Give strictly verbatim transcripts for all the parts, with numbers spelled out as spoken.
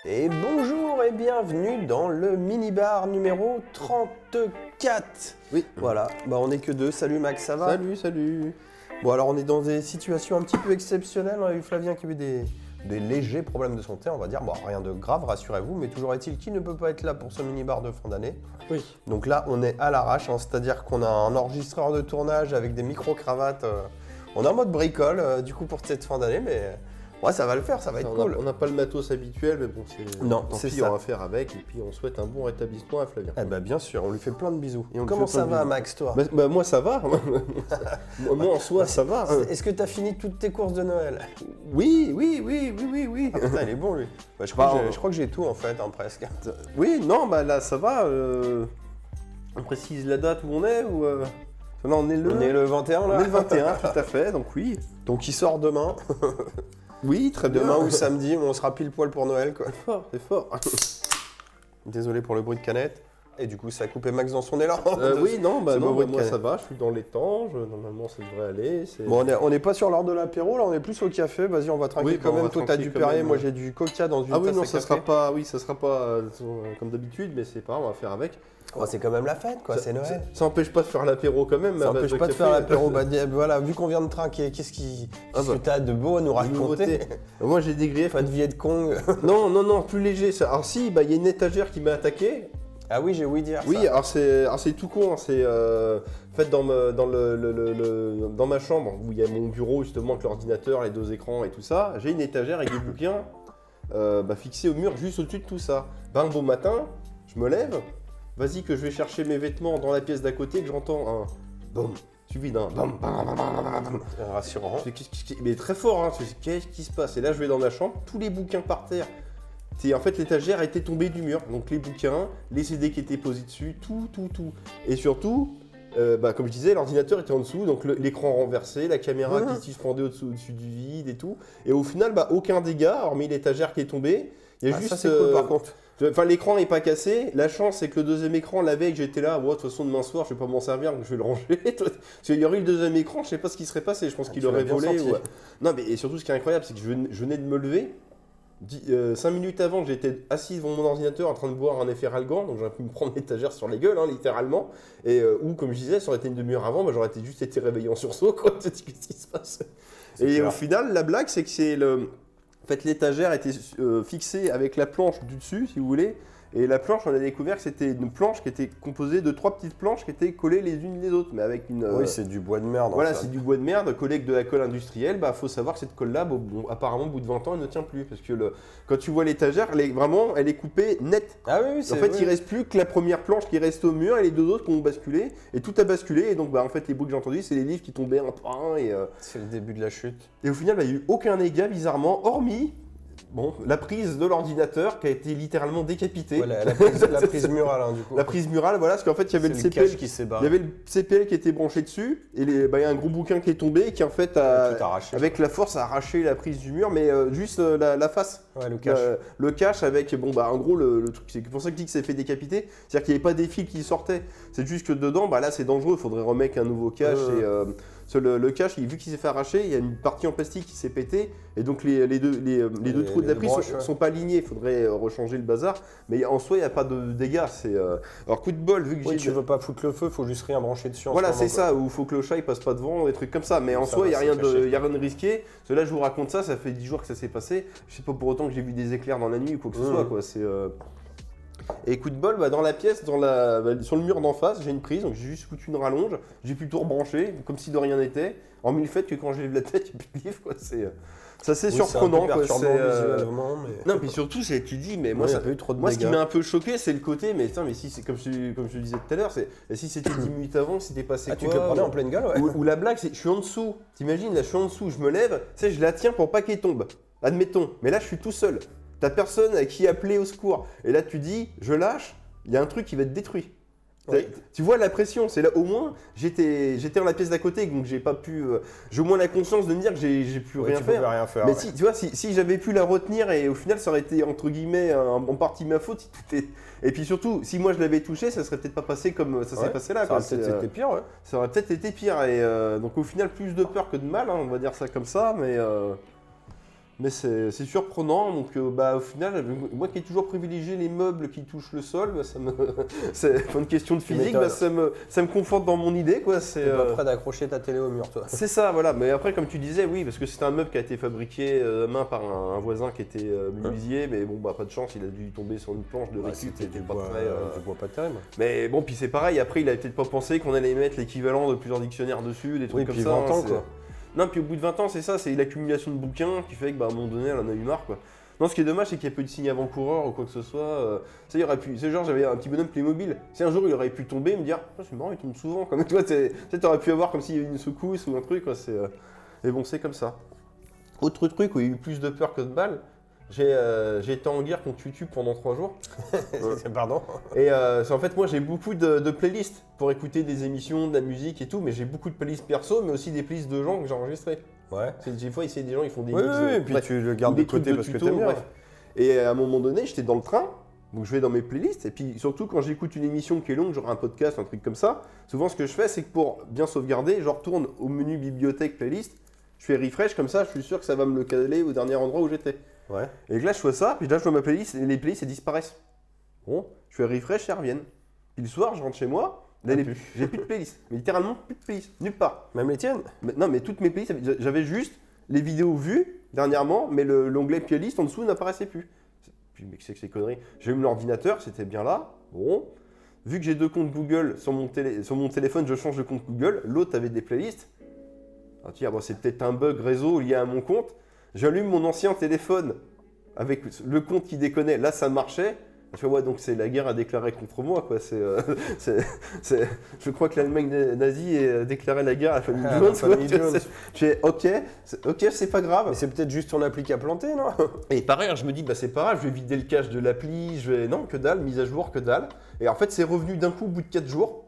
Et bonjour et bienvenue dans le mini-bar numéro trente-quatre. Oui. Voilà, bah on est que deux. Salut Max, ça va? Salut, salut. Bon alors on est dans des situations un petit peu exceptionnelles. On a eu Flavien qui a eu des, des légers problèmes de santé, on va dire. Bon, rien de grave, rassurez-vous, mais toujours est-il qu'il ne peut pas être là pour ce mini-bar de fin d'année. Oui. Donc là, on est à l'arrache, hein, c'est-à-dire qu'on a un enregistreur de tournage avec des micro-cravates. Euh, on est en mode bricole, euh, du coup, pour cette fin d'année, mais... euh, Ouais, ça va le faire, ça va être on cool. a- On n'a pas le matos habituel, mais bon, c'est. Non, tant c'est pis, ça. on va faire avec, et puis on souhaite un bon rétablissement à Flavien. Eh ben bien sûr, on lui fait plein de bisous. Et on lui Comment fait plein ça de va, bisous. Max, toi? Bah, bah, moi, ça va. Moi, en soi, ça va. hein. Est-ce que t'as fini toutes tes courses de Noël? Oui, oui, oui, oui, oui, oui. Ah, putain, il est bon, lui. Bah, je, crois Bah, que j'ai- on- je crois que j'ai tout, en fait, hein, presque. Oui, non, bah là, ça va. euh, On précise la date où on est ou euh, Là, on est le. On est le vingt et un, on là. est le vingt et un, tout à fait, donc oui. Donc, il sort demain. Oui, très bien. Demain ou samedi, on sera pile poil pour Noël, quoi. C'est fort, c'est fort. Désolé pour le bruit de canette. Et du coup, ça a coupé Max dans son élan. Euh, oui, non, bah C'est non, beau bah, bruit de moi canette. ça va, je suis dans les temps, je- normalement ça devrait aller. c'est- Bon, on est- on n'est pas sur l'heure de l'apéro, là, on est plus au café. Vas-y, on va tranquille Oui, quand bah, on même. va Toi, t'as tranquille du quand Perrier, même, moi ouais. j'ai du Coca dans une Ah oui, tasse non, à ça café. sera pas, oui, ça sera pas euh, comme d'habitude, mais c'est pas grave, on va faire avec. Oh, c'est quand même la fête, quoi, Ça- c'est Noël. Ça, ça empêche pas de faire l'apéro quand même. Ça à base empêche pas de café. faire l'apéro. Bah, dis- voilà, vu qu'on vient de trinquer, qu'est-ce qui, Ah qu'est-ce bah. que t'as de beau à nous Une raconter? nouveauté. Moi j'ai des griefs. Pas de Viet Cong. Non, non, non, plus léger. ça. Alors si, bah il y a une étagère qui m'a attaqué. Ah oui, j'ai ouï dire Oui, ça. alors c'est, alors c'est tout con. hein, C'est euh, en fait dans, me- dans, le, le- le- le- dans ma chambre où il y a mon bureau justement avec l'ordinateur, les deux écrans et tout ça. J'ai une étagère avec des bouquins euh, bah, fixés au mur juste au-dessus de tout ça. Ben, un beau matin, je me lève. Vas-y que je vais chercher mes vêtements dans la pièce d'à côté, que j'entends un boum suivi d'un bam bam bam bam bam bam. C'est rassurant. Je fais, qu'est-ce qui- Mais très fort, hein. Je fais, qu'est-ce qui se passe? Et là, je vais dans ma chambre, tous les bouquins par terre. C'est, en fait, l'étagère était tombée du mur. Donc, les bouquins, les C D qui étaient posés dessus, tout, tout, tout. Et surtout, euh, bah, comme je disais, l'ordinateur était en dessous, donc le- l'écran renversé, la caméra Mhm. qui se suspendait au-dessous, au-dessus du vide et tout. Et au final, bah, aucun dégât, hormis l'étagère qui est tombée. Il y a Ah, juste. ça, c'est cool, euh, par contre. Enfin, l'écran n'est pas cassé. La chance, c'est que le deuxième écran, la veille, j'étais là. Ouais, de toute façon, demain soir, je vais pas m'en servir, donc je vais le ranger. Parce qu'il y aurait eu le deuxième écran, je sais pas ce qui serait passé. Je pense Ah, qu'il tu aurait l'as bien volé. senti. ou- Non, mais et surtout, ce qui est incroyable, c'est que je venais, je venais de me lever. cinq minutes avant, j'étais assis devant mon ordinateur en train de boire un Efferalgan, donc j'aurais pu me prendre l'étagère sur la gueule, hein, littéralement. Et euh, ou, comme je disais, ça aurait été une demi-heure avant, bah, j'aurais été juste été réveillé en sursaut, quoi. Tu te dis, qu'est-ce qui se passe? C'est Et clair. au final, la blague, c'est que c'est le. En fait, l'étagère était euh, fixée avec la planche du dessus, si vous voulez. Et la planche, on a découvert que c'était une planche qui était composée de trois petites planches qui étaient collées les unes les autres, mais avec une. euh, Oui, c'est du bois de merde. voilà, en fait. c'est du bois de merde collé avec de la colle industrielle. Bah, faut savoir que cette colle-là, bon, bon, apparemment, au bout de vingt ans, elle ne tient plus. Parce que le, quand tu vois l'étagère, elle est vraiment, elle est coupée nette. Ah oui, oui, c'est En fait, oui. il reste plus que la première planche qui reste au mur et les deux autres qui ont basculé. Et tout a basculé. Et donc, bah, en fait, les bruits que j'ai entendus, c'est les livres qui tombaient un par un. Et, euh, C'est le début de la chute. et au final, bah, il n'y a eu aucun dégât, bizarrement, hormis bon, la prise de l'ordinateur qui a été littéralement décapitée. Voilà, la, prise, la prise murale, hein, du coup. La prise murale, voilà, parce qu'en fait, il y avait le C'est C P L cache qui s'est Il barré. y avait le C P L qui était branché dessus, et les- bah, il y a un gros bouquin qui est tombé, et qui en fait, a, Tout arraché. avec la force, a arraché la prise du mur, mais euh, juste euh, la, la face. Ouais, le cache. Euh, le cache avec, bon, bah, en gros, le, le truc, c'est pour ça que je dis que s'est fait décapiter, c'est-à-dire qu'il n'y avait pas des fils qui sortaient. C'est juste que dedans, bah, là, c'est dangereux, il faudrait remettre un nouveau cache. Euh. Et, euh, sur le, le cache, il- vu qu'il s'est fait arracher, il y a une partie en plastique qui s'est pétée, et donc les, les deux, les, euh, les deux Les- trous de les la prise broches, sont, ouais. sont pas alignés, il faudrait euh, rechanger le bazar, mais en soi, il n'y a pas de dégâts. C'est, euh, Alors, coup de bol, vu que Oui, j'ai. tu veux pas foutre le feu, faut juste rien brancher dessus. en Voilà, ce c'est moment, quoi. ça, où il faut que le chat il passe pas devant, des trucs comme ça. Mais en Ça soi, va, il n'y a, c'est rien de- caché. y a rien de risqué. Parce que là, je vous raconte ça, ça fait dix jours que ça s'est passé. Je sais pas pour autant que j'ai vu des éclairs dans la nuit ou quoi que ce Mmh. soit. Quoi. C'est, euh, Et coup de bol, bah, dans la pièce, dans la... bah, sur le mur d'en face, j'ai une prise, donc j'ai juste foutu une rallonge. J'ai pu tout rebrancher, comme si de rien n'était. En mille fait que quand je lève la tête, il n'y a plus de livre. Quoi. C'est euh, c'est assez Oui, surprenant. C'est un peu quoi. perturbant C'est, euh, visuellement, mais... Non, puis surtout, c'est, tu dis, mais moi, Moi, il y ça, a pas eu trop de moi, ce qui dégâts. m'a un peu choqué, c'est le côté, mais putain, mais si c'est comme je, comme je te disais tout à l'heure, c'est et si c'était dix minutes avant, c'était passé Ah, tu quoi te le prenais ou- en pleine gueule, ouais. ou, ou la blague, c'est je suis en dessous. T'imagines, là, je suis en dessous, je me lève, tu sais, je la tiens pour pas qu'elle tombe. Admettons. Mais là, je suis tout seul. T'as personne à qui appeler au secours. Et là, tu dis, je lâche, il y a un truc qui va être détruit. Oui. Tu vois la pression, c'est là au moins j'étais j'étais dans la pièce d'à côté, donc j'ai pas pu. euh, j'ai au moins la conscience de me dire que j'ai j'ai pu Ouais, rien tu faire. pouvais rien faire. Mais ouais. si tu vois, si, si j'avais pu la retenir et au final ça aurait été entre guillemets un- en partie ma faute. si tout est- Et puis surtout, si moi je l'avais touché, ça serait peut-être pas passé comme ça s'est Ouais, passé là. Ça quoi. aurait peut-être C'est, euh, été pire, ouais. ça aurait peut-être été pire. Et euh, donc au final, plus de peur que de mal, hein, on va dire ça comme ça. Mais, euh, Mais c'est c'est surprenant, donc euh, bah, au final, moi qui ai toujours privilégié les meubles qui touchent le sol, bah, ça me... c'est pas une question de physique, bah, ça, me... ça me conforte dans mon idée. Quoi. C'est euh... pas prêt d'accrocher ta télé au mur, toi. C'est ça, voilà. Mais après, comme tu disais, oui, parce que c'était un meuble qui a été fabriqué euh, main par un, un voisin qui était euh, menuisier, mais bon, bah pas de chance, il a dû tomber sur une planche de ouais, récup. C'était pas très... Euh... Je vois pas terrible. Mais bon, puis c'est pareil, après, il a peut-être pas pensé qu'on allait mettre l'équivalent de plusieurs dictionnaires dessus, des trucs oui, comme puis ça. vingt ans, hein, quoi. Non, puis au bout de vingt ans, c'est ça, c'est l'accumulation de bouquins qui fait que, bah, à un moment donné, elle en a eu marre, quoi. Non, ce qui est dommage, c'est qu'il n'y a pas eu de signe avant-coureur ou quoi que ce soit. Euh, ça, il aurait pu. C'est genre, j'avais un petit bonhomme Playmobil. C'est un jour, il aurait pu tomber et me dire, ah, c'est marrant, il tombe souvent. Comme toi, tu aurais pu avoir comme s'il y avait une secousse ou un truc, quoi. C'est, euh... Et bon, c'est comme ça. Autre truc où il y a eu plus de peur que de balles. J'ai euh, été en guerre contre YouTube pendant trois jours. Pardon. Et euh, en fait, moi, j'ai beaucoup de, de playlists pour écouter des émissions, de la musique et tout, mais j'ai beaucoup de playlists perso, mais aussi des playlists de gens que j'ai enregistrés. Ouais. Des fois, il y a des gens, ils font des oui, mix. Oui, et puis bref, tu le gardes de côté parce tuto, que t'aimes bien. Bref. Et à un moment donné, j'étais dans le train, donc je vais dans mes playlists, et puis surtout quand j'écoute une émission qui est longue, genre un podcast, un truc comme ça, souvent ce que je fais, c'est que pour bien sauvegarder, je retourne au menu bibliothèque playlist, je fais refresh, comme ça, je suis sûr que ça va me le caler au dernier endroit où j'étais. Ouais. Et là, je fais ça, puis là, je vois ma playlist, et les playlists, elles disparaissent. Bon, je fais refresh, elles reviennent. Puis le soir, je rentre chez moi, là, ah, j'ai plus de playlist. Mais littéralement, plus de playlist, nulle part. Même les tiennes? Mais, non, mais toutes mes playlists, j'avais juste les vidéos vues dernièrement, mais l'onglet playlist en dessous n'apparaissait plus. Puis, mais c'est que ces conneries. J'ai eu l'ordinateur, c'était bien là. Bon. Vu que j'ai deux comptes Google sur mon, télé, sur mon téléphone, je change de compte Google. L'autre avait des playlists. Ah, tiens, bon, c'est peut-être un bug réseau lié à mon compte. J'allume mon ancien téléphone avec le compte qui déconnait. Là, ça marchait. Je fais, ouais, donc c'est la guerre à déclarer contre moi, quoi. C'est, euh, c'est, c'est, je crois que l'Allemagne nazie a déclaré la guerre à la famille ah, Jones. Famille Jones. Je fais, ok, c'est, ok, c'est pas grave. Mais c'est peut-être juste ton appli qui a planté, non? Et pareil, je me dis, bah c'est pas grave, je vais vider le cache de l'appli, je vais, non, que dalle, mise à jour, que dalle. Et en fait, c'est revenu d'un coup au bout de quatre jours.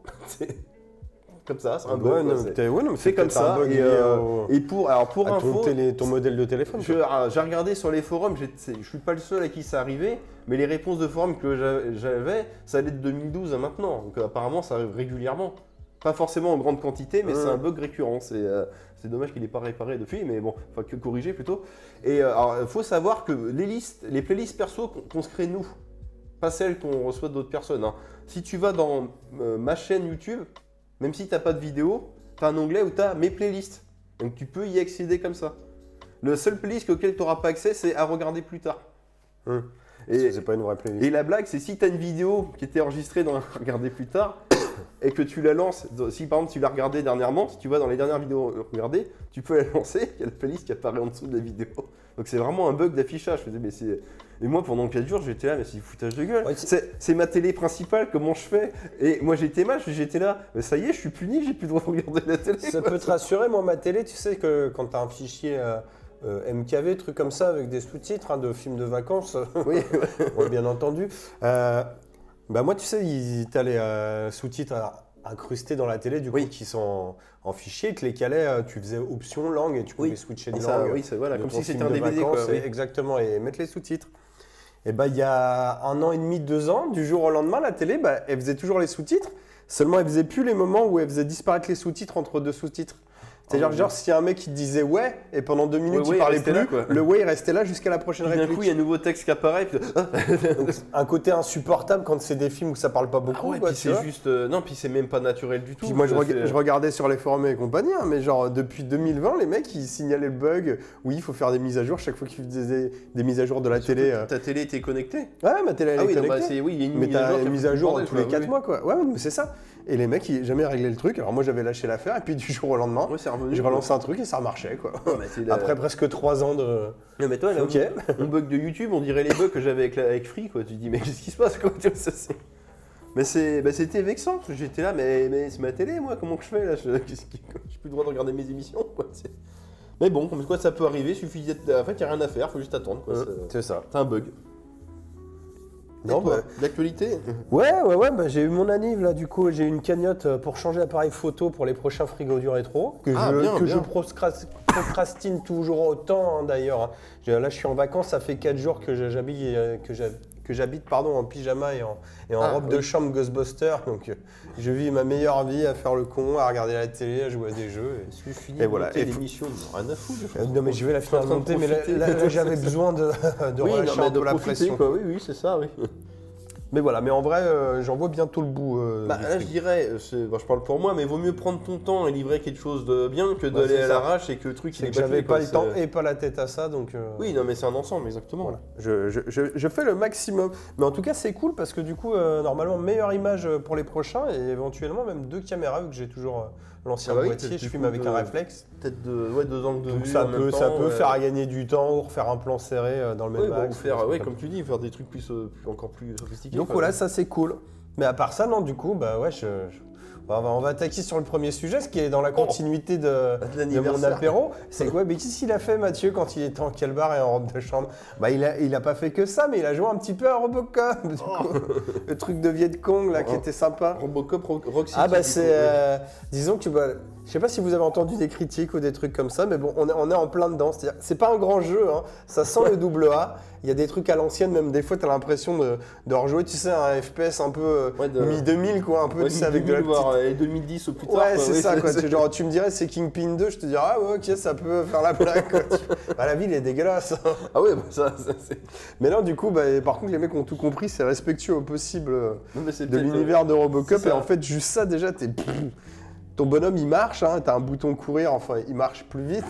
Comme ça, c'est un bug. Ouais, non, c'est ouais, c'est comme ça. Et, euh, au... et pour, alors pour à info, ton, télé, ton modèle de téléphone. Je, j'ai regardé sur les forums, je suis pas le seul à qui ça arrivait, mais les réponses de forums que j'avais, ça allait de deux mille douze à maintenant. Donc apparemment, ça arrive régulièrement. Pas forcément en grande quantité, mais mmh. c'est un bug récurrent. C'est euh, dommage qu'il n'ait pas réparé depuis, mais bon, enfin que corriger plutôt. Et euh, alors, il faut savoir que les listes, les playlists perso qu'on qu se crée nous, pas celles qu'on reçoit d'autres personnes. Hein. Si tu vas dans euh, ma chaîne YouTube, même si tu n'as pas de vidéo, tu as un onglet où tu as mes playlists. Donc tu peux y accéder comme ça. Le seul playlist auquel tu n'auras pas accès, c'est à regarder plus tard. Hum. Et c'est pas une vraie playlist. Et la blague, c'est si tu as une vidéo qui était enregistrée dans regarder plus tard et que tu la lances, si par exemple tu l'as regardée dernièrement, si tu vas dans les dernières vidéos regardées, tu peux la lancer, il y a la playlist qui apparaît en dessous de la vidéo. Donc c'est vraiment un bug d'affichage. Je me disais, mais c'est... Et moi, pendant quatre jours, j'étais là, mais c'est du foutage de gueule. Ouais, c'est ma télé principale, comment je fais? Et moi, j'étais mal, j'étais là, mais ça y est, je suis puni, j'ai plus le droit de regarder la télé. Ça quoi. Peut te rassurer, moi, ma télé, tu sais que quand tu as un fichier euh, euh, M K V, truc comme ça, avec des sous-titres hein, de films de vacances, oui, ouais, bien entendu. Euh, bah moi, tu sais, tu as les euh, sous-titres incrustés dans la télé, du coup, oui. qui sont en, en fichier, ils te les calaient, tu faisais option langue et tu pouvais oui. switcher de ça, langue. Oui, c'est voilà, comme si c'était un D V D. Vacances, quoi, oui. Exactement, et mettre les sous-titres. Et bah, il y a un an et demi, deux ans, du jour au lendemain, la télé, bah, elle faisait toujours les sous-titres. Seulement, elle faisait plus les moments où elle faisait disparaître les sous-titres entre deux sous-titres. C'est-à-dire, oh, genre, s'il y a un mec qui disait ouais, et pendant deux minutes, ouais, il ouais, parlait plus, là, le ouais, il restait là jusqu'à la prochaine réplique. D'un coup, il y a un nouveau texte qui apparaît. Puis... Donc, un côté insupportable quand c'est des films où ça parle pas beaucoup. Ah ouais, puis c'est juste. Euh, non, puis c'est même pas naturel du tout. Puis moi, je, reg je regardais sur les forums et compagnie, hein, mais genre, depuis deux mille vingt, les mecs, ils signalaient le bug. Oui, il faut faire des mises à jour chaque fois qu'ils faisaient des, des mises à jour de la Surtout télé. Euh... Ta télé était connectée? Ouais, ma télé, elle ah, est oui, connectée. Non, bah, oui, il y a une mais mise à jour, une mise à jour tous les quatre oui. mois, quoi. Ouais, mais c'est ça. Et les mecs, ils n'ont jamais réglé le truc. Alors moi, j'avais lâché l'affaire, et puis du jour au lendemain, ouais, revenu, je relançais un truc et ça remarchait, quoi. Ouais, la... Après presque trois ans de. Non, mais toi, là, okay. mon bug de YouTube, on dirait les bugs que j'avais avec, avec Free, quoi. Tu te dis, mais qu'est-ce qui se passe, quoi? Mais c'était bah, vexant, parce que j'étais là, mais, mais c'est ma télé, moi, comment que je fais, là? Je n'ai plus le droit de regarder mes émissions, quoi. Mais bon, comme quoi ça peut arriver, suffit d'être. En fait, il n'y a rien à faire, il faut juste attendre, quoi. Mmh, c'est ça. C'est un bug. Non, bah, l'actualité. Ouais, ouais, ouais, bah, j'ai eu mon anniv là, du coup, j'ai eu une cagnotte pour changer d'appareil photo pour les prochains frigos du rétro, que ah, je, bien, que bien. je procrastine toujours autant hein, d'ailleurs. Là, je suis en vacances, ça fait quatre jours que j'habille, que que j'habite pardon, en pyjama et en, et en Ah, robe oui. de chambre Ghostbuster. Donc euh, je vis ma meilleure vie à faire le con, à regarder la télé, à jouer à des jeux. et- Est-ce que je finis Et de voilà, monter et l'émission? Rien à foutre. Euh, Non mais je vais la finir en de train de monter, mais là, profiter. là, là, j'avais besoin de, de Oui, non, relâcher mais un de peu la profiter, pression. quoi. Oui, oui, c'est ça, oui. Mais voilà, mais en vrai, euh, j'en vois bientôt le bout. euh, Bah, du là, truc. je dirais, euh, c'est- bon, je parle pour moi, mais vaut mieux prendre ton temps et livrer quelque chose de bien que Ouais, d'aller c'est à ça. l'arrache et que le truc il C'est est que j'avais bâclé, pas quoi, le c'est- temps et pas la tête à ça, donc. euh, Oui, non, mais c'est un ensemble, exactement. Voilà. Je, je- je- je fais le maximum. Mais en tout cas, c'est cool parce que du coup, euh, normalement, meilleure image pour les prochains et éventuellement même deux caméras vu que j'ai toujours euh, l'ancien Ah bah oui, boîtier. t'as Je du filme coup avec de- un réflexe. Peut-être de, ouais, deux angles de Donc vue ça en même peut, temps, ça peut ouais. faire gagner du temps ou refaire un plan serré euh, dans le même Oui, bah, ou axe. faire, des ouais, trucs comme tu dis, faire des trucs plus, euh, plus- encore plus sophistiqués. Donc quoi. voilà, ça c'est cool. Mais à part ça, non, du coup, bah ouais, je, je- on, va, on va attaquer sur le premier sujet, ce qui est dans la continuité de, De de mon l'anniversaire. apéro. C'est quoi? Mais qu'est-ce qu'il a fait, Mathieu, quand il était en calbar et en robe de chambre? Bah, il a, il a pas fait que ça, mais il a joué un petit peu à Robocop, du coup. Le truc de Viet Cong, là, qui Oh. était sympa. Robocop, Rock, Rock City. Ah bah du c'est, coup, ouais. euh, disons que bah, je sais pas si vous avez entendu des critiques ou des trucs comme ça, mais bon, on est, on est en plein dedans. C'est-à-dire, c'est pas un grand jeu, hein. Ça sent le double A. Il y a des trucs à l'ancienne, même des fois, tu as l'impression de, de rejouer, tu sais, un F P S un peu euh, Ouais, de- mi deux mille, quoi, un peu, Ouais, tu sais, avec de la deux mille, petite... voire, euh, deux mille dix au plus tard. Ouais, quoi, c'est oui, ça, quoi. c'est- Tu, genre, tu me dirais, c'est Kingpin deux, je te dirais, ah ouais, ok, ça peut faire la blague, quoi. Tu- Bah, la ville est dégueulasse. Ah ouais, bah, ça, ça, c'est. Mais non, du coup, bah, par contre, les mecs ont tout compris, c'est respectueux au possible euh, Non, mais c'est de peut-être, euh, l'univers de Robocop. c'est Et ça. en fait, juste ça, déjà, t'es... Ton bonhomme, il marche, hein, t'as un bouton courir, enfin, il marche plus vite.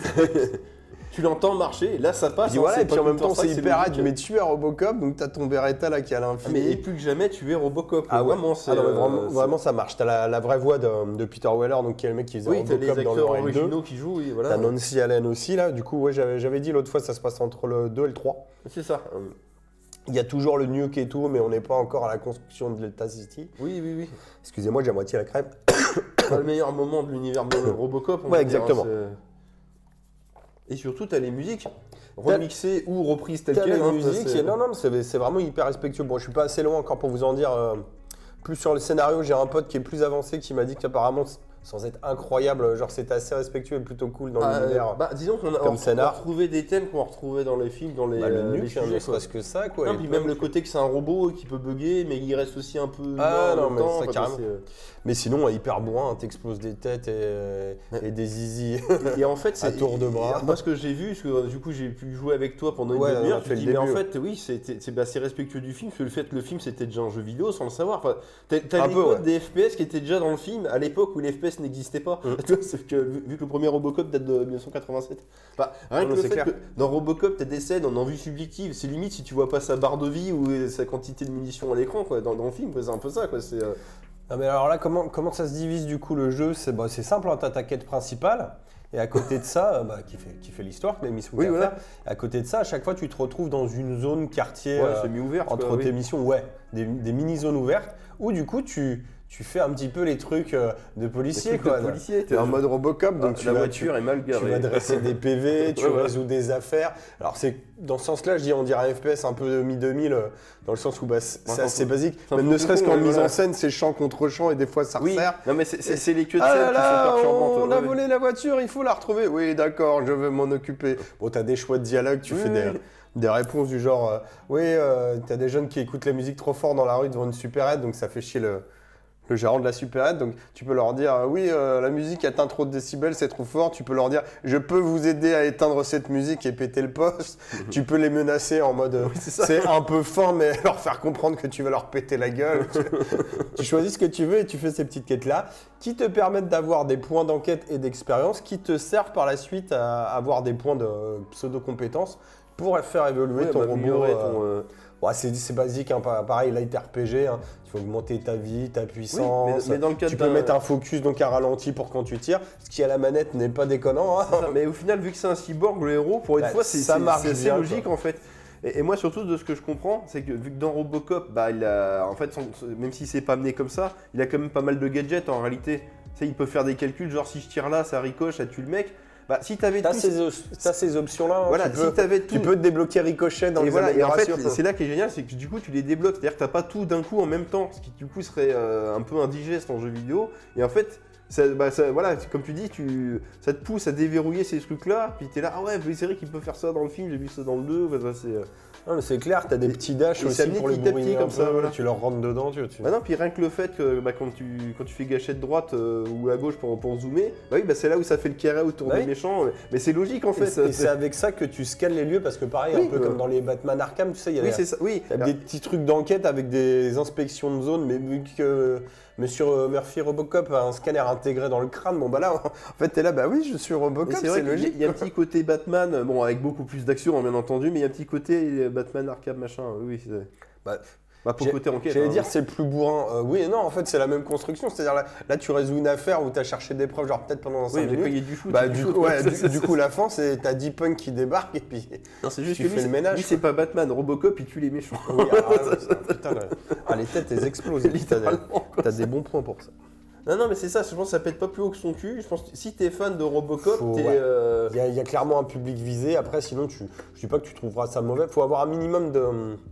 Tu l'entends marcher, et là ça Et passe. puis hein, voilà, c'est et puis pas en même temps, c'est Counter-Strike, hyper logique. raide, mais tu es Robocop, donc t'as ton Beretta là qui est à Ah, l'infini. mais et plus que jamais, tu es Robocop. Ah ouais. Vraiment, c'est. Ah non, mais euh, vraiment, c'est- vraiment, ça marche. T'as la, la vraie voix de, de Peter Weller, donc qui est le mec qui faisait Oui, t'as les Robocop dans le acteurs un et le deux. originaux qui jouent, oui, voilà. T'as Nancy Allen aussi là. Du coup, ouais, j'avais j'avais dit l'autre fois, ça se passe entre le deux et le trois. C'est ça. euh, Il y a toujours le nuke et tout, mais on n'est pas encore à la construction de l'Elta City. Oui, oui, oui. Excusez-moi, j'ai à moitié la crème. Pas le meilleur moment de l'univers de Robocop. on Ouais, va dire, exactement. hein, c'est- Et surtout, t'as les musiques remixées ou reprises telles T'as quelles. la hein, musique, c'est- et non, non, mais c'est c'est vraiment hyper respectueux. Bon, je suis pas assez loin encore pour vous en dire euh, plus sur le scénario. J'ai un pote qui est plus avancé qui m'a dit qu'apparemment, sans être incroyable, genre c'était assez respectueux et plutôt cool dans Ah, l'univers. bah, disons qu'on a, comme on a scénar. retrouvé des thèmes qu'on retrouvait dans les films, dans les, Bah, le euh, les nuke, hein, sujets, ne quoi. serait-ce que ça, quoi. Non, les puis punks. même le côté que c'est un robot qui peut bugger, mais il reste aussi un peu Ah, humain en non, même mais temps. ça, Enfin, carrément. c'est, euh, Mais sinon, hyper bourrin, hein, t'exploses des têtes et, et des zizi. Et, et en fait, c'est À tour de bras. et Moi, ce que j'ai vu, parce que du coup, j'ai pu jouer avec toi pendant une Ouais, on a demi-heure, fait tu te le dis, mais en début, fait, oui, c'était- c'est bah, c'est respectueux du film, parce que le fait que le film c'était déjà un jeu vidéo sans le savoir. Enfin, t'as t'as Un les peu, codes ouais. des F P S qui étaient déjà dans le film à l'époque où les F P S n'existaient pas. Mm. Tu vois, c'est que vu, vu que le premier Robocop date de mille neuf cent quatre-vingt-sept. Enfin, rien Non, que le c'est fait clair. que dans Robocop, t'as des scènes en vue subjective, c'est limite si tu vois pas sa barre de vie ou sa quantité de munitions à l'écran, quoi. Dans, dans le film, quoi, c'est un peu ça, quoi. C'est. euh, Ah, mais alors là, comment, comment ça se divise du coup le jeu? C'est bah, c'est simple, hein, t'as ta quête principale. Et à côté de ça, euh, bah, qui fait, qui fait l'histoire, que les missions Oui, qu'il y a à voilà. faire. À côté de ça, à chaque fois, tu te retrouves dans une zone quartier Ouais, euh, semi-ouvert. entre quoi, tes oui. missions, ouais, des, des mini-zones ouvertes, où du coup, tu, tu fais un petit peu les trucs euh, de policier, Des trucs quoi. de policier, T'es en mode Robocop, donc Ah, tu la vas, voiture est mal tu, garée. tu vas dresser des P V, tu Ouais, ouais. résous des affaires. Alors, c'est dans ce sens-là, je dis, on dirait un F P S un peu mi deux mille, euh, dans le sens où bah, c'est Ouais, c'est assez c'est- basique. c'est un Même peu ne plus serait-ce con, qu'en mais mise voilà. en scène, c'est champ contre champ, et des fois, ça Oui, resserre. non mais c'est- c'est c'est les queues de Ah scène là qui là, sont perturbantes. on ouais, a ouais. volé la voiture, il faut la retrouver. Oui, d'accord, je vais m'en occuper. Bon, t'as des choix de dialogue, tu Oui, fais des, oui. des réponses du genre, euh, oui, euh, t'as des jeunes qui écoutent la musique trop fort dans la rue devant une supérette, donc ça fait chier le, le gérant de la supérette. Donc tu peux leur dire, euh, oui, euh, la musique atteint trop de décibels, c'est trop fort. Tu peux leur dire, je peux vous aider à éteindre cette musique et péter le poste. Tu peux les menacer en mode, euh, Oui, c'est ça. c'est un peu fin, mais leur faire comprendre que tu vas leur péter la gueule. tu, tu choisis ce que tu veux et tu fais ces petites quêtes-là qui te permettent d'avoir des points d'enquête et d'expérience qui te servent par la suite à avoir des points de pseudo-compétences pour faire évoluer Ouais, ton bah, robot. améliorer euh, ton, euh, ouais, c'est c'est basique, hein, pa- pareil, light R P G, hein. Il faut augmenter ta vie, ta Oui, puissance. mais, mais dans le cadre Tu peux d'un- mettre un focus, donc un ralenti pour quand tu tires, ce qui à la manette n'est pas déconnant. hein. C'est ça, mais au final, vu que c'est un cyborg, le héros, pour une Bah, fois, c'est ça c'est- marche c'est assez bien, logique en fait. Et, et moi, surtout de ce que je comprends, c'est que vu que dans Robocop, bah, il a, en fait, son- même s'il s'est pas amené comme ça, il a quand même pas mal de gadgets en réalité. Tu sais, il peut faire des calculs, genre si je tire là, ça ricoche, ça tue le mec. Bah, si t'avais T'as tout, ces, op- t'as ces options-là, hein, voilà, tu, si peux, t'avais tout, tu peux te débloquer ricochet dans et les voilà, et en fait, améliorations. c'est là qui est génial, c'est que du coup, tu les débloques. C'est-à-dire que t'as pas tout d'un coup en même temps, ce qui du coup serait euh, un peu indigeste en jeu vidéo. Et en fait, ça, bah, ça- voilà, comme tu dis, tu, ça te pousse à déverrouiller ces trucs-là. Puis t'es là, ah ouais, mais c'est vrai qu'il peut faire ça dans le film, j'ai vu ça dans le deux. Enfin, ça, c'est, euh, Non, mais c'est clair, t'as des petits dashs et aussi ça venait pour les petit à petit, bourriner comme un ça, peu, voilà. tu leur rentres dedans, tu vois. Tu... Bah non, puis rien que le fait que bah, quand, tu, quand tu fais gâchette droite euh, ou à gauche pour, pour zoomer, bah oui, bah c'est là où ça fait le carré autour Bah des oui. méchants. Mais c'est logique en Et fait. c'est- et c'est avec ça que tu scannes les lieux, parce que pareil, Oui, un peu euh, comme dans les Batman Arkham, tu sais, il y a Oui, des- c'est ça. Oui. il y a des petits trucs d'enquête avec des inspections de zone, mais vu que Monsieur Murphy Robocop a un scanner intégré dans le crâne, bon bah là, en fait, t'es là, bah oui, je suis Robocop, Mais c'est c'est vrai qu'il y a- logique. il y a un petit côté Batman, bon avec beaucoup plus d'action hein, bien entendu, mais il y a un petit côté Batman Arkham machin. Oui, c'est. Bah, Bah pour j'ai- le côté enquête. J'allais hein. dire c'est le plus bourrin. Euh, oui et non, en fait c'est la même construction. C'est-à-dire là, là tu résous une affaire où t'as cherché des preuves, genre peut-être pendant cinq Oui, mais quand il minutes. y a du foot. Bah il y a du foot, coup, ouais, c'est- du, c'est- du coup la fin c'est t'as dix punks qui débarquent et puis. Non, c'est juste tu que fais lui, le c'est- ménage, lui, quoi. c'est pas Batman. Robocop, il tue les méchants. Oui, ah, ouais, ça, putain, là. Ah, les têtes elles explosent. T'as des, Littéralement. t'as des bons points pour ça. Non, non, mais c'est ça. Je pense que ça pète pas plus haut que son cul. Je pense que si t'es fan de Robocop, Faut- t'es. ouais. euh, Il y, a- il y a clairement un public visé. Après sinon tu, je dis pas que tu trouveras ça mauvais. Faut avoir un minimum de,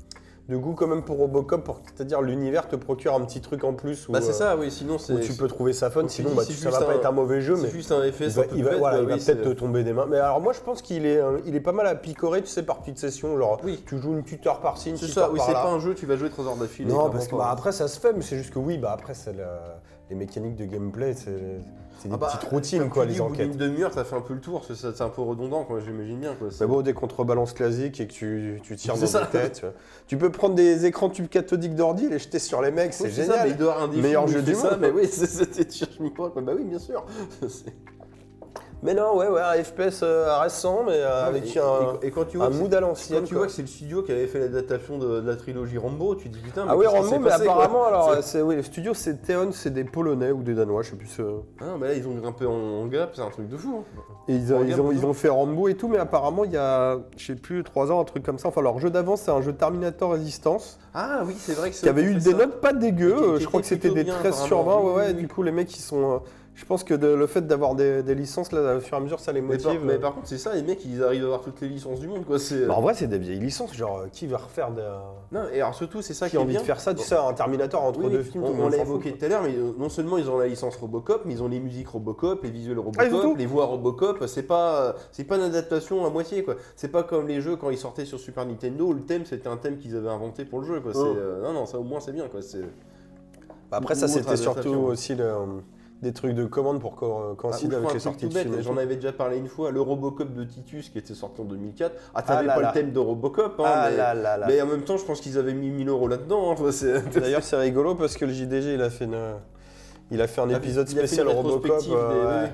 de goût quand même pour Robocop, pour c'est-à-dire l'univers te procure un petit truc en plus. Où, Bah c'est euh, ça, oui. Sinon c'est. où tu peux trouver ça fun. Comme tu Sinon dis, bah, c'est tu- ça va juste pas un- être un mauvais jeu, C'est mais. juste un F S Il va, un peu il va- bête, voilà, bah il va oui, peut-être c'est- te tomber des mains. Mais alors moi je pense qu'il est, euh, il est pas mal à picorer, tu sais, par petites sessions. Genre Oui. tu joues une petite heure par-ci, une C'est petite ça, heure oui, par c'est là. pas un jeu, tu vas jouer trois heures d'affilée. Non, clairement parce que pas. bah, après ça se fait, mais c'est juste que oui, bah après c'est la- les mécaniques de gameplay, c'est c'est des Ah bah, petites routines comme quoi, tu dis, les au bout d'une enquêtes. demi-heure, ça fait un peu le tour, c'est c'est un peu redondant, quoi, j'imagine bien. Quoi. c'est- Mais bon, des contrebalances classiques et que tu, tu tires C'est dans ça. des têtes. tu vois. Tu peux prendre des écrans tubes cathodiques d'ordi et les jeter sur les mecs, c'est Oui, ça, génial. mais il doit y avoir un défi Meilleur où il jeu fait du ça, monde. mais oui, c'est- c'était cherche pas, quoi. Bah oui, bien sûr. C'est- Mais non, ouais, ouais, un F P S euh, récent, mais euh, avec et, un, et- et quand tu vois un que c'est- mood à l'ancienne. quand tu quoi. vois que c'est le studio qui avait fait l'adaptation de, de la trilogie Rambo, tu te dis putain, mais Ah oui, qu'est-ce qui Rambo, s'est mais passé, quoi. apparemment, alors, C'est- c'est oui, le studio, c'est Theon, c'est des Polonais ou des Danois, je sais plus. euh. Ah non, mais là, ils ont grimpé en, en gap, c'est un truc de fou. hein. Et ils, ont- Regarde, ils ont, ils plutôt. ont fait Rambo et tout, mais apparemment, il y a, je sais plus, trois ans, un truc comme ça. Enfin, leur jeu d'avant, c'est un jeu Terminator Resistance, Ah oui, c'est vrai que c'est. qui avait eu des ça. notes pas dégueu. Et qui- euh, qui je crois était que c'était plutôt des bien, treize sur vingt. apparemment. Ouais, Oui, ouais, oui, du oui. coup, les mecs, ils sont. euh, je pense que de- le fait d'avoir des, des licences, là, au fur et à mesure, ça les Mais par, motive. mais par contre, c'est ça, les mecs, ils arrivent à avoir toutes les licences du monde, quoi. C'est. Bah, en vrai, c'est des vieilles licences. Genre, euh, qui va refaire des. Non, et alors surtout, c'est ça Qui qui a est envie bien. de faire ça, tu Bon. sais, un Terminator entre Oui, deux oui, films, on, tout le on monde l'a s'en fout, évoqué quoi. tout à l'heure, mais euh, non seulement ils ont la licence Robocop, mais ils ont les musiques Robocop, les visuels Ah, ils ont Robocop, tout. les voix Robocop. C'est pas, c'est pas une adaptation à moitié, quoi. C'est pas comme les jeux quand ils sortaient sur Super Nintendo, où le thème c'était un thème qu'ils avaient inventé pour le jeu, quoi. C'est, Oh. euh, non, non, ça au moins c'est bien, quoi. C'est. Bah, après, Ou- ça, ou autre c'était surtout adaptation. aussi le- des trucs de commande pour co- Ah, ou coïncider je avec prends les un truc sorties tout de bête, films. et j'en tout. avais déjà parlé une fois, le Robocop de Titus qui était sorti en deux mille quatre. Ah, Ah t'avais là pas là. le thème de Robocop, hein, Ah mais, là là là. mais en même temps, je pense qu'ils avaient mis mille euros là-dedans. Hein, c'est- D'ailleurs, c'est rigolo parce que le J D G, il a fait, une... il a fait un Il a- épisode il a fait spécial une Robocop. rétrospective euh, des- ouais. oui.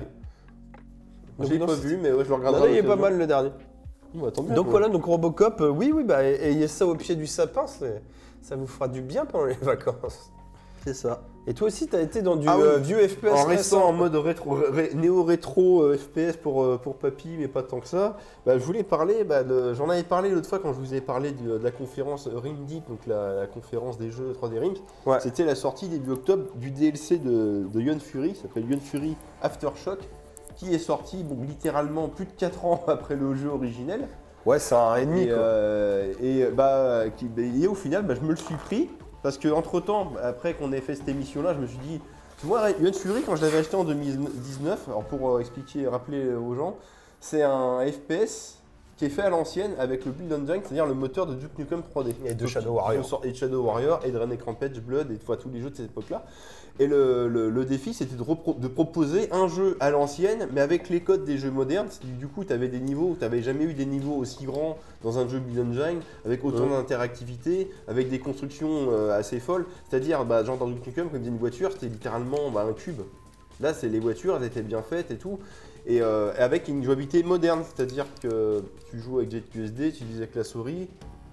Donc, Je l'ai non, pas c'est- vu, mais ouais, je le Non, regarderai. non, à il est pas l'occasion. mal le dernier. Ouais, tant mieux, Donc quoi. voilà, donc Robocop, euh, oui, oui, bah, ayez ça au pied du sapin, c'est- ça vous fera du bien pendant les vacances. C'est ça. Et toi aussi, t'as été dans du Ah oui. euh, vieux F P S En restant récent. en mode rétro, ré- néo-rétro euh, F P S pour, euh, pour papy, mais pas tant que ça, bah, je voulais parler, bah, de- j'en avais parlé l'autre fois quand je vous ai parlé de, de la conférence Rim Deep, donc la, la conférence des jeux trois D Rims. Ouais. C'était la sortie début octobre du D L C de, de Ion Fury, qui s'appelle Ion Fury Aftershock, qui est sorti bon, littéralement plus de quatre ans après le jeu originel. Ouais, c'est un ennemi, Et, quoi. euh, et, bah, qui- bah, et au final, bah, je me le suis pris. Parce que entre temps, après qu'on ait fait cette émission-là, je me suis dit. Moi, Ion Fury, quand je l'avais acheté en deux mille dix-neuf, alors pour euh, expliquer, rappeler aux gens, c'est un F P S qui est fait à l'ancienne avec le Build Engine, c'est-à-dire le moteur de Duke Nukem trois D. Et de Donc, Shadow ils Warrior. ont sorti- Et de Shadow Warrior, et de Dragon Rampage, Blood, et enfin, tous les jeux de cette époque-là. Et le, le- le défi, c'était de, repro- de proposer un jeu à l'ancienne, mais avec les codes des jeux modernes. C'est- Du coup, tu avais des niveaux, tu n'avais jamais eu des niveaux aussi grands dans un jeu Build Engine, avec autant Ouais. d'interactivité, avec des constructions euh, assez folles. C'est-à-dire, bah, genre dans Duke Nukem, comme disait une voiture, c'était littéralement bah, un cube. Là, c'est les voitures, elles étaient bien faites et tout. Et euh, avec une jouabilité moderne, c'est-à-dire que tu joues avec Jet U S D, tu utilises avec la souris.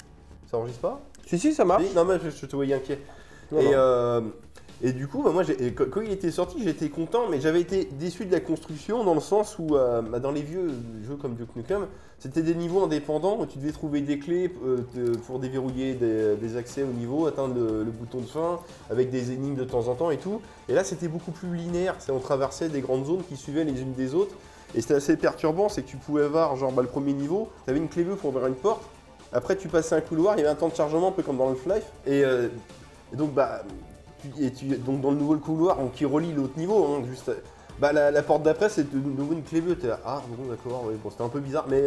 Ça enregistre pas? Si, si, ça marche. Oui, non, mais je, je te voyais inquiet. Non, et, non. euh, et du coup, bah, moi, j'ai- et quand quand il était sorti, j'étais content, mais j'avais été déçu de la construction dans le sens où, euh, bah, dans les vieux jeux comme Duke Nukem, c'était des niveaux indépendants où tu devais trouver des clés euh, de- pour déverrouiller des, des accès au niveau, atteindre le, le bouton de fin, avec des énigmes de temps en temps et tout. Et là, c'était beaucoup plus linéaire. C'est- On traversait des grandes zones qui suivaient les unes des autres. Et c'était assez perturbant, c'est que tu pouvais voir, genre, bah, le premier niveau, tu avais une clé bleue pour ouvrir une porte. Après, tu passais un couloir, il y avait un temps de chargement un peu comme dans Half-Life. Et, euh, et donc, bah, tu- et tu- donc, dans le nouveau couloir, donc, qui relie l'autre niveau, hein, juste, bah, la, la porte d'après, c'est de nouveau une clé bleue. T'es là, ah, bon, d'accord, ouais, bon, c'était un peu bizarre, mais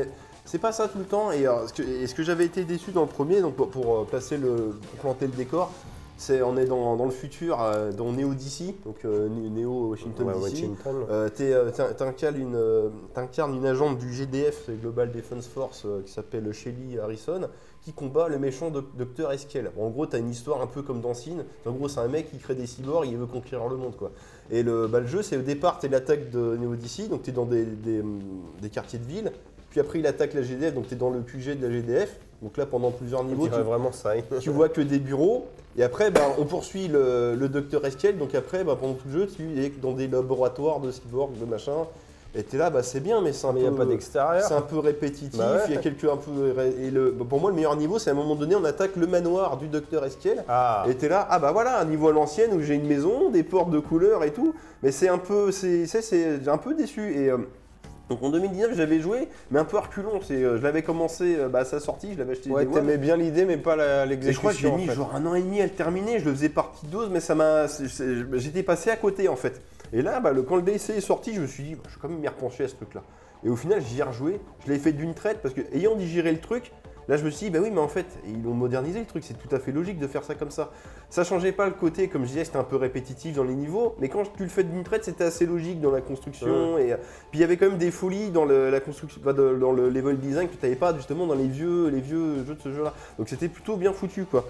C'est pas ça tout le temps. Et, alors, ce que, et ce que j'avais été déçu dans le premier, donc pour, pour placer le, pour planter le décor, c'est on est dans, dans le futur, euh, dans Neo D C, donc euh, Neo Washington Ouais, D C. Washington. Euh, t'es, euh, t'in- t'incarnes une, euh, t'incarnes une agente du G D F, c'est Global Defense Force, euh, qui s'appelle Shelly Harrison, qui combat le méchant doc- Docteur Esquel. Bon, en gros, t'as une histoire un peu comme dans Sin. En gros, c'est un mec qui crée des cyborgs, il veut conquérir le monde, quoi. Et le, bah, le jeu, c'est au départ, t'es l'attaque de Neo D C, donc t'es dans des, des, des quartiers de ville. Puis après, il attaque la G D F, donc tu es dans le Q G de la G D F. Donc là, pendant plusieurs niveaux, On dirait vraiment ça. hein. tu, tu vois que des bureaux. Et après, bah, on poursuit le, le docteur Esquel. Donc après, bah, pendant tout le jeu, tu es dans des laboratoires de cyborgs, de machin. Et tu es là, bah, c'est bien, mais c'est un, Mais il n'y a peu- pas d'extérieur. c'est un peu répétitif. Bah ouais. Il y a quelques un peu. Et le, bah, pour moi, le meilleur niveau, c'est à un moment donné, on attaque le manoir du docteur Esquel. Ah, Et t'es là, ah bah voilà, un niveau à l'ancienne où j'ai une maison, des portes de couleur et tout. Mais c'est un peu, c'est, c'est, c'est j'ai un peu déçu. Et euh, donc en deux mille dix-neuf, j'avais joué, mais un peu à reculons. C'est, euh, je l'avais commencé euh, bah, à sa sortie, je l'avais acheté. ouais, des mois. t'aimais bien l'idée, mais pas la- Et je crois que j'ai l'exécution. mis en fait. genre un an et demi à le terminer. Je le faisais partie dose, mais ça m'a, c'est- c'est- j'étais passé à côté en fait. Et là, bah, le, quand le D L C est sorti, je me suis dit, bah, je vais quand même m'y repencher à ce truc-là. Et au final, j'y ai rejoué. Je l'ai fait d'une traite parce que, ayant digéré le truc, là je me suis dit, bah oui, mais en fait, ils ont modernisé le truc, c'est tout à fait logique de faire ça comme ça. Ça changeait pas le côté, comme je disais, c'était un peu répétitif dans les niveaux, mais quand tu le fais d'une traite, c'était assez logique dans la construction. Et, euh, puis il y avait quand même des folies dans le, la construction, pas de- dans le level design que tu n'avais pas justement dans les vieux, les vieux jeux de ce jeu-là. Donc c'était plutôt bien foutu, quoi.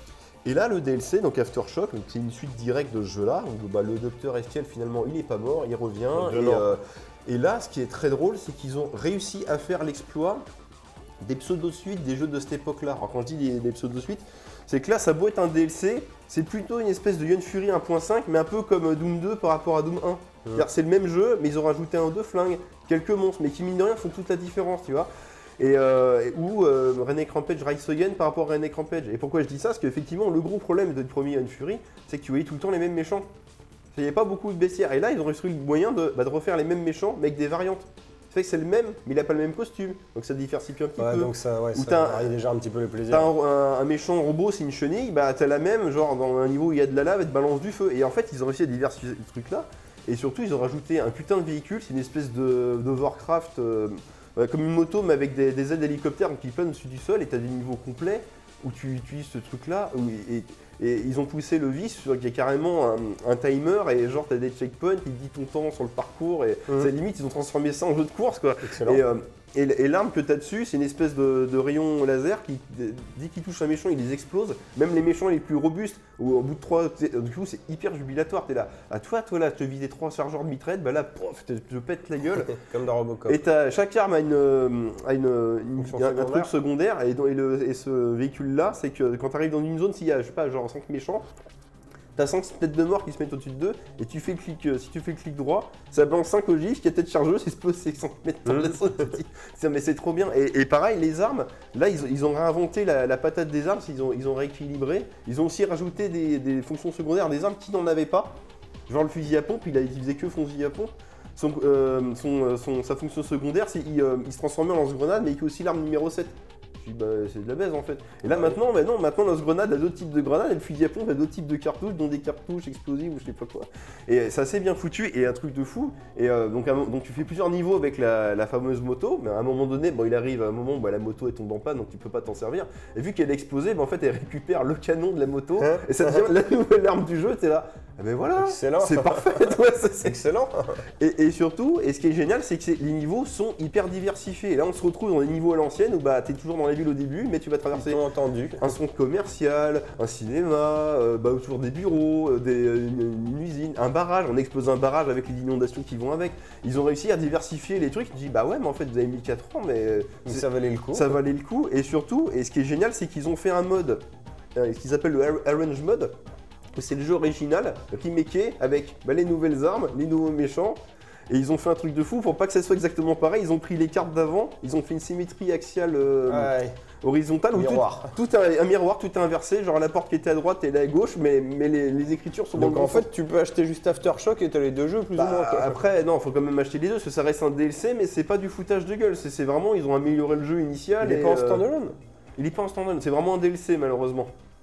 Et là, le D L C, donc Aftershock, donc c'est une suite directe de ce jeu-là. Donc, bah, le docteur Esquiel, finalement, il n'est pas mort, il revient. De Et, mort. euh, et là, ce qui est très drôle, c'est qu'ils ont réussi à faire l'exploit des pseudo-suites des jeux de cette époque-là. Alors quand je dis des, des pseudo-suites, c'est que là, ça a beau être un D L C, c'est plutôt une espèce de Ion Fury un point cinq, mais un peu comme Doom deux par rapport à Doom un. C'est-à-dire, c'est le même jeu, mais ils ont rajouté un ou deux flingues, quelques monstres, mais qui mine de rien font toute la différence, tu vois. Et euh, et- ou euh, Redneck Rampage Rise Again par rapport à Redneck Rampage. Et pourquoi je dis ça? Parce qu'effectivement, le gros problème de premier Ion Fury, c'est que tu voyais tout le temps les mêmes méchants. Il n'y avait pas beaucoup de bestiaires. Et là, ils ont réussi le moyen de, bah, de refaire les mêmes méchants, mais avec des variantes. Ça fait que c'est le même, mais il n'a pas le même costume. Donc ça diversifie un petit Ouais, peu. donc ça, ouais, Ou ça t'as un- varie déjà un petit peu le plaisir. T'as un, un- un méchant robot, c'est une chenille, bah t'as la même, genre dans un niveau où il y a de la lave, elle te balance du feu. Et en fait, ils ont réussi à diversifier ce truc-là. Et surtout, ils ont rajouté un putain de véhicule, c'est une espèce de, de Warcraft, euh, euh, comme une moto, mais avec des, des ailes d'hélicoptère qui planent au-dessus du sol, et t'as des niveaux complets où tu utilises ce truc-là. où- Et, et ils ont poussé le vice, il y a carrément un, un timer, et genre t'as des checkpoints, il dit ton temps sur le parcours, et Mhm. c'est limite, ils ont transformé ça en jeu de course, quoi. Excellent. Et, euh, et, et l'arme que tu as dessus, c'est une espèce de, de rayon laser qui, dès qu'il touche un méchant, il les explose. Même les méchants les plus robustes, ou au bout de trois. Du coup, c'est hyper jubilatoire. Tu es là, à toi, toi là, je te vis des trois chargeurs de mitraillette, bah là, pof, te, te pète la gueule. Comme dans Robocop. Et t'as- chaque arme a, une, euh, a une, une- Fonction un, un secondaire. truc secondaire. Et, dans- et le- et ce véhicule-là, c'est que quand tu arrives dans une zone, s'il y a, je sais pas, genre cinq méchants, t'as cinq têtes de mort qui se mettent au-dessus de deux, et tu fais le clic, euh, si tu fais le clic droit, ça balance cinq ogives, qui a tête chargeuse, et se pose cinq cents mètres dans la zone. Tu te dis, tiens, mais c'est trop bien. Et, et pareil, les armes, là, ils, ont- ils ont réinventé la, la patate des armes, ils ont, ils ont rééquilibré. Ils ont aussi rajouté des, des fonctions secondaires, des armes qui n'en avaient pas. Genre le fusil à pompe, il, a, il faisait que fusil à pompe. Son, euh, son, son- sa fonction secondaire, c'est qu'il euh, il se transformait en lance-grenade, mais il a aussi l'arme numéro sept. Je dis, bah, c'est de la baise en fait. Et là Ouais. maintenant, bah non, maintenant lance-grenade a d'autres types de grenades, et le fusil à pompe a d'autres types de cartouches, dont des cartouches explosives ou je sais pas quoi. Et c'est assez bien foutu et un truc de fou. Et euh, donc, à un moment- donc tu fais plusieurs niveaux avec la, la fameuse moto, mais à un moment donné, bon, il arrive à un moment où bah, la moto elle tombe en panne, donc tu peux pas t'en servir. Et vu qu'elle a explosé, bah, en fait elle récupère le canon de la moto, Hein et ça devient la nouvelle arme du jeu, t'es là. Ah ben voilà, Excellent. c'est parfait. Ouais, ça, c'est- Excellent. et, et surtout, et ce qui est génial, c'est que c'est- les niveaux sont hyper diversifiés. Et là, on se retrouve dans des niveaux à l'ancienne où bah, tu es toujours dans la ville au début, mais tu vas Ils traverser t'ont entendu. un centre commercial, un cinéma, euh, bah, autour des bureaux, euh, des, une, une usine, un barrage. On explose un barrage avec les inondations qui vont avec. Ils ont réussi à diversifier les trucs. Je dis, bah ouais, mais en fait, vous avez mis quatre ans, mais euh, Mais c'est- ça valait le coup. ça valait le coup. Et surtout, et ce qui est génial, c'est qu'ils ont fait un mode, euh, ce qu'ils appellent le Ar- Arrange Mode. C'est le jeu original, remaké, avec bah, les nouvelles armes, les nouveaux méchants. Et ils ont fait un truc de fou pour pas que ça soit exactement pareil. Ils ont pris les cartes d'avant, ils ont fait une symétrie axiale euh, Ouais. horizontale. où Miroir. Tout, tout est un, un miroir, tout est inversé. Genre la porte qui était à droite, elle est à gauche, mais, mais les, les écritures sont dans Donc le bon en fait, sens. tu peux acheter juste Aftershock et t'as les deux jeux plus Bah, ou moins. quoi. après, non, faut quand même acheter les deux, parce que ça reste un D L C, mais c'est pas du foutage de gueule. C'est c'est vraiment, ils ont amélioré le jeu initial. Il est et, pas en euh, standalone. Il est pas en standalone, c'est vraiment un D L C malheureusement.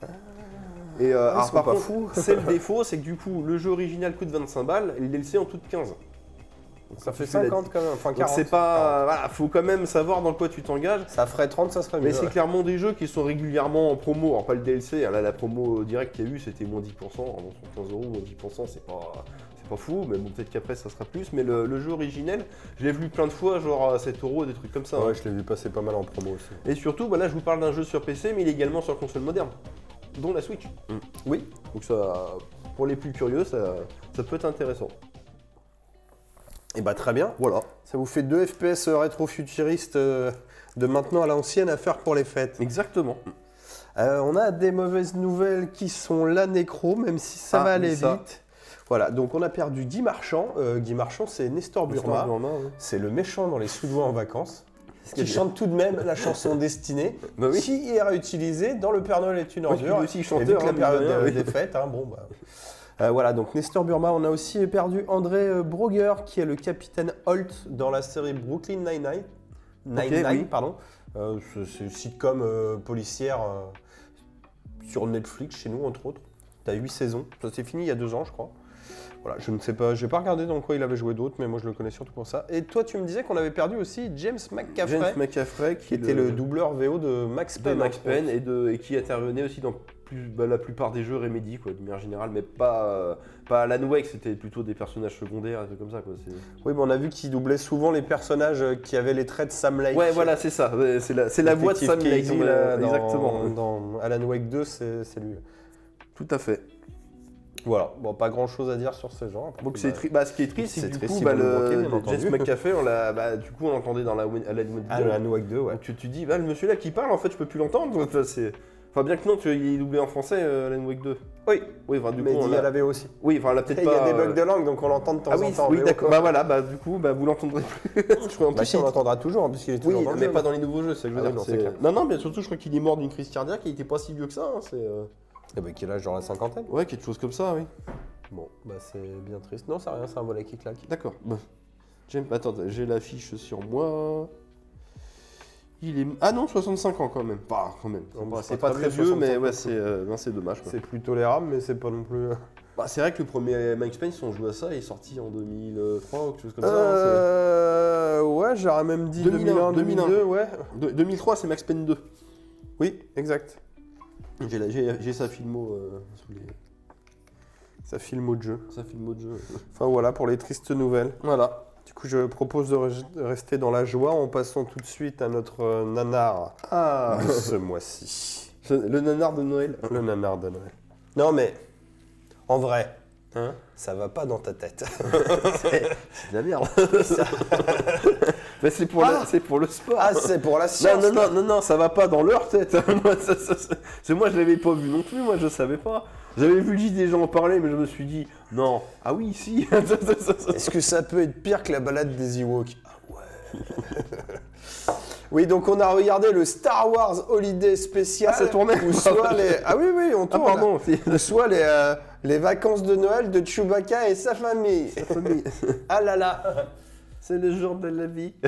Et euh, Ah, ils alors, sont par pas contre, fous. c'est le défaut, c'est que du coup, le jeu original coûte vingt-cinq balles et le D L C en tout de quinze. Donc, Ça quand fait tu fais la- cinquante quand même, enfin Donc quarante. c'est pas... Voilà, faut quand même savoir dans quoi tu t'engages. Ça ferait trente, ça serait mieux. Mais c'est ouais. clairement des jeux qui sont régulièrement en promo. Alors pas le D L C, hein, là la promo directe qu'il y a eu c'était moins dix pour cent. Alors, quinze euros, moins dix pour cent, c'est pas... C'est pas fou, mais bon, peut-être qu'après ça sera plus. Mais le, le jeu originel, je l'ai vu plein de fois, genre à sept euros, des trucs comme ça. Ouais, hein. je l'ai vu passer pas mal en promo aussi. Et surtout, bah là je vous parle d'un jeu sur P C, mais il est également sur console moderne, dont la Switch. Oui. Donc ça, pour les plus curieux, ça, ça peut être intéressant. Et bah très bien. Voilà. Ça vous fait deux F P S rétro-futuristes euh, de maintenant à l'ancienne à faire pour les fêtes. Exactement. Euh, on a des mauvaises nouvelles qui sont la nécro, même si ça Ah, va oui, aller ça. vite. Voilà, donc on a perdu Guy Marchand. Euh, Guy Marchand, c'est Nestor Burma. Burma, ouais. C'est le méchant dans Les Soudois en vacances. qu'il y Qui a chante tout de même la chanson Destinée, Bah oui. qui est réutilisée dans Le Père Noël est une Ouais, ordure. il est aussi Et vu chanteur, que la hein, période mine de rien, euh, oui. des fêtes, hein, bon bah. Euh, voilà, donc Nestor Burma, on a aussi perdu André euh, Broger, qui est le capitaine Holt dans la série Brooklyn Nine-Nine. Nine-Nine, oui. pardon. Euh, c'est c'est une sitcom euh, policière euh, sur Netflix, chez nous, entre autres. T'as huit saisons. Ça s'est fini il y a deux ans, je crois. Voilà, je ne sais pas, j'ai pas regardé dans quoi il avait joué d'autres, mais moi je le connais surtout pour ça. Et toi, tu me disais qu'on avait perdu aussi James McCaffrey, James McCaffrey, qui était le doubleur V O de Max de Payne. Max entre autres. Payne et, de, et qui intervenait aussi dans plus, bah, la plupart des jeux Remedy, quoi, de manière générale, mais pas, euh, pas Alan Wake, c'était plutôt des personnages secondaires, des trucs comme ça. Quoi. c'est- Oui, mais on a vu qu'il doublait souvent les personnages euh, qui avaient les traits de Sam Lake. Ouais, voilà, c'est ça, ouais, c'est la, c'est la voix de Sam Detective Lake, Casey, on là, l'a- dans, exactement. Dans Alan Wake deux, c'est c'est lui. Tout à fait. Voilà, bon, pas grand chose à dire sur ces gens. Après, Donc bah, c'est tri- bah, ce qui est triste, c'est c'est que du triste coup, si bah, vous le le, manquez, bien le entendu. James McCaffrey, on l'a, bah, du coup, on l'entendait dans la Alan Wake deux. Alan Wake deux, ouais. Donc tu te dis, bah, le monsieur là qui parle, en fait, je peux plus l'entendre. Donc, ça, c'est... Enfin, bien que non, tu il est doublé en français, euh, Alan Wake deux. Oui, Oui, enfin, du mais coup, on dit à l'a... la V O aussi. Oui, enfin, on l'a peut-être Il y pas... a des euh, bugs de langue, donc on l'entend de temps Ah en oui, temps. en oui V O, d'accord. quoi. Bah voilà, bah du coup, bah, vous l'entendrez plus. Je crois en Bah plus, si, on il- l'entendra toujours, hein, puisqu'il est toujours Oui, dans le mais jeu. pas dans les nouveaux jeux, c'est ça que je veux Ah dire. oui, non, c'est- c'est clair. non, non, mais surtout, je crois qu'il est mort d'une crise cardiaque, il était pas si vieux que ça. Hein, c'est, euh, Eh ben, quel âge, genre la cinquantaine? Ouais, quelque chose comme ça, oui. Bon, bah c'est bien triste. Non, c'est rien, c'est un volet qui claque. D'accord. Bah, James... Attends, j'ai l'affiche sur moi. Il est... Ah non, soixante-cinq ans quand même. Pas quand même. C'est Non, pas, c'est c'est pas pas très très vieux, vieux, mais soixante-cinq ouais, ans. c'est euh, non, c'est dommage. Quoi. C'est plus tolérable, mais c'est pas non plus. Bah, c'est vrai que le premier Max Payne, si on joue à ça, il est sorti en deux mille trois ou quelque chose comme ça. hein, Euh. Ouais, j'aurais même dit deux mille un, deux mille un, deux mille deux, ouais. c'est- De- deux mille trois, c'est Max Payne deux. Oui, exact. J'ai, la- j'ai, j'ai sa filmo euh, sous les... Ça filme au jeu. Sa filmo de jeu. Enfin voilà pour les tristes nouvelles. Voilà. Du coup, je propose de re- de rester dans la joie en passant tout de suite à notre euh, nanar Ah de ce mois-ci. Le nanar de Noël. Le nanar de Noël. Non mais, en vrai, Hein ça va pas dans ta tête. C'est de la merde. Mais c'est pour, Ah la- c'est pour le sport. Ah, c'est pour la non, science. non, non, non, non, ça va pas dans leur tête. moi, ça, ça, ça- c'est moi, je l'avais pas vu non plus, moi, je savais pas. J'avais vu juste des gens en parler, mais je me suis dit, non, ah oui, si. Est-ce que ça peut être pire que la balade des Ewoks? Ah ouais. Oui, donc on a regardé le Star Wars Holiday Special. Ah, ça tournait. Ou soit les... Ah oui, oui, on Ah, tourne. pardon, c'est Ou soit les, euh, les vacances de Noël de Chewbacca et sa famille. Ah là là. c'est le jour de la vie.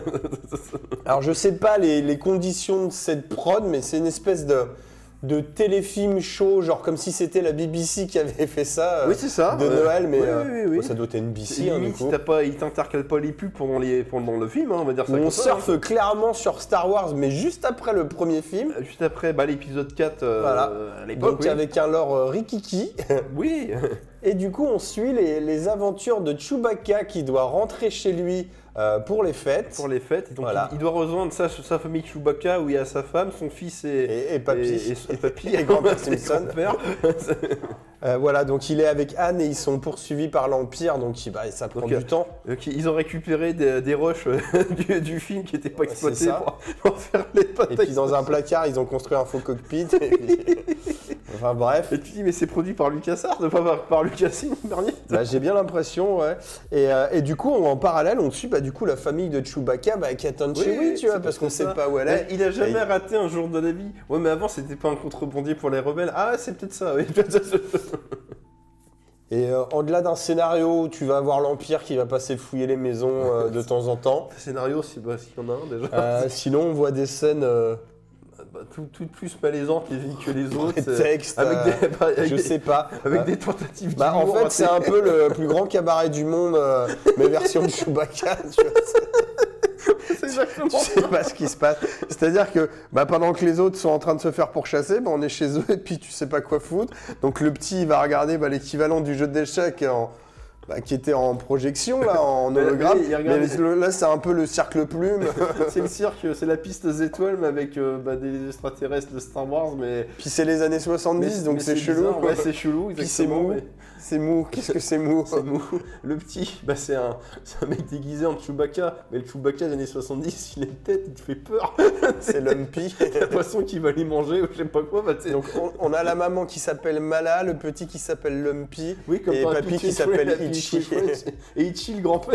Alors je sais pas les, les conditions de cette prod, mais c'est une espèce de, de téléfilm show, genre comme si c'était la B B C qui avait fait ça. euh, Oui, c'est ça. De euh, Noël, mais oui, euh, oui, oui, oui. bon, ça doit être N B C, hein, du Limite, coup. si t'as pas, il t'intercale pas les pubs pendant, les, pendant le film, hein, on va dire ça On comme ça, surfe hein. clairement sur Star Wars, mais juste après le premier film. Juste après bah, l'épisode quatre, euh, Voilà. à l'époque, Donc oui. avec un lore euh, rikiki. Oui. Et du coup, on suit les, les aventures de Chewbacca qui doit rentrer chez lui euh, pour les fêtes. Pour les fêtes. Et donc Voilà. il, il doit rejoindre sa, sa famille Chewbacca où il y a sa femme, son fils et, Et, et papy. et, et- et papy Et grand-père et Simpson. grand-père. Euh, voilà, donc il est avec Anne et ils sont poursuivis par l'Empire, donc il- bah, ça prend Donc, du euh, temps. Donc, ils ont récupéré des, des rushs euh, du, du film qui n'étaient pas Ouais, c'est exploités ça. pour, pour faire les pâtes. Et puis dans un placard, ils ont construit un faux cockpit. Et puis- Enfin bref, Et tu dis mais c'est produit par LucasArts, pas par, par Lucasfilm dernier. bah, j'ai bien l'impression, ouais. Et, euh, et du coup, en parallèle, on suit bah, du coup la famille de Chewbacca bah, qui attend chez lui, tu vois, c'est parce qu'on c'est sait ça. pas où elle est. Il a jamais Et- raté un jour de la vie. Ouais, mais avant, c'était pas un contrebandier pour les rebelles. Ah, c'est peut-être ça, oui. Et euh, au-delà d'un scénario où tu vas avoir l'Empire qui va passer fouiller les maisons euh, de temps en temps. Le scénario, si, bah, s'il y en a un déjà. Euh, sinon, on voit des scènes. euh, Bah, tout, tout plus malaisante les unes que les autres. Les euh, textes, avec euh, des, bah, avec je des- sais pas. avec Bah, des tentatives bah, en d'humour fait, assez- c'est un peu le plus grand cabaret du monde, euh, mais version de Chewbacca. Tu vois, c'est exactement tu sais pas ce qui se passe. C'est-à-dire que bah, pendant que les autres sont en train de se faire pourchasser, bah, on est chez eux et puis tu sais pas quoi foutre. Donc le petit il va regarder bah, l'équivalent du jeu d'échecs en- bah, qui était en projection, là, en Mais- hologramme. mais il regarde- Mais le- là, c'est un peu le cercle plume. c'est le cirque, c'est la piste aux étoiles, mais avec euh, bah, des extraterrestres de Star Wars, mais. Puis c'est les années soixante-dix, mais- donc mais c'est chelou. bizarre, Ouais, c'est chelou, Puis c'est exactement. mou. mais- C'est mou. Qu'est-ce que c'est mou C'est mou. Le petit, bah c'est un, c'est un mec déguisé en Chewbacca, mais le Chewbacca des années soixante-dix, il a une tête, il te fait peur. C'est Lumpy. T'as l'impression qu'il va les manger ou je sais pas quoi. Bah, tu sais. Donc on, on a la maman qui s'appelle Mala, le petit qui s'appelle Lumpy. oui, comme et dans papy Happy qui Tree s'appelle Friends, Happy Itchy. Tree Friends. Et Itchy le grand-père.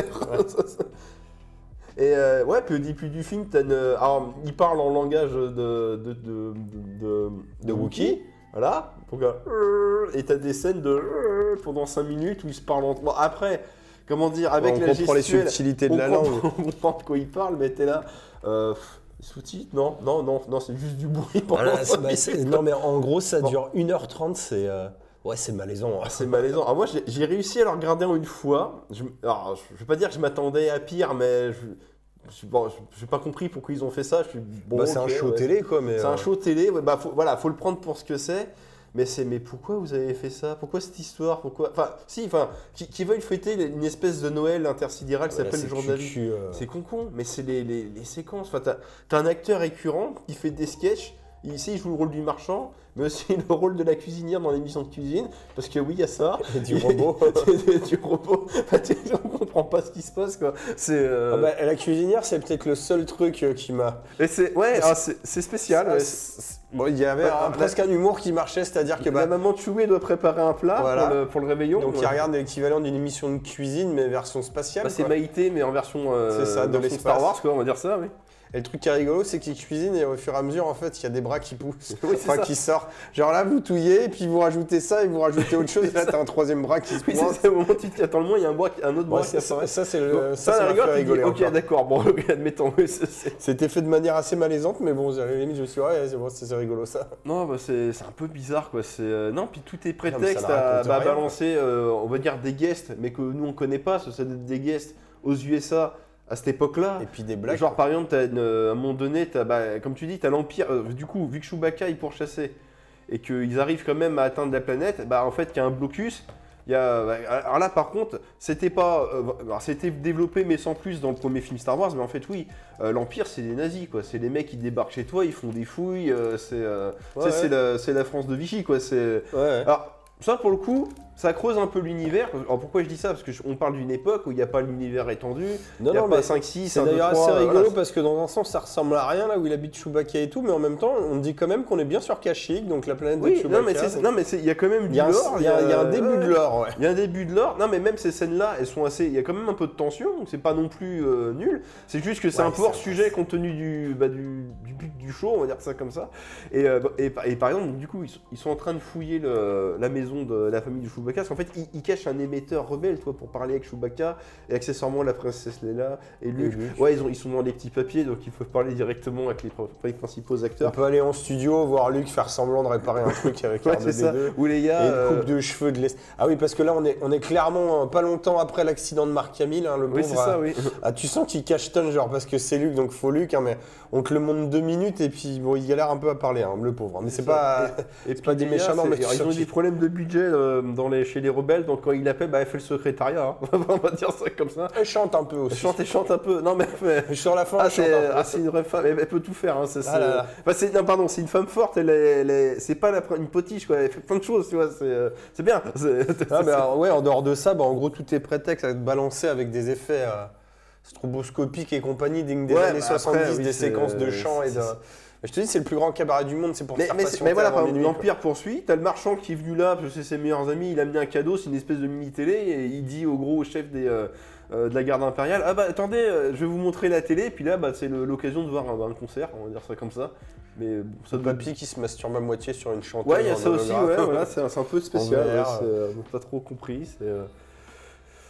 Et euh, ouais, puis au début du film, t'as une... Alors, il parle en langage de, de, de, de, de, De Wookiee. Voilà. Donc, euh, et t'as des scènes de euh, pendant cinq minutes où ils se parlent entre. Bon, après, comment dire, avec on la comprend les gestuelle, subtilités de on la comprend- langue. On comprend de quoi il parle, mais t'es là. Euh, pff, sous-titres, non, non, non, non, c'est juste du bruit pendant Voilà, c'est- cinq bah, c'est- minutes. non mais en gros ça Bon. dure une heure trente, c'est euh, ouais c'est malaisant. hein. Ah, c'est malaisant. Alors moi, j'ai j'ai réussi à le regarder en une fois. Je, alors, je, je vais pas dire que je m'attendais à pire, mais je, je, bon, je- j'ai pas compris pourquoi ils ont fait ça. Je suis bon. Bah, c'est ok, un show ouais. télé quoi mais. C'est euh, un show télé. Ouais, bah faut, voilà, faut le prendre pour ce que c'est. Mais c'est mais pourquoi vous avez fait ça? Pourquoi cette histoire? Pourquoi? Enfin, si, enfin, qui, qui veuille fêter une espèce de Noël intersidéral qui voilà, s'appelle c'est le jour de la vie. cucu, euh, C'est con con, mais c'est les, les, les séquences. Enfin, t'as, t'as un acteur récurrent qui fait des sketchs. Ici, il joue le rôle du marchand, mais aussi le rôle de la cuisinière dans l'émission de cuisine. Parce que oui, il y a ça. et du robot. du robot. Enfin, tu- on comprend pas ce qui se passe, quoi. C'est. euh, Ah bah, la cuisinière c'est peut-être le seul truc euh, qui m'a. et c'est, ouais, ah, c'est, c'est spécial. Ah, ouais. c'est- c'est- Bon il y avait Bah, un- la- presque un humour qui marchait, c'est-à-dire que la bah, maman de Choué doit préparer un plat Voilà. pour, le, pour le réveillon. donc il Ouais. regarde l'équivalent d'une émission de cuisine mais version spatiale. Bah, c'est quoi. Maïté, mais en version, euh, C'est ça, de version l'espace. Star Wars, quoi, on va dire ça, oui. Et le truc qui est rigolo, c'est qu'il cuisine et au fur et à mesure, en fait, il y a des bras qui poussent, Oui, c'est enfin ça. qui sortent. Genre là, vous touillez, et puis vous rajoutez ça, et vous rajoutez autre chose, et là, t'as un troisième bras qui se Oui, pointe. c'est ça, au moment où tu t'y attends le moins, il y a un, bras, qui- un autre bras Ouais, qui ça, ça, apparaît. ça, c'est Bon, le, ça, ça, ça la m'a rigole, fait tu dis, rigoler ok, encore. d'accord, bon, ok, admettons. oui, c'est- c'est- C'était fait de manière assez malaisante, mais bon, à la limite, je me suis dit, ouais, c'est bon, c'est c'est rigolo ça. Non, bah, c'est c'est un peu bizarre, quoi. C'est, euh, non, puis tout est mais prétexte ça ne à raconte bah, rien, balancer, euh, on va dire, des guests, mais que nous, on connaît pas, ce sont des guests aux U S A à cette époque-là. Et puis des blagues. Genre, par exemple, t'as une- à un moment donné, t'as, bah, comme tu dis, tu as l'Empire. euh, du coup, vu que Chewbacca il pourchassait et qu'ils arrivent quand même à atteindre la planète, bah, en fait, il y a un blocus. Il y a, bah, alors là, par contre, c'était pas, euh, alors, c'était développé, mais sans plus dans le premier film Star Wars. Mais en fait, oui, euh, l'Empire, c'est des nazis, quoi. C'est les mecs qui débarquent chez toi, ils font des fouilles. euh, c'est, euh, tu sais, Ouais, c'est ouais. la, c'est la France de Vichy, quoi. C'est, Ouais, ouais. alors, ça, pour le coup, ça creuse un peu l'univers. Alors, pourquoi je dis ça? Parce qu'on parle d'une époque où il n'y a pas l'univers étendu. Non, Il n'y a non, pas mais cinq six, c'est un, deux, d'ailleurs trois, assez euh, rigolo voilà. parce que dans un sens, ça ressemble à rien là où il habite Chewbacca et tout, mais en même temps, on dit quand même qu'on est bien sur Kashyyyk, donc la planète de Oui, Chewbacca. non, mais c'est- non, mais c'est- il y a quand même Il du y a un, lore. il y a- il y a un ouais, début de ouais. lore, ouais. Il y a un début de lore. Non, mais même ces scènes-là, elles sont assez. Il y a quand même un peu de tension. Donc c'est pas non plus euh, nul. C'est juste que c'est Ouais, un peu c'est hors sujet compte tenu du, bah, du, du but du show, on va dire ça comme ça. Et, euh, et, par- et par exemple, donc, du coup, ils sont, ils sont en train de fouiller le- la maison de la famille de Chewbacca. Parce qu'en fait, ils, ils cachent un émetteur rebelle, toi, pour parler avec Chewbacca et accessoirement la princesse Leia et Luke. Et Luke. Ouais, ils, ont, ils sont dans des petits papiers, donc ils peuvent parler directement avec les, pr- les principaux On acteurs. peut aller en studio, voir Luc faire semblant de réparer un truc avec Ouais, R c'est deux D ça. deux. Ou Leia. Et une euh, coupe de cheveux de l'Est. Ah oui, parce que là, on est, on est clairement euh, pas longtemps après l'accident de Mark Hamill, hein, le Oui, pauvre. c'est ça, ah, oui. ah, tu sens qu'il cache tonne, genre, parce que c'est Luc, donc faut Luc, hein, mais on te le montre deux minutes et puis bon, il galère un peu à parler, hein, le pauvre. Mais c'est ça. pas. Et C'est pas puis des Leia, méchants, non, c'est- mais tu ils sens ont eu qu'ils- des problèmes de budget euh, dans les, chez les rebelles, donc quand il appelle, bah, elle fait le secrétariat. hein. On va dire ça comme ça. Elle chante un peu Elle aussi. chante et chante un peu. Non, mais. mais- Et sur la fin, Ah, elle chante c'est un peu. ah, c'est une vraie femme, elle, elle peut tout faire. Hein, c'est, Ah c'est- là là. Enfin, c'est- non, pardon, c'est une femme forte, elle est, elle est- c'est pas la, une potiche, quoi. Elle fait plein de choses, tu vois. C'est, euh, c'est bien. C'est- Ah, mais alors, ouais, en dehors de ça, bah, en gros, tout est prétexte à être balancé avec des effets euh, stroboscopiques et compagnie dignes des Ouais, années bah, soixante-dix, après, oui, des c'est- séquences de chant et de. c'est- Mais je te dis, c'est le plus grand cabaret du monde, c'est pour Mais, te faire mais, c'est- patienter mais voilà, avant par exemple, minuit, quoi. l'Empire poursuit, t'as le marchand qui est venu là, parce que c'est ses meilleurs amis, il a amené un cadeau, c'est une espèce de mini-télé, et il dit au gros chef des, euh, euh, de la garde impériale, ah bah attendez, euh, je vais vous montrer la télé, puis là, bah, c'est le- l'occasion de voir un, un concert, on va dire ça comme ça. Mais bon, ça doit... Papy qui se masturbe à moitié sur une chanteuse. Ouais, il y a en ça aussi, holographe. ouais, voilà, c'est un, c'est un peu spécial, En V R, ouais, c'est, euh, on n'a pas trop compris, c'est... euh,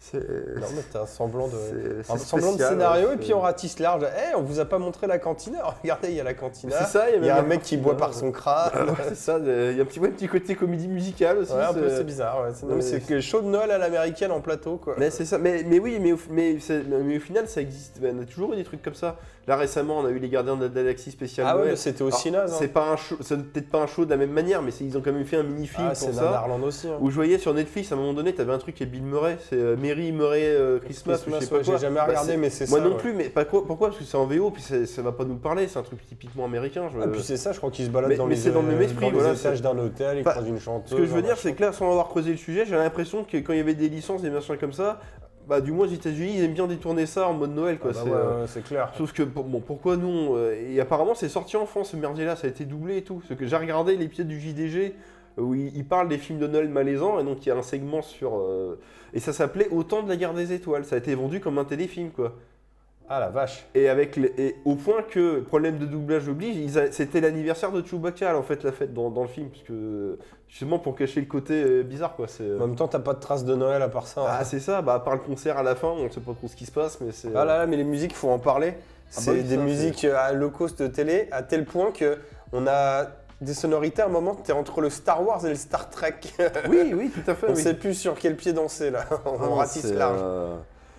C'est... Non, mais t'as un semblant de, C'est- un c'est semblant de spécial, scénario ouais, et puis c'est- on ratisse large. Eh, on vous a pas montré la cantina? Regardez, il y a la cantina. C'est ça, il y a, Il y a même un la mec qui cantina, boit par ouais. son crâne. Ah ouais, c'est ça, il y a un petit, ouais, un petit côté comédie musicale aussi. Ouais, un peu, c'est- c'est bizarre. Ouais. C'est, non, mais Ouais. c'est que show de Noël à l'américaine en plateau, quoi. Mais c'est ça, mais, mais oui, mais au, mais, c'est- mais au final ça existe, on a toujours eu des trucs comme ça. Là récemment on a eu les Gardiens de la Galaxie spécial Ah ouais, Noël. mais c'était aussi Alors, naze. hein. C'est pas un show, c'est peut-être pas un show de la même manière, mais c'est- ils ont quand même fait un mini-film Ah, pour c'est ça. Nanarland aussi. hein. Où je voyais sur Netflix à un moment donné, t'avais un truc avec Bill Murray, c'est euh, Mary Murray euh, Christmas, ou je sais pas ouais, quoi. j'ai jamais Bah, regardé, c'est- mais c'est Moi ça. non ouais. plus, mais pas quoi, pourquoi? Parce que c'est en V O, puis c'est- ça va pas nous parler, c'est un truc typiquement américain. Je... Ah, puis c'est ça, je crois qu'ils se baladent Mais- dans mais les, c'est dans le même euh, esprit, dans les voilà, étages c'est- d'un hôtel, ils Enfin, croisent une chanteuse. Ce que je veux un dire, machin. c'est que là, sans avoir creusé le sujet, j'ai l'impression que quand il y avait des licences, des machins comme ça, bah du moins aux États-Unis, ils aiment bien détourner ça en mode Noël, quoi. Ah bah c'est, ouais, euh, ouais, c'est clair. Sauf que, bon, bon, pourquoi nous euh, Et apparemment, c'est sorti en France, ce merdier-là, ça a été doublé et tout. Parce que j'ai regardé l'épisode du J D G où il, il parle des films de Noël malaisants, et donc il y a un segment sur. euh, et ça s'appelait Au temps de la guerre des étoiles. Ça a été vendu comme un téléfilm, quoi. Ah la vache. Et, avec les- et au point que, problème de doublage oblige, ils a- c'était l'anniversaire de Chewbacca, en fait, la fête dans, dans le film. Parce que, justement, pour cacher le côté euh, bizarre, quoi. C'est, euh, En même temps, t'as pas de traces de Noël à part ça. hein. Ah, c'est ça, bah, à part le concert à la fin, on sait pas trop ce qui se passe, mais c'est. Ah là là, mais les musiques, il faut en parler. Ah C'est bah oui, des ça, musiques euh, à low cost de télé, à tel point que on a des sonorités à un moment, t'es entre le Star Wars et le Star Trek. Oui, oui, tout à fait. on oui. sait plus sur quel pied danser là. on Ah, ratisse c'est, large. euh,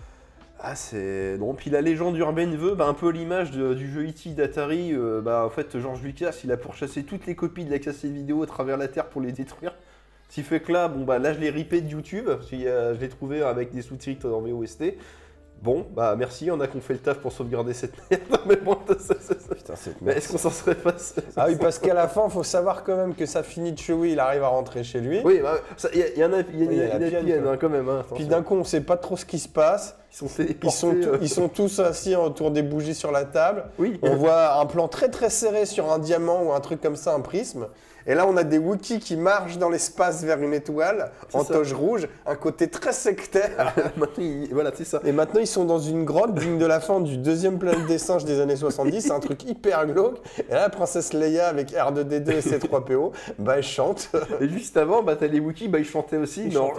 Ah, c'est. Non, puis la légende urbaine veut, bah, un peu l'image de- du jeu E T d'Atari. euh, bah, en fait, George Lucas, il a pourchassé toutes les copies de la cassette vidéo à travers la Terre pour les détruire. Ce qui fait que là, bon, bah, là, je l'ai ripé de YouTube, parce que euh, je l'ai trouvé avec des sous-titres en V O S T. Bon, bah, merci, on a qu'on fait le taf pour sauvegarder cette merde. Mais bon, ça, ça, ça- Putain, c'est Mais est-ce qu'on s'en serait passé? Ah oui, parce qu'à la fin, faut savoir quand même que ça finit de Chewie, il arrive à rentrer chez lui. Oui, bah, ça- il y, a- il y en a, il y a, Oui, il y a la une pienne, pienne, quoi. hein, quand même. Hein, Puis attention. d'un coup, on sait pas trop ce qui se passe. Ils sont Ils téléportés. sont, tous- euh, ils sont tous assis autour des bougies sur la table. Oui. On voit un plan très très serré sur un diamant ou un truc comme ça, un prisme. Et là, on a des Wookiees qui marchent dans l'espace vers une étoile, C'est en ça. toge rouge, un côté très sectaire. Maintenant, il- voilà, c'est ça. Et maintenant, ils sont dans une grotte digne de la fin du deuxième planète des singes des années soixante-dix. C'est un truc hyper glauque. Et là, la princesse Leia avec R deux D deux et C trois P O, bah, elle chante. Et juste avant, bah, t'as les Wookiees, bah, ils chantaient aussi. Ils mais en- chantaient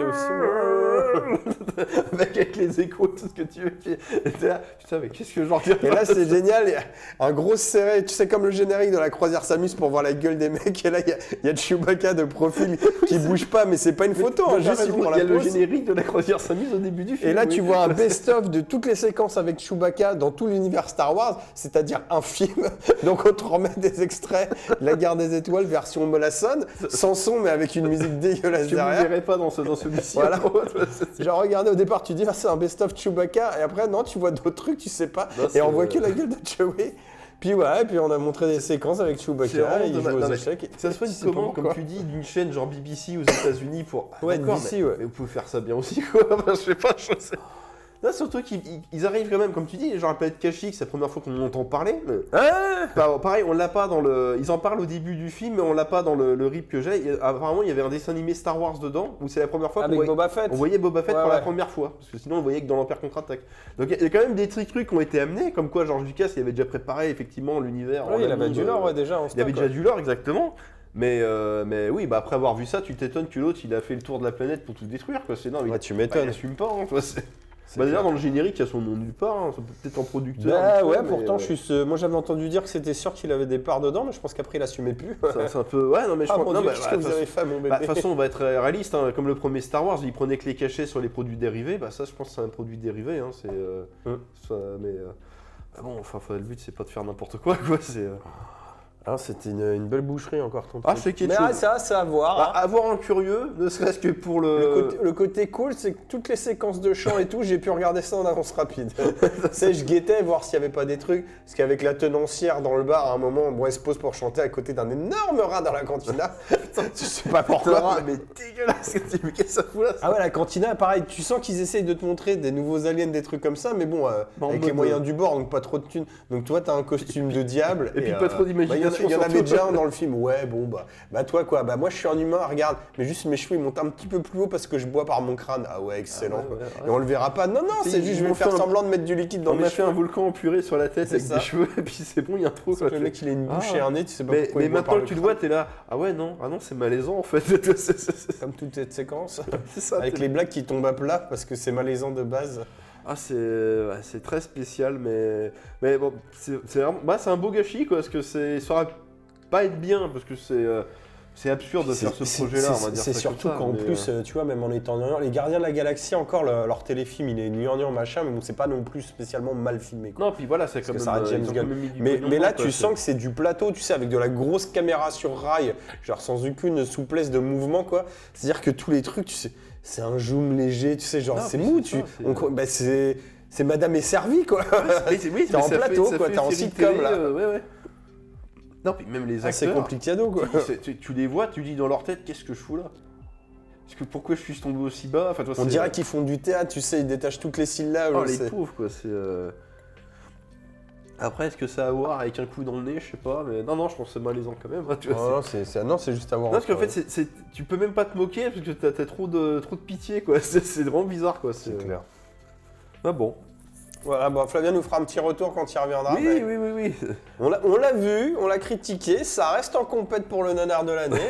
aussi. avec, avec les échos, tout ce que tu veux. Puis t'es là, putain, mais qu'est-ce que j'en reviens Et là, c'est génial. Il y a un gros serré, tu sais, comme le générique de la croisière Samus pour voir la gueule des mecs. Et là, il y a, il y a Chewbacca de profil qui bouge pas, mais c'est pas une photo, hein, Mais t'as juste il raison, prend il y la a le pose. générique de la croisière s'amuse au début du film. Et là, oui. tu vois un best-of de toutes les séquences avec Chewbacca dans tout l'univers Star Wars, c'est-à-dire un film. Donc, on te remet des extraits de La Guerre des Étoiles, version Mollassonne, sans son, mais avec une musique dégueulasse que vous ne derrière. verrez pas dans, ce, dans celui-ci. Voilà. C'est- Genre, regardez au départ, tu dis, ah, c'est un best-of Chewbacca, et après, non, tu vois d'autres trucs, tu sais pas, Non, et c'est- on voit que la gueule de Chewie. Puis voilà, et puis on a montré des séquences avec c'est Chewbacca, vraiment et il joue dommage. aux Non, mais échecs. et- Ça se fait je sais comment, pas comme pourquoi. tu dis, d'une chaîne genre B B C aux États-Unis pour. Ah, Ouais, d'accord, D C, mais, ouais. mais vous pouvez faire ça bien aussi, quoi. Enfin, je sais pas, je sais. Là, surtout qu'ils ils- ils arrivent quand même, comme tu dis, genre la planète Kashyyyk, c'est la première fois qu'on en entend parler. Mais... Ah Bah, pareil, on l'a pas dans le. Ils en parlent au début du film, mais on l'a pas dans le, le rip que j'ai. Et apparemment, il y avait un dessin animé Star Wars dedans, où c'est la première fois qu'on Avec voyait, Boba Fett. on voyait Boba Fett Ouais, pour la ouais. première fois. Parce que sinon, on voyait que dans l'Empire contre-attaque. Donc, il y a quand même des trucs, trucs qui ont été amenés, comme quoi George Lucas, il avait déjà préparé effectivement l'univers. en Oui, il amont avait du de- lore, ouais, déjà. en Il y avait stock, déjà ouais. du lore, exactement. Mais, euh, mais oui, bah après avoir vu ça, tu t'étonnes que l'autre, il a fait le tour de la planète pour tout détruire. Quoi. C'est, non, mais Ouais, tu bah, il m'étonnes. assume pas. Hein, toi, c'est- C'est Bah, d'ailleurs, clair. dans le générique, il y a son nom nulle part. Hein. Ça peut peut-être en producteur. Bah vite fait, ouais, mais, pourtant, euh, je suis. ce- Moi, j'avais entendu dire que c'était sûr qu'il avait des parts dedans, mais je pense qu'après, il assumait plus. ça- c'est un peu. Ouais, non, mais je Ah pense. mon non, Dieu, bah, qu'est-ce bah, que de vous toute avez fait, mon bébé Bah, de toute façon, on va être réaliste, hein, comme le premier Star Wars, il prenait que les cachets sur les produits dérivés, bah ça je pense que c'est un produit dérivé, hein, c'est... euh, Hum. ça- mais euh, bah bon, enfin, faut- le but c'est pas de faire n'importe quoi, quoi, c'est... euh, Ah, c'était une, une belle boucherie encore, ton Ah, truc. c'est quelque Mais chose. ah, ça, c'est à voir. bah, hein. avoir un curieux, ne serait-ce que pour le... Le côté, le côté cool, c'est que toutes les séquences de chant et tout, j'ai pu regarder ça en avance rapide. tu sais, je guettais voir s'il n'y avait pas des trucs. Parce qu'avec la tenancière dans le bar, à un moment, bon, elle se pose pour chanter à côté d'un énorme rat dans la cantina. Je sais pas pourquoi. Putain, mais dégueulasse, que tu- mais qu'est-ce que ça fout là ça Ah ouais, la cantina, pareil, tu sens qu'ils essayent de te montrer des nouveaux aliens, des trucs comme ça, mais bon, euh, Bah, en avec mode, les moyens euh, du bord, donc pas trop de thunes. Donc toi, t'as un costume de diable. Et puis euh, pas trop bah, il y en a- d'imagination qu'il y en avait déjà un dans le film. Ouais, bon, bah, bah toi quoi, bah moi je suis un humain, regarde, mais juste mes cheveux ils montent un petit peu plus haut parce que je bois par mon crâne. Ah ouais, excellent. Ah ouais, ouais, ouais. Et on le verra pas. Non, non, c'est juste, je vais faire semblant de mettre du liquide dans mes cheveux. On a fait un volcan empuré sur la tête avec des cheveux, et puis c'est bon, il y a un trou. Le mec il a une bouche et un nez, tu sais pas mais, pourquoi. Mais maintenant que tu le vois, t'es là. Ah ouais, non, ah non, c'est malaisant en fait. Comme toute cette séquence. C'est ça. Avec les blagues qui tombent à plat parce que c'est malaisant de base. Ah, c'est ouais, c'est très spécial, mais, mais bon, c'est vraiment. Bah, c'est un beau gâchis quoi, parce que c'est. Ça aurait pas être bien, parce que c'est. Euh, C'est absurde de faire ce projet-là, on va dire. C'est surtout qu'en plus, euh... tu vois, même en étant gnangnan, les Gardiens de la Galaxie, encore, le, leur téléfilm, il est gnangnan, machin, mais bon, c'est pas non plus spécialement mal filmé. Quoi. Non, puis voilà, c'est comme ça reste James Gunn. Mais, mais là, tu sens que c'est du plateau, tu sais, avec de la grosse caméra sur rail, genre sans aucune souplesse de mouvement, quoi. C'est-à-dire que tous les trucs, tu sais, c'est un zoom léger, tu sais, genre, c'est mou, tu. Bah, c'est. C'est Madame est servie, quoi. Oui, oui, t'es en plateau, fait, quoi, t'es en sitcom, là. Euh, ouais, ouais. Non, puis même les acteurs. Ah, c'est complicado quoi. Tu, tu, tu les vois, tu dis dans leur tête, qu'est-ce que je fous là? Parce que pourquoi je suis tombé aussi bas enfin, toi, on dirait qu'ils font du théâtre, tu sais, ils détachent toutes les syllabes. Oh, les pauvres quoi, c'est. Euh... Après, est-ce que ça a à voir avec un coup dans le nez? Je sais pas, mais non, non, je pense que c'est malaisant quand même. Hein, tu vois, oh, non, c'est non, c'est juste à voir. Non, parce qu'en fait, c'est, c'est... tu peux même pas te moquer parce que t'as, t'as trop, de... trop de pitié quoi. C'est, c'est vraiment bizarre quoi. C'est, c'est clair. Ah bon. Voilà, bon, Flavien nous fera un petit retour quand il reviendra. Oui, mais... oui, oui, oui. On l'a, on l'a vu, on l'a critiqué, ça reste en compète pour le nanar de l'année.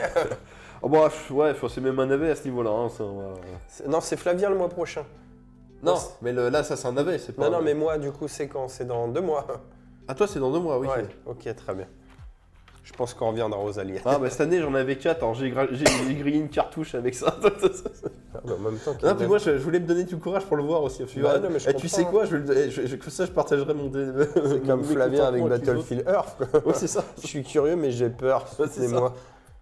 Oh bah ouais, c'est même un navet à ce niveau-là. Hein, ça, ouais. c'est, non, c'est Flavien le mois prochain. Non, non mais le, là, ça c'est un navet, c'est pas. Non, non, mais moi, du coup, c'est quand? C'est dans deux mois. Ah, toi, c'est dans deux mois, oui. Ouais, ok, très bien. Je pense qu'on reviendra aux alliés. Ah, bah cette année, j'en avais quatre, alors j'ai, gra... j'ai grillé une cartouche avec ça. Ah, bah, en même temps. Non, puis moi, je, je voulais me donner tout le courage pour le voir aussi. Bah, non, mais je et tu sais quoi, je, je, je, que ça, je partagerai mon. Dé... C'est comme Flavien avec Battlefield Earth. Quoi. Ouais, c'est ça. Je suis curieux, mais j'ai peur. Ouais, c'est, c'est moi.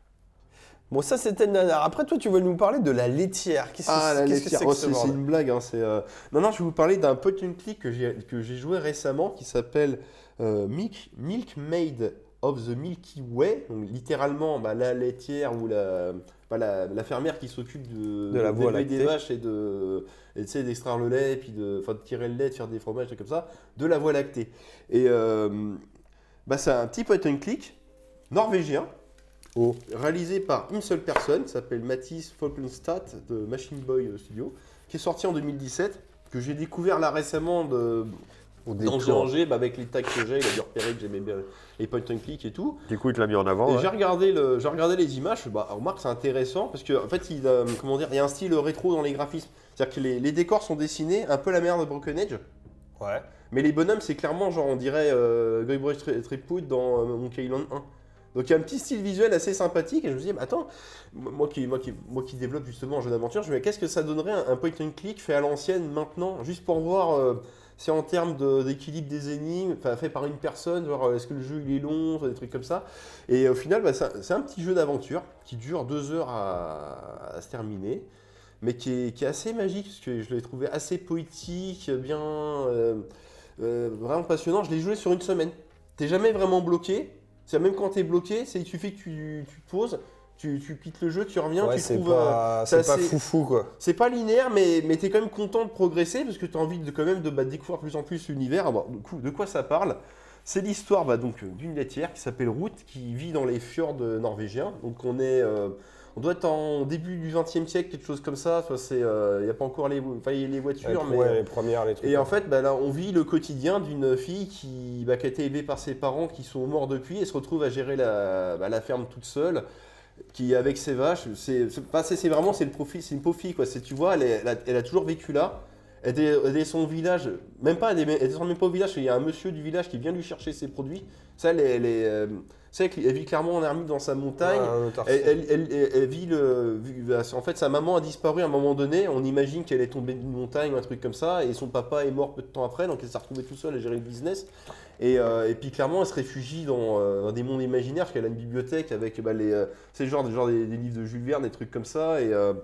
Bon, ça, c'était le nanar. Après, toi, tu veux nous parler de la laitière. Qu'est-ce ah, que, la qu'est-ce laitière. que c'est, oh, que c'est, c'est une blague. Hein, c'est, euh... Non, non, je vais vous parler d'un point and click que j'ai, que j'ai joué récemment qui s'appelle euh, Milk, Milkmaid of the Milky Way. Donc, littéralement, bah, la laitière ou la, bah, la, la fermière qui s'occupe de, de la voie lactée des vaches et, de, et d'extraire le lait, et puis de, de tirer le lait, de faire des fromages, comme ça, de la voie lactée. Et euh, bah, c'est un petit point and click norvégien. Oh. Réalisé par une seule personne, qui s'appelle Mathias Folkestad de Machine Boy Studio, qui est sorti en deux mille dix-sept, que j'ai découvert là récemment de, dans G Angers, bah avec les tags que j'ai, il a dû repérer que j'aimais bien les point and click et tout. Du coup, il te l'a mis en avant. Et ouais. j'ai, regardé le, j'ai regardé les images, bah, remarque, c'est intéressant parce qu'en en fait, il, euh, comment dire, il y a un style rétro dans les graphismes. C'est-à-dire que les, les décors sont dessinés un peu la manière de Broken Age. Ouais. Mais les bonhommes, c'est clairement genre, on dirait euh, Guybrush Threepwood dans euh, Monkey Island un. Donc il y a un petit style visuel assez sympathique et je me suis dit, attends, moi qui, moi qui, moi qui développe justement un jeu d'aventure, je me dis, qu'est-ce que ça donnerait un, un point and click fait à l'ancienne maintenant, juste pour voir euh, si en termes de, d'équilibre des énigmes, fait par une personne, genre est-ce que le jeu il est long, des trucs comme ça. Et au final, bah, c'est, un, c'est un petit jeu d'aventure qui dure deux heures à, à se terminer, mais qui est, qui est assez magique parce que je l'ai trouvé assez poétique, bien, euh, euh, vraiment passionnant. Je l'ai joué sur une semaine. T'es jamais vraiment bloqué. C'est même quand t'es bloqué, c'est, il suffit que tu, tu te poses, tu, tu quittes le jeu, tu reviens, ouais, tu c'est trouves... Pas, euh, c'est assez, pas foufou quoi. C'est pas linéaire, mais, mais t'es quand même content de progresser parce que t'as envie de quand même de bah, découvrir plus en plus l'univers. Bon, du coup, de quoi ça parle? C'est l'histoire bah, donc, d'une laitière qui s'appelle Ruth, qui vit dans les fjords norvégiens. Donc on est... Euh, on doit être en début du vingtième siècle, quelque chose comme ça. Il n'y euh, a pas encore les, enfin, les voitures, ouais, mais... Ouais, les premières, les trucs. Et en fait, bah, là, on vit le quotidien d'une fille qui, bah, qui a été élevée par ses parents, qui sont morts depuis, et se retrouve à gérer la, bah, la ferme toute seule, qui avec ses vaches. C'est, c'est, bah, c'est, c'est vraiment c'est le profil, c'est une pauvre fille, quoi. C'est, tu vois, elle, est, elle, a, elle a toujours vécu là. Elle est, elle est son village, même pas, elle descend même pas au village. Il y a un monsieur du village qui vient lui chercher ses produits. Ça, elle, elle est... Euh, c'est qu'elle vit clairement en ermite dans sa montagne. Ah, elle, elle, elle, elle, elle vit le. En fait, sa maman a disparu à un moment donné. On imagine qu'elle est tombée d'une montagne ou un truc comme ça. Et son papa est mort peu de temps après. Donc elle s'est retrouvée tout seule à gérer le business. Et, euh, et puis clairement, elle se réfugie dans, euh, dans des mondes imaginaires. Parce qu'elle a une bibliothèque avec bah, les. Euh, c'est le genre, genre des, des livres de Jules Verne, des trucs comme ça. Et. Euh,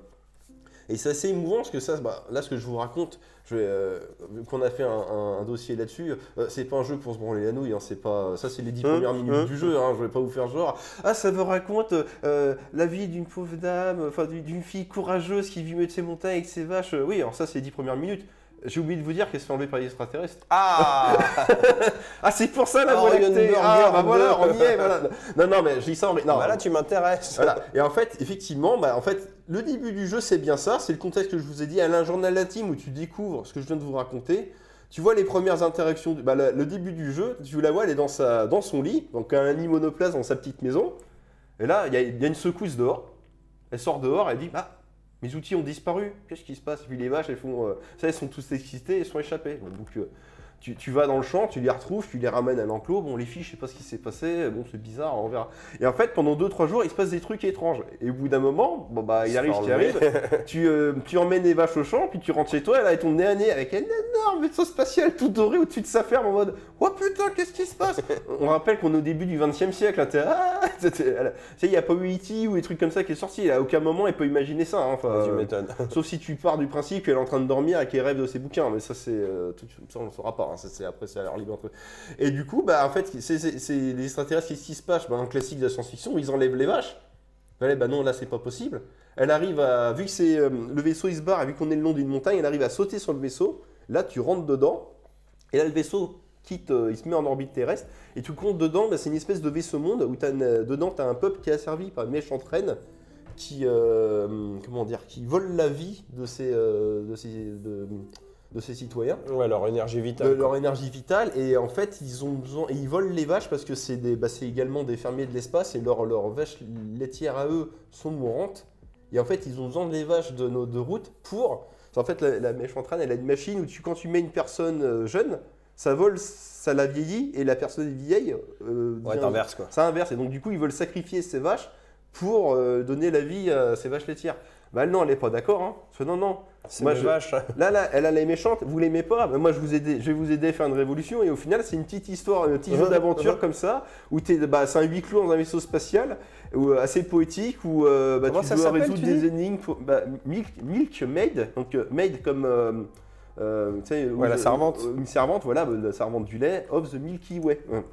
Et c'est assez émouvant parce que ça, bah, là, ce que je vous raconte, je vais, euh, vu qu'on a fait un, un, un dossier là-dessus, euh, c'est pas un jeu pour se branler la nouille, hein, c'est pas, ça c'est les dix premières minutes hein, du jeu, hein, je vais pas vous faire genre, ah ça me raconte euh, la vie d'une pauvre dame, enfin d'une fille courageuse qui vit mieux de ses montagnes avec ses vaches, oui, alors ça c'est les dix premières minutes. J'ai oublié de vous dire qu'elle se fait enlever par les extraterrestres. Ah Ah, c'est pour ça la Ah, voie lactée. Ryan Ah, Burger bah voilà, deux. on y est, voilà. Non, non, mais je dis ça en... Non, Bah là, tu m'intéresses. voilà. Et en fait, effectivement, bah, en fait, le début du jeu, c'est bien ça. C'est le contexte que je vous ai dit. Alain Journal intime où tu découvres ce que je viens de vous raconter. Tu vois les premières interactions. Bah, le, le début du jeu, tu la vois, elle est dans, sa, dans son lit. Donc, un lit monoplace dans sa petite maison. Et là, il y, y a une secousse dehors. Elle sort dehors, elle dit bah, mes outils ont disparu. Qu'est-ce qui se passe? Et puis les vaches, elles font. Euh, ça, elles sont tous excitées, elles sont échappées. Donc, euh, Tu, tu vas dans le champ, tu les retrouves, tu les ramènes à l'enclos. Bon, les filles, je sais pas ce qui s'est passé. Bon, c'est bizarre, on verra. Et en fait, pendant deux trois jours, il se passe des trucs étranges. Et au bout d'un moment, bon bah, il arrive ce qui arrive. tu, euh, tu emmènes les vaches au champ, puis tu rentres chez toi, elle a ton nez à nez avec un énorme vaisseau spatial tout doré au-dessus de sa ferme en mode oh putain, qu'est-ce qui se passe? On rappelle qu'on est au début du vingtième siècle. Là, t'es, ah, tu sais, il n'y a pas eu E T ou des trucs comme ça qui est sorti. À aucun moment, elle peut imaginer ça. Hein. Enfin, Tu m'étonnes. Sauf si tu pars du principe qu'elle est en train de dormir et qu'elle rêve de ses bouquins. Mais ça, c'est, euh, tout, ça on ne le saura pas. Hein. Ça, c'est, après, c'est à leur libre entre eux. Et du coup, bah, en fait, c'est, c'est, c'est les extraterrestres, qu'est-ce qui se passe? Bah, un classique de la science-fiction, ils enlèvent les vaches. Bah, bah non, là, c'est pas possible. Elle arrive à. Vu que c'est, euh, le vaisseau, il se barre, et vu qu'on est le long d'une montagne, elle arrive à sauter sur le vaisseau. Là, tu rentres dedans. Et là, le vaisseau quitte, euh, il se met en orbite terrestre. Et tu comptes dedans, bah, c'est une espèce de vaisseau-monde où t'as une, dedans, tu as un peuple qui est asservi par une méchante reine qui, euh, comment dire, qui vole la vie de ses, euh, de ses, de, de ses citoyens. Ouais, leur énergie vitale. De leur énergie vitale. Et en fait, ils ont besoin, et ils volent les vaches parce que c'est, des, bah, c'est également des fermiers de l'espace et leurs leurs vaches laitières à eux sont mourantes. Et en fait, ils ont besoin des vaches de, de route pour. En fait, la, la méchante reine, elle a une machine où tu, quand tu mets une personne jeune, ça vole, ça la vieillit, et la personne vieille. Euh, Ouais, t'inverses quoi. Ça inverse. Et donc, du coup, ils veulent sacrifier ces vaches pour euh, donner la vie à ces vaches laitières. Bah, non, elle n'est pas d'accord. Hein. Parce que non, non. C'est Moi, mes je- vaches. Là, là, elle a les méchantes, vous l'aimez pas. Mais moi, je, vous aide, je vais vous aider à faire une révolution. Et au final, c'est une petite histoire, un petit jeu Mhm, d'aventure mhm. comme ça, où t'es, bah, c'est un huis clos dans un vaisseau spatial, où, euh, assez poétique, où euh, bah, Comment tu ça dois s'appelle, résoudre tu des dis énigmes. Pour, bah, Milk, Milk Maid, donc euh, Maid comme. Euh, euh, tu sais, Ouais, la euh, servante. euh, Une servante, voilà, la servante du lait, of the Milky Way. Ouais.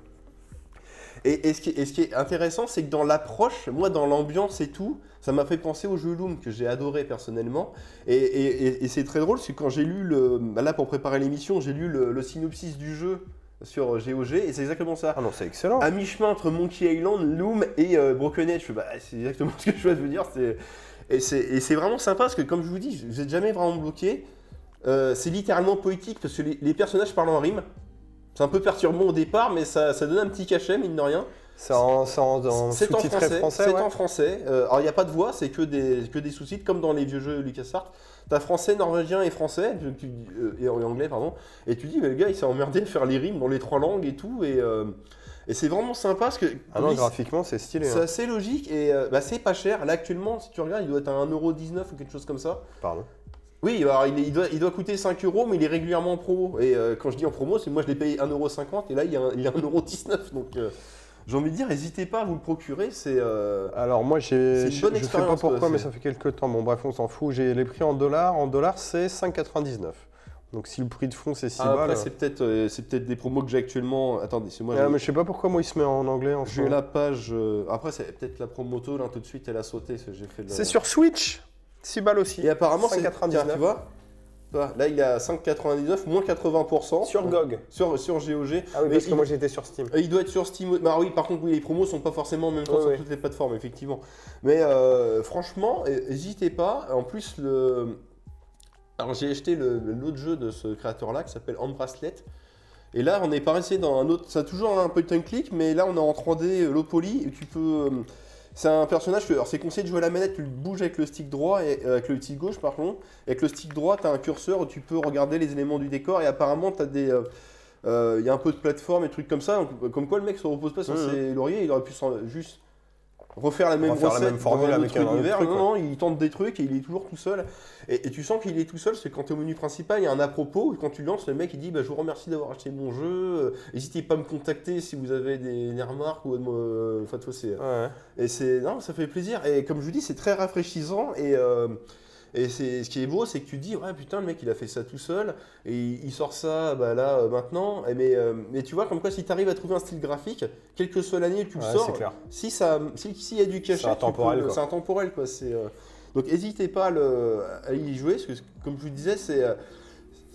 Et, et, ce qui, et ce qui est intéressant, c'est que dans l'approche, moi dans l'ambiance et tout, ça m'a fait penser au jeu Loom que j'ai adoré personnellement. Et, et- et- et c'est très drôle, c'est que quand j'ai lu, le, bah là pour préparer l'émission, j'ai lu le, le synopsis du jeu sur G O G et c'est exactement ça. Ah non, c'est excellent. À mi-chemin entre Monkey Island, Loom et euh, Broken Age, je fais, bah, c'est exactement ce que je veux dire. C'est, et, c'est, et c'est vraiment sympa parce que comme je vous dis, vous n'êtes jamais vraiment bloqué. Euh, c'est littéralement poétique parce que les, les personnages parlent en rime. C'est un peu perturbant au départ, mais ça, ça donne un petit cachet, mine de rien. C'est en, c'est en, en C'est en sous-titré français. français. c'est ouais. en français. Euh, alors, il n'y a pas de voix, c'est que des, que des sous-titres, comme dans les vieux jeux LucasArts. T'as français, norvégien et français, tu- tu- euh, et anglais, pardon. Et tu dis, mais le gars, il s'est emmerdé à faire les rimes dans les trois langues et tout. Et, euh, et c'est vraiment sympa parce que. Ah non, oui, graphiquement, c'est stylé. c'est hein. assez logique et euh, bah, c'est pas cher. Là, actuellement, si tu regardes, il doit être à un euro dix-neuf ou quelque chose comme ça. Pardon. Oui, alors il, est- il doit, il doit coûter cinq euros, mais il est régulièrement en promo. Et euh, quand je dis en promo, c'est moi je l'ai payé un euro cinquante et là il y a un- il y a un euro dix-neuf. Donc euh, j'ai envie de dire, n'hésitez pas à vous le procurer. C'est. euh, Alors moi, C'est j'ai, une je, bonne je sais pas expérience, pourquoi, quoi, mais c'est- ça fait quelques temps. Bon, bref, on s'en fout. J'ai les prix en dollars. En dollars, c'est cinq quatre-vingt-dix-neuf. Donc si le prix de fond, c'est six Ah, balles. après, c'est peut-être euh, c'est peut-être des promos que j'ai actuellement. Attendez, c'est moi. Ah, j'ai- mais je sais pas pourquoi moi il se met en anglais en ce J'ai moment. la page. euh, Après, c'est peut-être la promoto, là, tout de suite, elle a sauté. parce que J'ai fait le- C'est sur Switch. six balles aussi. Et apparemment, c'est. cinq Tiens, quatre-vingt-dix-neuf. tu vois Là, là, il est à cinq quatre-vingt-dix-neuf, moins quatre-vingts pour cent. Sur G O G. Sur, sur G O G. Ah oui, Mais parce que il- moi j'étais sur Steam. Euh, Il doit être sur Steam. Bah oui, par contre, oui, les promos sont pas forcément en même temps Oui, sur oui. toutes les plateformes, effectivement. Mais euh, franchement, n'hésitez pas. En plus, le... Alors, j'ai acheté le- l'autre jeu de ce créateur-là qui s'appelle Embracelet. Et là, on est passé dans un autre. Ça a toujours un peu de clic, mais là, on est en trois D euh, low poly. Et tu peux. euh, C'est un personnage que. Alors, c'est conseillé de jouer à la manette, tu le bouges avec le stick droit, et, euh, avec le stick gauche, pardon. Et avec le stick droit, tu as un curseur où tu peux regarder les éléments du décor. Et apparemment, tu as des. euh, euh, Il y a un peu de plateforme et trucs comme ça. Donc, comme quoi, le mec se repose pas sur Mhm. ses lauriers. Il aurait pu s'en- juste refaire la même Refaire la recette même formule dans un avec autre un autre univers. truc, non, quoi. non, il tente des trucs et il est toujours tout seul. Et, et tu sens qu'il est tout seul, c'est quand tu es au menu principal, il y a un à propos. Et quand tu lances, le mec il dit bah, je vous remercie d'avoir acheté mon jeu. Euh, N'hésitez pas à me contacter si vous avez des, des remarques ou à me. euh, Enfin, toi, c'est. Ouais. Et c'est. Non, ça fait plaisir. Et comme je vous dis, c'est très rafraîchissant. Et. euh, Et c'est, ce qui est beau, c'est que tu te dis, ouais putain, le mec il a fait ça tout seul, et il, il sort ça bah, là euh, maintenant. Et mais, euh, mais tu vois, comme quoi, si tu arrives à trouver un style graphique, quelle que soit l'année où tu le Ouais, sors, c'est clair. si ça, si, s'il y a du cachet, C'est intemporel, tu peux- quoi. c'est intemporel quoi. C'est, euh, donc n'hésitez pas à, le- à y jouer, parce que comme je vous disais, c'est, euh,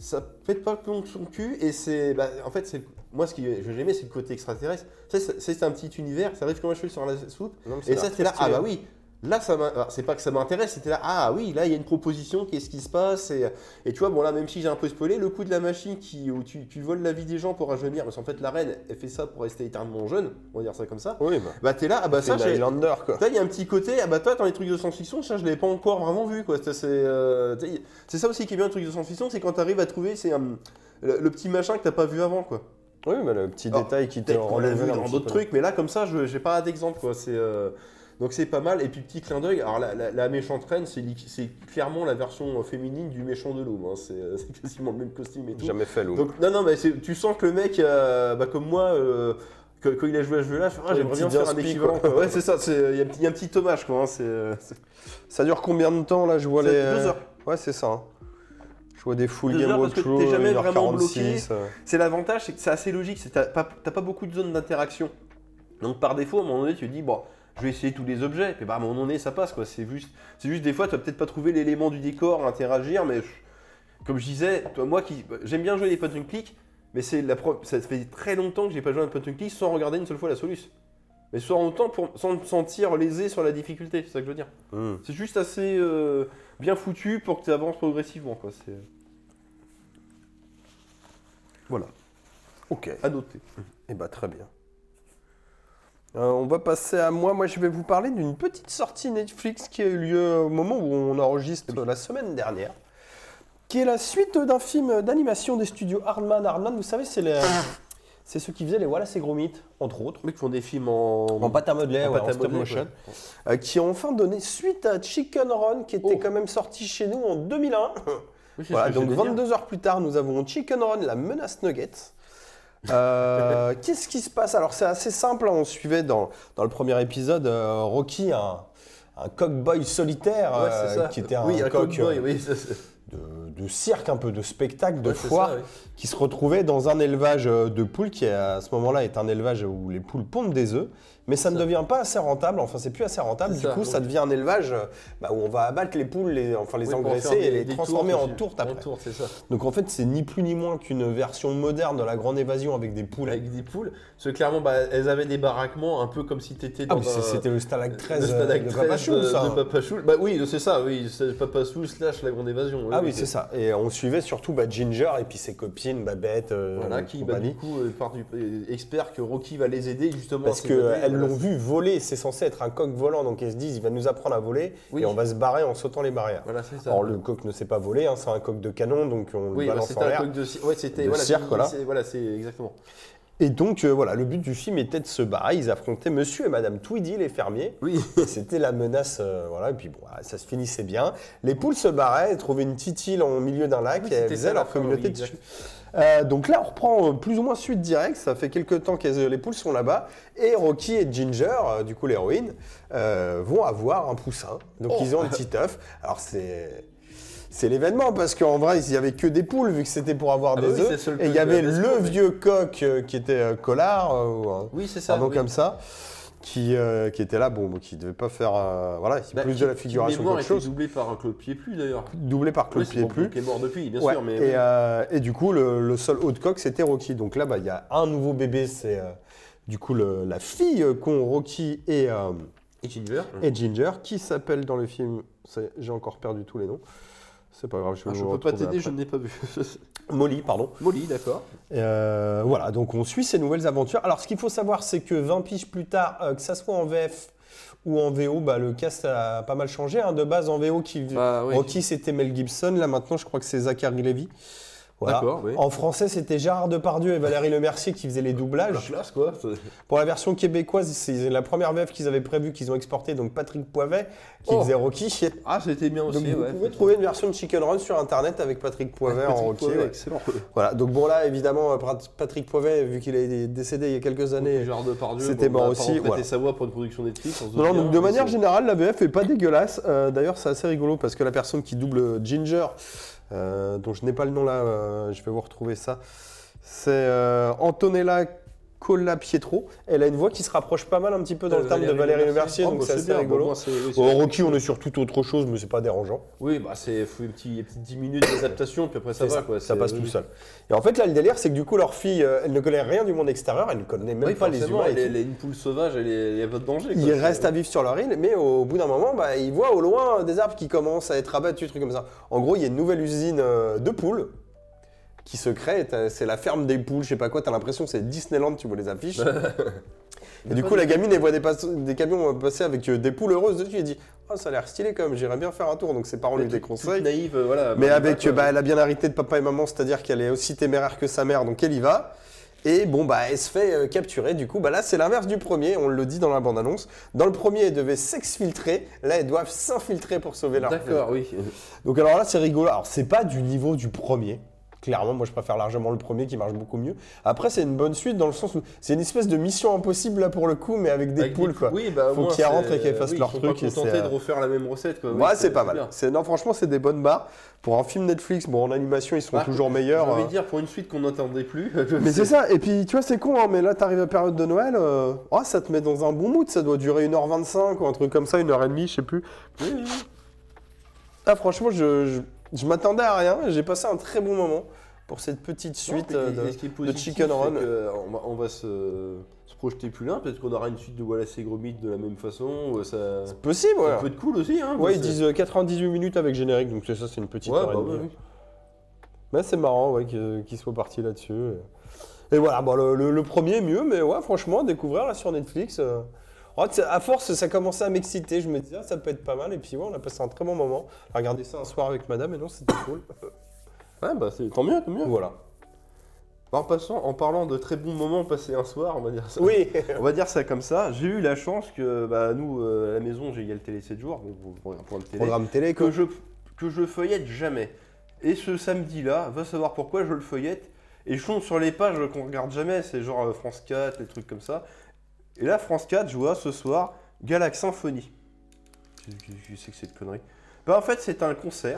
ça pète pas son son cul et c'est. Bah, en fait, c'est moi ce que j'aimais, c'est le côté extraterrestre. Ça, c'est c'est un petit univers, ça arrive comme un cheveu sur la soupe. Non, mais c'est Et ça, l'artiste, c'était là, ah il est- bah oui. Là, ça m'a- alors, c'est pas que ça m'intéresse, c'était là, ah oui, là, il y a une proposition, qu'est-ce qui se passe et, et tu vois, bon, là, même si j'ai un peu spoilé, le coup de la machine qui, où tu, tu voles la vie des gens pour rajeunir, parce qu'en fait, la reine, elle fait ça pour rester éternellement jeune, on va dire ça comme ça. Oui, bah. Bah, t'es là, ah bah ça, c'est j'ai- Highlander, quoi. Là, il y a un petit côté, ah bah toi, dans les trucs de science-fiction, ça, je l'avais pas encore vraiment vu, quoi. C'est euh, tu sais, c'est ça aussi qui est bien, le truc de science-fiction, c'est quand t'arrives à trouver, c'est un- le, le petit machin que t'as pas vu avant, quoi. Oui, mais le petit Alors, détail qui te Peut-être qu'on l'a vu renouvelle un dans petit d'autres peu. trucs, mais là, comme ça, je j'ai pas d'exemple, quoi. C'est euh, donc c'est pas mal. Et puis petit clin d'œil. Alors la, la- la méchante reine, c'est li- c'est clairement la version féminine du méchant de l'eau. Hein. C'est euh, c'est quasiment le même costume et tout. Jamais fait l'eau. Donc non, non, mais c'est- tu sens que le mec, euh, bah, comme moi, euh, que- quand il a joué à ce jeu-là, je fais, ah, Ouais, j'aimerais bien petit faire un inspi, équivalent. quoi. quoi. Ouais, c'est ça. c'est- Il y, a un petit- il y a un petit hommage, quoi. Hein. C'est euh, c'est- Ça dure combien de temps là? Je vois Ça les. fait deux heures. Ouais, c'est ça. hein. Je vois des full Deux Game heures of parce que Thrones, t'es jamais une heure vraiment quarante-six, euh. c'est l'avantage, c'est que c'est assez logique. C'est t'as pas, t'as pas beaucoup de zones d'interaction. Donc par défaut, à un moment donné, tu te dis, bon, je vais essayer tous les objets. Puis bah, à un moment donné, ça passe, quoi. C'est juste, c'est juste des fois, tu vas peut-être pas trouver l'élément du décor à interagir, mais pff, comme je disais, toi, moi qui j'aime bien jouer des point and click, mais c'est la pro- ça fait très longtemps que j'ai pas joué à un point and click sans regarder une seule fois la soluce. Mais sans autant pour, sans me sentir lésé sur la difficulté, c'est ça que je veux dire. Hmm. C'est juste assez euh, bien foutu pour que tu avances progressivement, quoi. C'est voilà, Ok. à noter. Eh bah très bien. Euh, on va passer à moi. Moi, je vais vous parler d'une petite sortie Netflix qui a eu lieu au moment où on enregistre la semaine dernière, qui est la suite d'un film d'animation des studios Hardman. Hardman, vous savez, c'est les... c'est ceux qui faisaient les Wallace et Gromit, entre autres. Les mecs font des films en, En pâte à modeler, en ouais, pâte en à stop modeler, motion, ouais. euh, qui ont enfin donné suite à Chicken Run, qui était Oh. quand même sorti chez nous en deux mille un. Oui, c'est Voilà, ce que donc j'allais dire. vingt-deux heures plus tard, nous avons Chicken Run, la menace Nuggets. Euh, Qu'est-ce qui se passe? Alors c'est assez simple, hein, on suivait dans, dans le premier épisode euh, Rocky, un, un cock-boy solitaire Ouais, c'est euh, ça. qui était un oui, un coq cock-boy, euh, oui, ça, c'est- de, de cirque, un peu de spectacle, de ouais, c'est foire, ça, oui. qui se retrouvait dans un élevage euh, de poules qui à ce moment-là est un élevage où les poules pondent des œufs, mais ça ne Ça. devient pas assez rentable, enfin c'est plus assez rentable, C'est du ça, coup donc- ça devient un élevage euh, bah, où on va abattre les poules, les, enfin les Oui, pour engraisser faire des- et les des transformer tours, en c'est- tourtes en après. tourtes, c'est ça. Donc en fait c'est ni plus ni moins qu'une version moderne de la grande évasion avec des poules. Avec des poules. Parce que clairement, bah, elles avaient des baraquements un peu comme si t'étais Ah dans mais c'est- un- c'était le Stalag le treize Stalag de treize Papa Choul, de- ça. de Papa Choul. Bah oui, c'est ça, oui, c'est Papa Choul slash la grande évasion. Ah oui, c'est ça. Et on suivait surtout bah, Ginger et puis ses copines, Babette, euh, Voilà, et qui, bah, compagnie. du coup, euh, part du euh, expert que Rocky va les aider justement. Parce à s'évader, qu'elles voilà. l'ont vu voler, c'est censé être un coq volant, donc elles se disent il va nous apprendre à voler Oui. et on va se barrer en sautant les barrières. Voilà, c'est ça. Alors le coq ne sait pas voler, hein, c'est un coq de canon, donc on oui, le bah, balance c'était en un l'air. coq de ci- ouais, c'était de voilà, cirque, c'est- voilà. c'est- voilà, c'est exactement. Et donc euh, voilà, le but du film était de se barrer, ils affrontaient Monsieur et Madame Tweedy, les fermiers. Oui. Et c'était la menace, euh, voilà, et puis bon, voilà, ça se finissait bien. Les poules se barraient, elles trouvaient une petite île au milieu d'un lac Oui, et elles c'était faisaient ça, la leur fin, communauté oui, dessus. exact. Euh, donc là, on reprend euh, plus ou moins suite directe, ça fait quelques temps que les poules sont là-bas, et Rocky et Ginger, euh, du coup l'héroïne, euh, vont avoir un poussin. Donc Oh. ils ont un petit œuf. Alors c'est... C'est l'événement parce qu'en vrai, il n'y avait que des poules vu que c'était pour avoir Ah bah des oui, c'est le œufs. seul Et il y truc avait de la le baseball, mais- vieux coq euh, qui était euh, collard, euh, ou un, Oui, c'est ça. un nom oui. comme ça, qui, euh, qui était là, bon, bon, qui devait pas faire, euh, voilà, Bah, plus qui- de la qui figuration mémoire qu'autre était chose, doublé par un Claude Pieplu d'ailleurs. doublé par Claude Oui, c'est bon, Pieplu. qui est mort depuis, bien Ouais, sûr, mais et, oui. euh, et du coup, le, le seul haut de coq, c'était Rocky. Donc là, bah, il y a un nouveau bébé, c'est euh, du coup le- la fille qu'ont Rocky et, euh, Et Ginger. et Ginger, qui s'appelle dans le film, c'est- j'ai encore perdu tous les noms. C'est pas grave, je vais Ah, je vous peux pas retrouver t'aider, je après. ne l'ai pas vu. Molly, pardon. Molly, d'accord. Euh, voilà, donc on suit ces nouvelles aventures. Alors, ce qu'il faut savoir, c'est que vingt piges plus tard, euh, que ça soit en V F ou en V O, bah, le cast a pas mal changé. Hein. De base, en V O, qui... Bah, oui. Rocky, c'était Mel Gibson. Là, maintenant, je crois que c'est Zachary Levi. Voilà. D'accord, oui. En français, c'était Gérard Depardieu et Valérie Lemercier qui faisaient les La doublages. classe, quoi. Pour la version québécoise, c'est la première V F qu'ils avaient prévue, qu'ils ont exportée, donc Patrick Poivet, qui Oh. faisait Rocky. Ah, c'était bien aussi, Donc, vous ouais. pouvez trouver une version de Chicken Run sur Internet avec Patrick Poivet en Patrick Rocky. Poivet, ouais. excellent. Voilà, donc bon là évidemment euh, Pat- Patrick Poivet, vu qu'il est décédé il y a quelques années, Gérard Depardieu, c'était bon, mort bah, aussi, apparemment, prêter voilà. sa voix pour une production Netflix. on se non, non, doute donc bien, de mais manière c'est- générale la V F est pas dégueulasse. Euh, D'ailleurs c'est assez rigolo parce que la personne qui double Ginger, euh, dont je n'ai pas le nom là, euh, je vais vous retrouver ça, c'est euh, Antonella Nicolas Pietro. Elle a une voix qui se rapproche pas mal un petit peu dans Euh, le terme de Valérie Valérie Lemercier. Lemercier, Oh, donc bah, c'est c'est assez bien. rigolo. Bon, moi, c'est- oui, c'est- Bon, Rocky, on est sur tout autre chose, mais c'est pas dérangeant. Oui, bah c'est faut une petite, une petite dix minutes d'adaptation, puis après ça C'est va ça, quoi. ça c'est- passe oui, tout oui. seul. Et en fait, là, le délire, c'est que du coup, leur fille, euh, elle ne connaît rien du monde extérieur, elle ne connaît même Oui, pas les forcément, humains. et elle, est- tout. elle est une poule sauvage, elle est- il n'y a pas de danger. Ils restent à vivre sur leur île, mais au bout d'un moment, bah, ils voient au loin des arbres qui commencent à être abattus, trucs comme ça. En gros, il y a une nouvelle usine euh, de poules qui se crée. T'as- C'est la ferme des poules, je sais pas quoi. T'as l'impression que c'est Disneyland, tu vois les affiches. Et du coup, la gamine, elle voit des, pas- des camions passer avec euh, des poules heureuses dessus. Elle dit oh, ça a l'air stylé quand même, j'irais bien faire un tour. Donc ses parents lui toute, toute déconseillent. naïve, euh, voilà. Mais bah, avec, quoi. bah, elle a bien arrêté de papa et maman, c'est-à-dire qu'elle est aussi téméraire que sa mère, donc elle y va. Et bon, bah, elle se fait euh, capturer. Du coup, bah, là, c'est l'inverse du premier, on le dit dans la bande-annonce. Dans le premier, elles devaient s'exfiltrer. Là, elles doivent s'infiltrer pour sauver leur D'accord, oui. Donc alors là, c'est rigolo. Alors, c'est pas du niveau du premier. Clairement, moi, je préfère largement le premier qui marche beaucoup mieux. Après, c'est une bonne suite dans le sens où c'est une espèce de mission impossible là pour le coup, mais avec des Avec poules, quoi. Oui, bah, au Faut moins, qu'ils c'est- rentrent et qu'elles fassent oui, leur ils sont truc Pas et contentés c'est, de euh, refaire la même recette, quoi. Oui, Ouais, c'est pas mal. bien. C'est, non, franchement, c'est des bonnes barres. Pour un film Netflix, bon, en animation, ils sont Bah, toujours J'ai meilleurs. envie euh. de dire, pour une suite qu'on n'entendait plus. Mais c'est ça, et puis tu vois, c'est con, hein, mais là, t'arrives à la période de Noël, euh, oh, ça te met dans un bon mood, ça doit durer une heure vingt-cinq ou un truc comme ça, une heure trente, je sais plus. Oui, oui, oui. Ah, franchement, je, je, je m'attendais à rien, j'ai passé un très bon moment pour cette petite suite Non, euh, mais de, ce qui est de positif, Chicken c'est Run. que On va, on va se, se projeter plus loin. Peut-être qu'on aura une suite de Wallace et Gromit de la même façon. ou Ça, ça Possible, ouais. peut être cool aussi. Hein, Ouais, parce ils que- disent euh, quatre-vingt-dix-huit minutes avec générique, donc c'est ça, c'est une petite Ouais, heure et bah, demie. ouais, oui. Mais c'est marrant, ouais, qu'ils qu'ils soient partis là-dessus. Et, et voilà, bon, le, le- le premier est mieux, mais ouais, franchement, à découvrir là sur Netflix. euh, en fait, c'est- à force, ça commençait à m'exciter. Je me disais, ah, ça peut être pas mal. Et puis, ouais, on a passé un très bon moment. On a regardé ça un soir avec madame, et non, c'était cool. Ouais, bah, c'est tant mieux, tant mieux. Voilà. En passant, en parlant de très bons moments passés un soir, on va dire ça. Oui, On va dire ça comme ça. J'ai eu la chance que, bah, nous, euh, à la maison, j'ai il y a le télé sept jours, donc vous prenez un programme télé, programme télé, quoi. que je, que je feuillette jamais. Et ce samedi-là, va savoir pourquoi je le feuillette. Et je tombe sur les pages qu'on regarde jamais, c'est genre euh, France quatre, les trucs comme ça. Et là, France quatre, je vois ce soir Galaxy Symphonie. Je, je- je sais que c'est de conneries. Bah, en fait, c'est un concert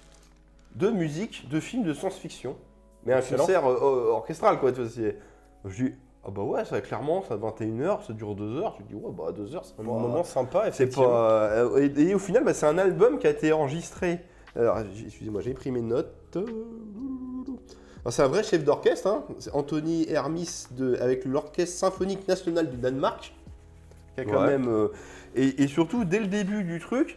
de musique, de films de science-fiction. Mais un Excellent. concert euh, orchestral, quoi. Tu vois, c'est- je dis, ah bah ouais, ça clairement, ça vingt et une heures, ça dure deux heures. Tu dis, ouais, bah deux heures, c'est Un pas... moment sympa, C'est effectivement. pas. euh, et, et au final, bah, c'est un album qui a été enregistré. Alors, j- excusez-moi, j'ai pris mes notes. Alors, c'est un vrai chef d'orchestre, hein. C'est Anthony Hermis de, avec l'Orchestre Symphonique National du Danemark. Qui a quand Ouais. même. euh, et, et surtout, dès le début du truc.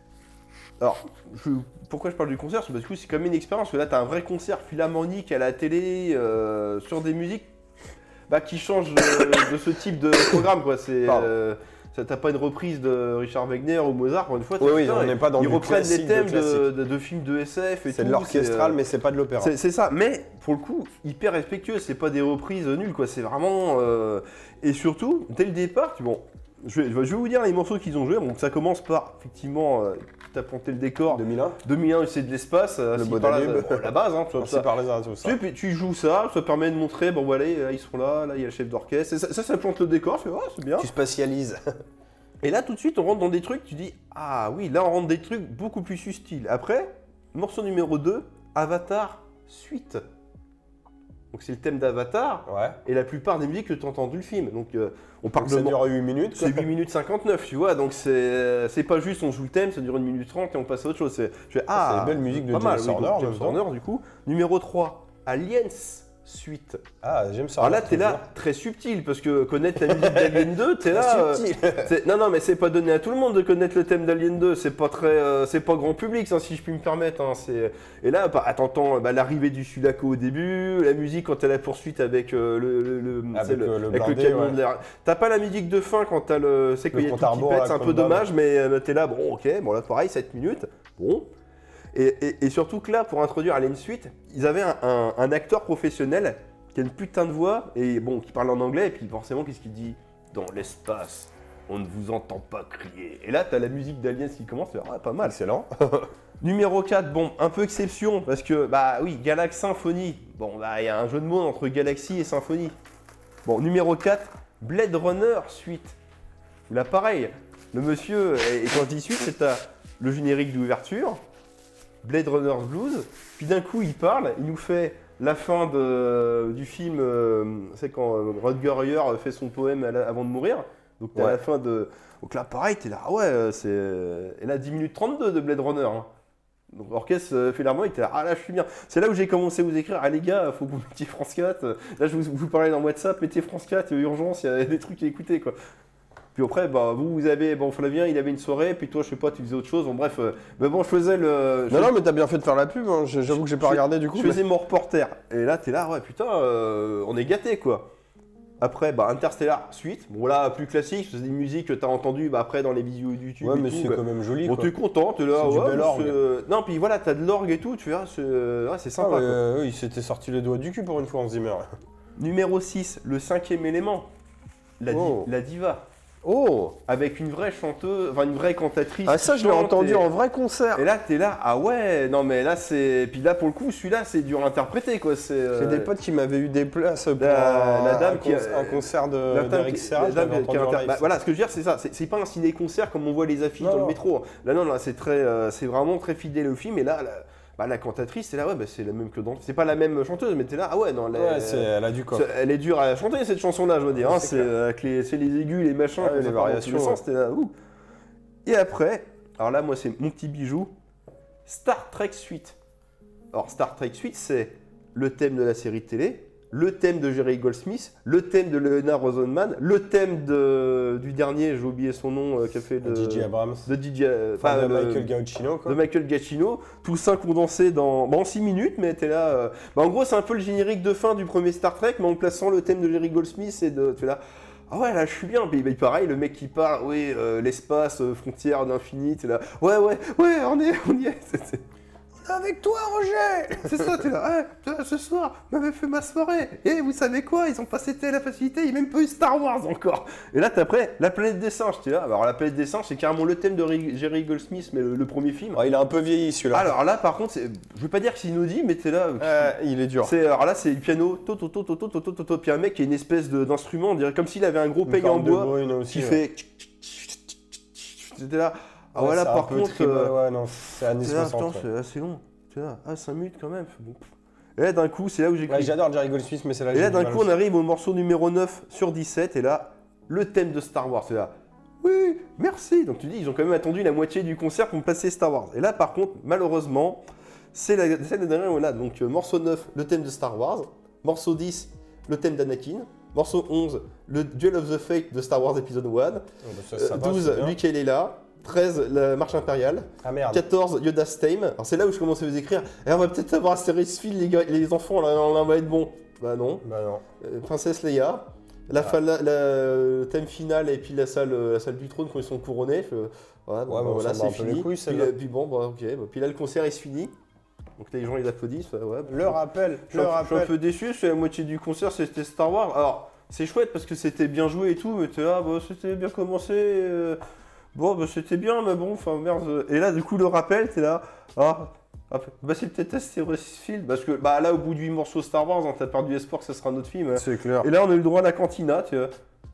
Alors, je- pourquoi je parle du concert? C'est parce que c'est quand même une expérience. Parce que là, tu as un vrai concert philharmonique à la télé euh, sur des musiques bah, qui changent euh, de ce type de programme, quoi. C'est. Pardon. euh, ça- T'as pas une reprise de Richard Wagner ou Mozart pour une fois. Oui, t'as- oui, putain, on n'est pas dans ils du reprennent classique des de thèmes de, classique. de- de films de S F et C'est tout. de l'orchestral, euh, mais c'est pas de l'opéra. c'est c'est ça, mais pour le coup, hyper respectueux, c'est pas des reprises nulles, quoi, c'est vraiment... euh, Et surtout, dès le départ, tu- bon, je vais, je vais vous dire les morceaux qu'ils ont joués, donc ça commence par, effectivement, euh, t'as planté le décor, deux mille un, deux mille un, c'est de l'espace, euh, Le si beau par là, Danube. ça- bon, la base, hein, tu vois, merci ça. par les uns, tout ça. Tu, sais, puis tu joues ça, ça permet de montrer, bon voilà, là, ils sont là, là il y a le chef d'orchestre, et ça, ça, ça plante le décor, tu fais, oh, c'est bien. Tu spatialises. Et là, tout de suite, on rentre dans des trucs, tu dis, ah oui, là, on rentre dans des trucs beaucoup plus subtils. Après, morceau numéro deux, Avatar Suite. Donc c'est le thème d'Avatar, Ouais. et la plupart des musiques que tu as entendu le film. Donc euh, on parle Ça de... dure huit minutes. C'est huit minutes cinquante-neuf, tu vois, donc c'est c'est pas juste on joue le thème, ça dure une minute trente et on passe à autre chose. C'est je fais, Ah, c'est ah, une belle musique de pas James mal, oui, Horner, donc en James même temps. Horner, du coup. Numéro trois, Aliens Suite. Ah, j'aime ça. Alors là, t'es là très subtil, parce que connaître la musique d'Alien deux, t'es là... euh, Subtil. c'est- Non, non, mais c'est pas donné à tout le monde de connaître le thème d'Alien deux. C'est pas très, euh, c'est pas grand public, ça, si je puis me permettre. Hein. C'est- Et là, bah, t'entends bah, l'arrivée du Sulaco au début, la musique quand t'as la poursuite avec euh, le, le, le- Avec c'est le- le- le avec le blindé, camion ouais. de l'air. T'as pas la musique de fin quand t'as le, c'est qu'il Le y a compte tout à qui rebours, pète, là, c'est un comme peu d'hab. dommage, mais euh, t'es là, bon, ok, bon là pareil, sept minutes, bon. Et, et- et surtout que là, pour introduire Alien Suite, ils avaient un, un- un acteur professionnel qui a une putain de voix, et bon, qui parle en anglais, et puis forcément, qu'est-ce qu'il dit? Dans l'espace, on ne vous entend pas crier. Et là, t'as la musique d'Aliens qui commence, tu fais, ah, pas mal. Excellent. Numéro quatre, bon, un peu exception, parce que, bah oui, Galaxy Symphonie. Bon, bah, il y a un jeu de mots entre Galaxy et Symphonie. Bon, numéro quatre, Blade Runner Suite. Là, pareil, le monsieur, et et quand je dis suite, c'est à le générique d'ouverture, Blade Runner Blues, puis d'un coup, il parle, il nous fait la fin de, du film, euh, c'est quand euh, Rutger Hauer fait son poème à la- avant de mourir. Donc t'es à Ouais. la fin de. Donc là, pareil, t'es là, ah ouais, euh, c'est. Et là, dix minutes trente-deux de Blade Runner. Hein. Donc l'orchestre euh, fait l'harmonie, t'es là, ah là, je suis bien. C'est là où j'ai commencé à vous écrire, ah les gars, faut que vous mettiez France quatre. Là, je vous, vous parlais dans WhatsApp, mettez France quatre, urgence, il y a des trucs à écouter, quoi. Puis après, bah, vous, vous avez, bon, Flavien, il avait une soirée, puis toi, je sais pas, tu faisais autre chose, bon, bref. euh, mais bon, je faisais le. je Non, fais- non, mais t'as bien fait de faire la pub, hein. J'avoue que j'ai pas je- regardé du coup. Je faisais mon reporter. Et là, t'es là, ouais, putain, euh, on est gâté quoi. Après, bah, Interstellar, suite. Bon, là, plus classique, c'est des musiques que t'as entendues bah, après dans les vidéos YouTube. Ouais, et mais tout, c'est bah. quand même joli. Bon, quoi. t'es content, t'es là, C'est du ouais. bel mais orgue. c'est- Non, puis voilà, t'as de l'orgue et tout, tu vois, c'est ouais, c'est Ah, sympa. ouais, quoi. euh, il s'était sorti les doigts du cul pour une fois, Hans Zimmer. Numéro six, le cinquième élément. La, di- Oh. la diva. Oh Avec une vraie chanteuse, enfin une vraie cantatrice. Ah, ça, qui je l'ai chante entendu et- en vrai concert. Et là, t'es là, ah ouais, non mais là c'est. Puis là, pour le coup, celui-là, c'est dur à interpréter quoi. C'est J'ai euh, des potes qui m'avaient eu des places pour La- un, la dame un qui a- con- un concert La de- dame d'Eric qui- Serra. la je dame l'avais qui a entendu en inter- live. bah, voilà, ce que je veux dire, c'est ça. C'est c'est pas un ciné-concert comme on voit les affiches Non, dans le non. métro. Là, non, là, c'est très, euh, c'est vraiment très fidèle au film. Et là, la, bah, la cantatrice, c'est là, ouais, bah, c'est la même que dans. C'est pas la même chanteuse, mais t'es là, ah ouais, non, elle, Ouais, c'est- elle a du c'est- coffre. elle est dure à chanter cette chanson-là, je veux dire. Ouais, hein, c'est c'est clair. euh, avec les, c'est les aigus, les machins, Ouais, comme les ça part dans variations, tous les ouais. sens, t'es là, ouh. Et après, alors là, moi, c'est mon petit bijou, Star Trek Suite. Alors, Star Trek Suite, c'est le thème de la série de télé, le thème de Jerry Goldsmith, le thème de Leonard Rosenman, le thème de, du dernier, j'ai oublié son nom, euh, qui a fait de. D J Abrams. De D J. euh, Enfin, enfin, de le- Michael Giacchino, quoi. de Michael Giacchino, tout ça condensé dans, bah, en six minutes, mais t'es là. euh, bah, en gros, c'est un peu le générique de fin du premier Star Trek, mais en plaçant le thème de Jerry Goldsmith et de. Tu es là. Ah ouais, là je suis bien. Puis bah, pareil, le mec qui parle, oui, euh, l'espace, euh, frontière d'infini, t'es là. Ouais, ouais, ouais, on est, on y est. C'est- c'est- Avec toi, Roger C'est ça, t'es là. Ouais, putain, ce soir, m'avait fait ma soirée. Et vous savez quoi, ils ont passé telle la facilité, il n'y a même pas eu Star Wars encore. Et là, t'as après la planète des singes, t'es là. Alors la planète des singes, c'est carrément le thème de Ri- Jerry Goldsmith, mais le, le premier film. Oh, il a un peu vieilli, celui-là. Alors là, par contre, c'est- je veux pas dire que c'est inaudible, mais t'es là. Euh, il est dur. C'est, alors là, c'est le piano, to, to, to, to, to, to, to, to, to, puis un mec qui a une espèce de- d'instrument, on dirait comme s'il avait un gros Une peigne en corde de bois Bruyne aussi, qui ouais. fait. C'était là. Ah Ouais, voilà, c'est un par peu contre. tribal, euh, ouais, non, c'est années t'es là, soixante. putain, ouais. c'est assez long. T'es là, ah, cinq minutes quand même. Bon. Et là, d'un coup, c'est là où j'ai Ouais, j'adore Jerry Goldsmith, mais c'est là que Et là, j'ai d'un du mal coup, on aussi. arrive au morceau numéro neuf sur dix-sept, et là, le thème de Star Wars. C'est là. Oui, merci. Donc tu dis, ils ont quand même attendu la moitié du concert pour me passer Star Wars. Et là, par contre, malheureusement, c'est la scène dernière où on a donc euh, morceau neuf, le thème de Star Wars. Morceau dix, le thème d'Anakin. Morceau onze, le Duel of the Fate de Star Wars épisode un. Oh, bah, ça, ça Euh, va, douze, c'est bien. Luke et Leia. treize, la marche impériale. Ah merde. quatorze, Yoda's Theme. Alors c'est là où je commençais à vous écrire. Et on va peut-être avoir Astéris Field, les, gars- les enfants, là, on va être bon. Bah non. Bah non. Euh, Princesse Leia. La, Ah. fin- la- la- le thème final et puis la salle, euh, la salle du trône quand ils sont couronnés. Je- voilà, bon, Ouais, bah, bon, voilà, ça me c'est bat un peu les fini. couilles, puis, celle-là. euh, puis bon, bah, ok. Bah, puis là, le concert il se finit. Donc là, les gens ils applaudissent. Ouais, ouais, Le rappel, je, suis le un- je suis un rappel. peu déçu, c'est la moitié du concert, c'était Star Wars. Alors, c'est chouette parce que c'était bien joué et tout, mais t'es là, bah, c'était bien commencé. euh, Bon, bah, c'était bien, mais bon, enfin merde. Et là, du coup, le rappel, t'es là, ah, ah, bah, c'est peut-être Asteroid Field, parce que bah, là, au bout de huit morceaux Star Wars, hein, t'as perdu espoir que ça sera un autre film. C'est clair. Et là, on a eu le droit à la cantina, tu vois.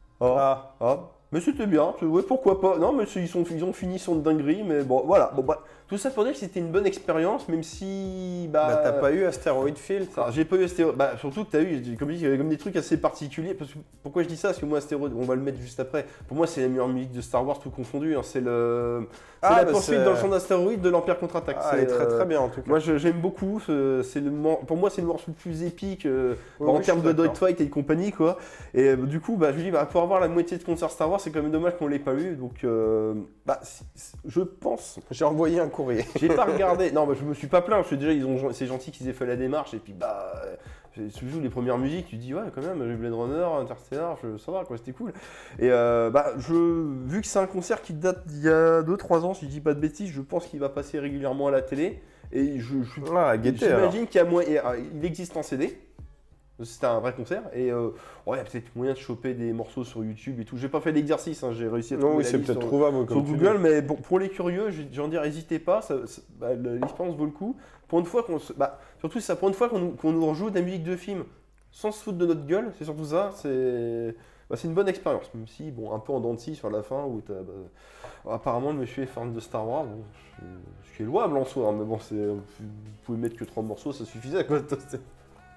Ah, Ah, ah, mais c'était bien, tu- ouais, pourquoi pas. Non, mais c'est- ils, sont, ils ont fini sur une dinguerie, mais bon, voilà. Bon, bah, tout ça pour dire que c'était une bonne expérience, même si. Bah, bah t'as pas eu Asteroid Field. alors, j'ai pas eu Astéroïde. Bah, surtout que t'as eu, comme, dit, comme des trucs assez particuliers. Parce que, pourquoi je dis ça? Parce que moi, Astéroïde, on va le mettre juste après. Pour moi, c'est la meilleure musique de Star Wars, tout confondu. hein. C'est le, c'est Ah, la bah, poursuite c'est- dans le champ d'astéroïdes de l'Empire contre-attaque. Ah, C'est, elle est très euh, très bien en tout cas. Moi, je- j'aime beaucoup. ce- C'est le, mor- pour moi, c'est le morceau le plus épique euh, Oui, en oui, je termes suis de d'accord. dogfight et compagnie, quoi. Et euh, du coup, bah, je me dis, bah, pour avoir la moitié de concert Star Wars, c'est quand même dommage qu'on l'ait pas eu. Donc, euh, bah, si- si- je pense. J'ai envoyé un courrier. J'ai pas regardé. Non, bah, je me suis pas plaint. Parce que déjà, ils ont, c'est gentil qu'ils aient fait la démarche. Et puis, bah, euh, tu joues les premières musiques, tu dis, ouais, quand même, j'ai Blade Runner, Interstellar, je, ça va, quoi, c'était cool. Et euh, bah, je, vu que c'est un concert qui date d'il y a deux trois ans, si je dis pas de bêtises, je pense qu'il va passer régulièrement à la télé. Et je, je, Ah, à guetter alors. j'imagine qu'il y a moyen, il existe en C D. C'était un vrai concert et euh, ouais, il y a peut-être moyen de choper des morceaux sur YouTube et tout. J'ai pas fait l'exercice, hein, j'ai réussi à Non, trouver oui, la c'est liste peut-être sur, trouvable sur comme tu Google, dis. mais bon, pour les curieux, j'ai j'ai envie de dire, n'hésitez pas, ça, ça- bah, l'expérience vaut le coup. Pour une fois qu'on se, bah, surtout ça, pour une fois qu'on nous, qu'on nous rejoue de la musique de film sans se foutre de notre gueule, c'est surtout ça. C'est bah, c'est une bonne expérience, même si bon, un peu en dents de scie sur la fin où t'as, bah, apparemment le monsieur est fan de Star Wars, bon, ce ce qui est louable en soi, hein, mais bon, c'est, vous pouvez mettre que trente morceaux, ça suffisait quoi. C'est-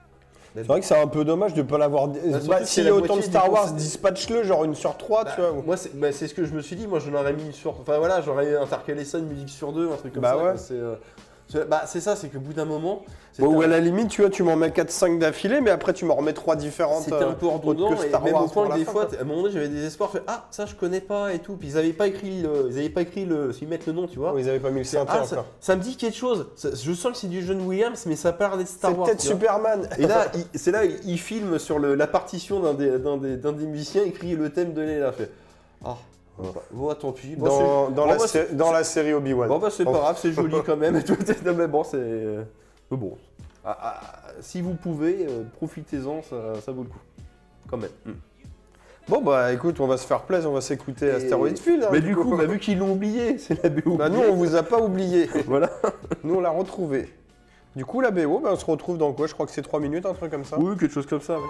C'est vrai que c'est un peu dommage de ne pas l'avoir. Bah, surtout S'il que y a la autant de moitié Star du Wars, concept- dispatch-le, genre une sur trois, Bah, tu vois. moi, c'est bah, c'est ce que je me suis dit. Moi, j'en aurais mis une sur. Enfin voilà, j'aurais intercalé ça, une musique sur deux, un truc comme Bah ça. ouais. quoi. C'est euh, c'est- bah, c'est ça, c'est qu'au bout d'un moment. Bon, c'était ou à un- la limite, tu vois, tu m'en mets quatre cinq d'affilée, mais après tu m'en remets trois différentes. C'était euh, un peu autres redondant, que et Star même Wars au point pour que la des fin, fois, quoi. à un moment donné, j'avais des espoirs. Je fais, ah, ça je connais pas et tout. Puis ils avaient pas écrit le, ils avaient pas écrit le, s'ils mettent le nom, tu vois. Ils avaient pas mis le synthé Ah, ça, encore. ça me dit quelque chose. Ça- je sens que c'est du John Williams, mais ça parle des Star C'est Wars. peut-être tu vois. Superman. Et là, il- c'est là, il, il filme sur le- la partition d'un des, d'un des, d'un des musiciens, écrit le thème de Léla. Fait, ah, bon, tant pis. Bon, Dans, c'est- dans, bon, la, bah, sé- c'est- dans la série Obi-Wan. Bon bah c'est Oh. pas grave, c'est joli quand même. et tout. Non, mais bon, c'est mais bon. Ah, ah, si vous pouvez, euh, profitez-en, ça, ça vaut le coup. Quand même. Mm. Bon, bah écoute, on va se faire plaisir, on va s'écouter Et- Asteroid Field. hein, Mais du coup, bah, vu qu'ils l'ont oublié, c'est la B O. Bah, nous, on vous a pas oublié. Voilà. Nous, on l'a retrouvé. Du coup, la B O, bah, on se retrouve dans quoi? Je crois que c'est trois minutes, un truc comme ça. Oui, quelque chose comme ça. Ouais.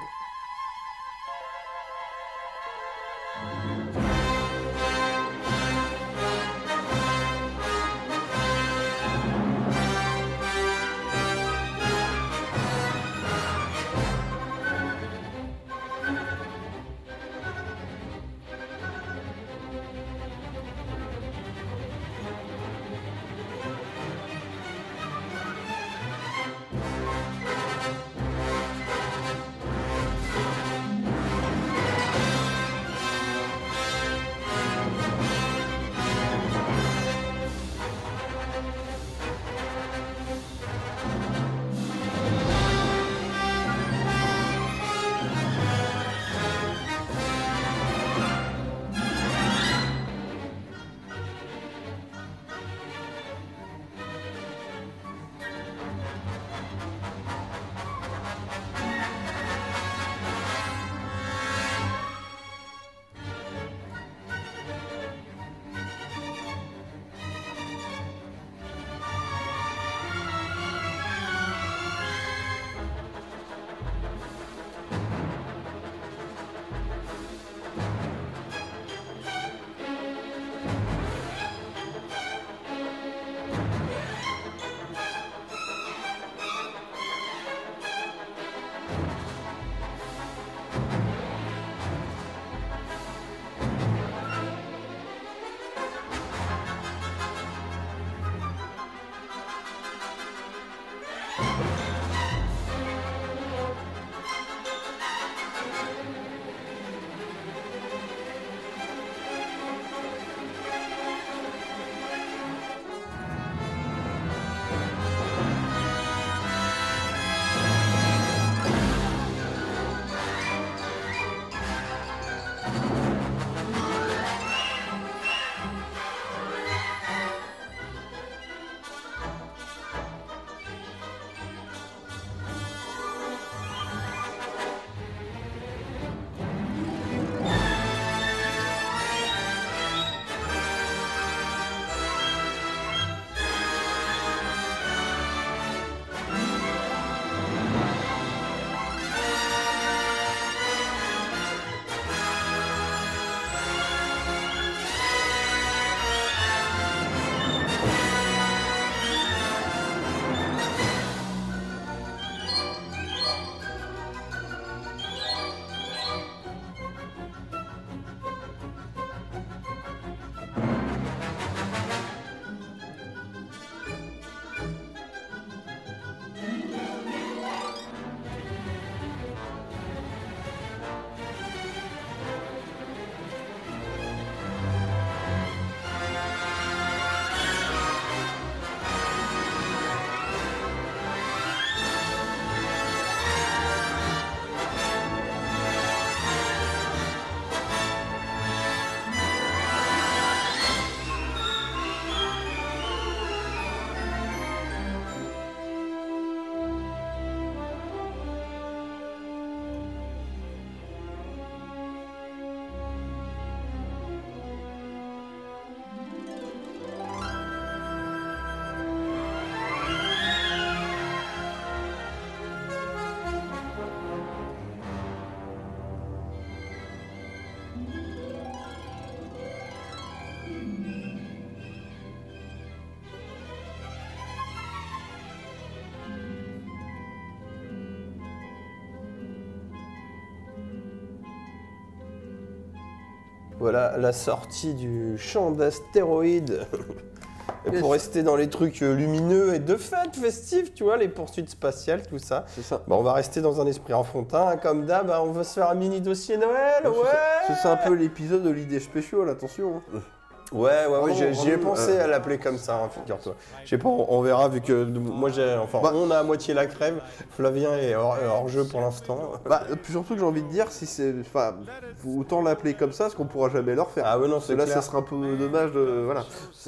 Voilà la sortie du champ d'astéroïdes. Et pour rester dans les trucs lumineux et de fête festive, tu vois, les poursuites spatiales, tout ça. C'est ça. Bon, on va rester dans un esprit enfantin, hein, comme d'hab, hein, on va se faire un mini dossier Noël, ouais. C'est c'est un peu l'épisode de l'idée spéciale, attention. Hein. Ouais, ouais, ouais, j'y ai euh, pensé euh, à l'appeler comme ça, hein, figure-toi. Je sais pas, on, on verra vu que moi j'ai, enfin, bah, on a à moitié la crève. Flavien est hors, hors jeu pour l'instant. Bah, puis surtout que j'ai envie de dire, si c'est, enfin, faut autant l'appeler comme ça, parce qu'on pourra jamais le refaire. Ah ouais, non, Parce que c'est là, clair. ça sera un peu dommage de, voilà.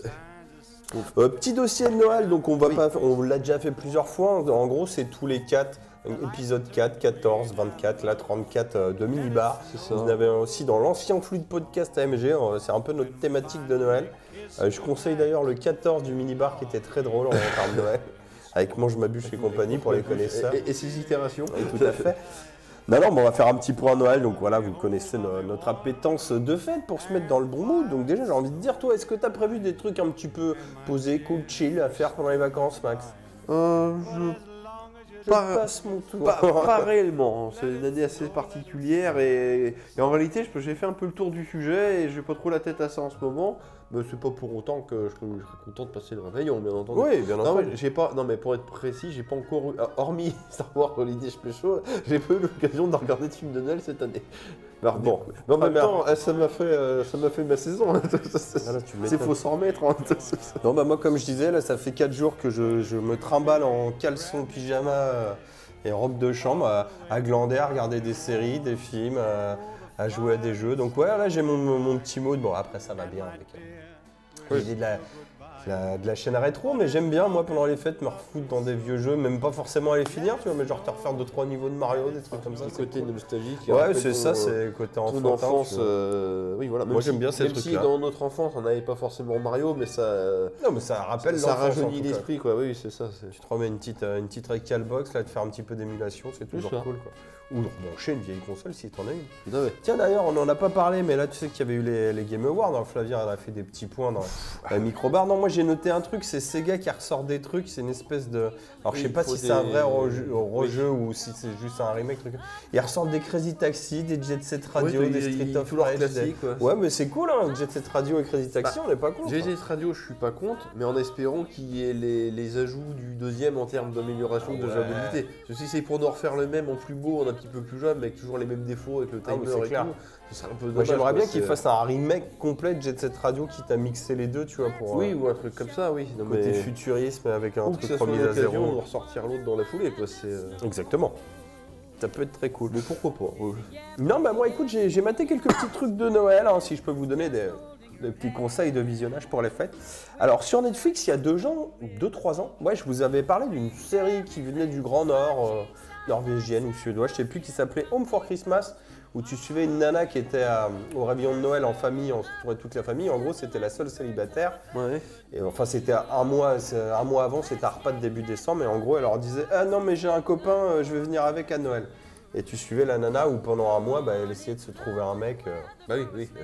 Euh, petit dossier de Noël, donc on va oui. pas, on l'a déjà fait plusieurs fois. En gros, c'est tous les quatre. Épisode quatre, quatorze, vingt-quatre, là trente-quatre euh, de Minibar. Vous en avez aussi dans l'ancien flux de podcast A M G, euh, c'est un peu notre thématique de Noël. Euh, je conseille d'ailleurs le quatorze du Minibar qui était très drôle en termes de Noël, avec Mange ma bûche et compagnie pour les connaisseurs. Et, et ses itérations. Et tout à fait. Non, non, bon, on va faire un petit point Noël, donc voilà, vous connaissez no- notre appétence de fête pour se mettre dans le bon mood. Donc déjà, j'ai envie de dire, toi, est-ce que tu as prévu des trucs un petit peu posés, cool, chill à faire pendant les vacances, Max? Euh, je... Je Pas, passe mon tour. pas, pas réellement, c'est une année assez particulière et, et en réalité je- j'ai fait un peu le tour du sujet et j'ai pas trop la tête à ça en ce moment, mais c'est pas pour autant que je serais, je serais content de passer le réveillon, bien entendu. Oui, bien Non, entendu. mais j'ai pas, non mais pour être précis, j'ai pas encore eu, hormis Star Wars Holiday Special, j'ai pas eu l'occasion de regarder de film de Noël cette année. Alors, bon, mais en même temps, eh, ça m'a fait, euh, ça m'a fait ma saison. Voilà, tu C'est faut s'en remettre. Hein. Non, bah moi, comme je disais, là, ça fait quatre jours que je, je me trimballe en caleçon, pyjama euh, et robe de chambre à, à glander, à regarder des séries, des films, à, à jouer à des jeux. Donc ouais, là, j'ai mon, mon, mon petit mode. Bon, après, ça va bien avec euh, l'idée de la, de, la, de la chaîne rétro, mais j'aime bien, moi, pendant les fêtes, me refoutre dans des vieux jeux, même pas forcément à les finir, tu vois, mais genre te refaire deux trois niveaux de Mario, des trucs comme ça. Le côté cool. nostalgique. Ouais, c'est ça, c'est côté Ton enfantin. enfance, euh, oui voilà. Même Moi, si, j'aime bien ces même si trucs-là. dans notre enfance, on n'avait pas forcément Mario, mais ça, Non, mais ça rappelle ça l'enfance, en rajeunit tout cas. l'esprit, quoi. Oui, c'est ça. c'est- Tu te remets une petite, euh, une petite Recalbox, là, de faire un petit peu d'émulation, c'est toujours ça. cool, quoi. Ou rebrancher une vieille console si t'en as une. Ah ouais. Tiens, d'ailleurs, on n'en a pas parlé, mais là, tu sais qu'il y avait eu les, les Game Awards. Hein. Flavien, elle a fait des petits points dans la microbar. Non, moi, j'ai noté un truc, c'est Sega qui ressort des trucs. C'est une espèce de. Alors, je sais Oui, pas faut si des- c'est un vrai rejeu, oui. rejeu ou si c'est juste un remake. Truc. Ils ressortent des Crazy Taxi, des Jet Set Radio, Oui, des il- Street il- of tout leur Rage. des- classique, quoi. Ouais, mais c'est cool, hein. Jet Set Radio et Crazy Taxi, Bah, on n'est pas contre. G G S Radio, je suis pas contre, mais en espérant qu'il y ait les, les ajouts du deuxième en termes d'amélioration de Ouais. jouabilité. Parce que si c'est pour nous refaire le même en plus beau, en un petit peu plus jeune, mais avec toujours les mêmes défauts, avec le Ah oui, timer c'est et clair. tout, ce serait un peu dommage. Moi, j'aimerais quoi, bien qu'il c'est- fasse un remake complet de Jet Set Radio, quitte à mixer les deux, tu vois, pour. Oui, euh, ou un truc comme ça, oui. Non, Côté mais... futurisme avec un Ou que truc ça soit remis à l'occasion zéro. de ressortir l'autre dans la foulée, quoi. C'est, euh, Exactement. Ça peut être très cool. Mais pourquoi pas ouais. Non, bah moi, écoute, j'ai j'ai maté quelques petits trucs de Noël, hein, si je peux vous donner des, des petits conseils de visionnage pour les fêtes. Alors, sur Netflix, il y a deux ans, deux, trois ans, ouais, je vous avais parlé d'une série qui venait du Grand Nord, euh, norvégienne ou suédoise, je sais plus, qui s'appelait Home for Christmas, où tu suivais une nana qui était à- au réveillon de Noël en famille, entourée de toute la famille. En gros, c'était la seule célibataire. Ouais. Et enfin, c'était un mois, c'est- un mois avant, c'était un repas de début décembre. Et en gros, elle leur disait « Ah non, mais j'ai un copain, euh, je vais venir avec à Noël. » Et tu suivais la nana où pendant un mois, bah, elle essayait de se trouver un mec euh, Bah oui, oui.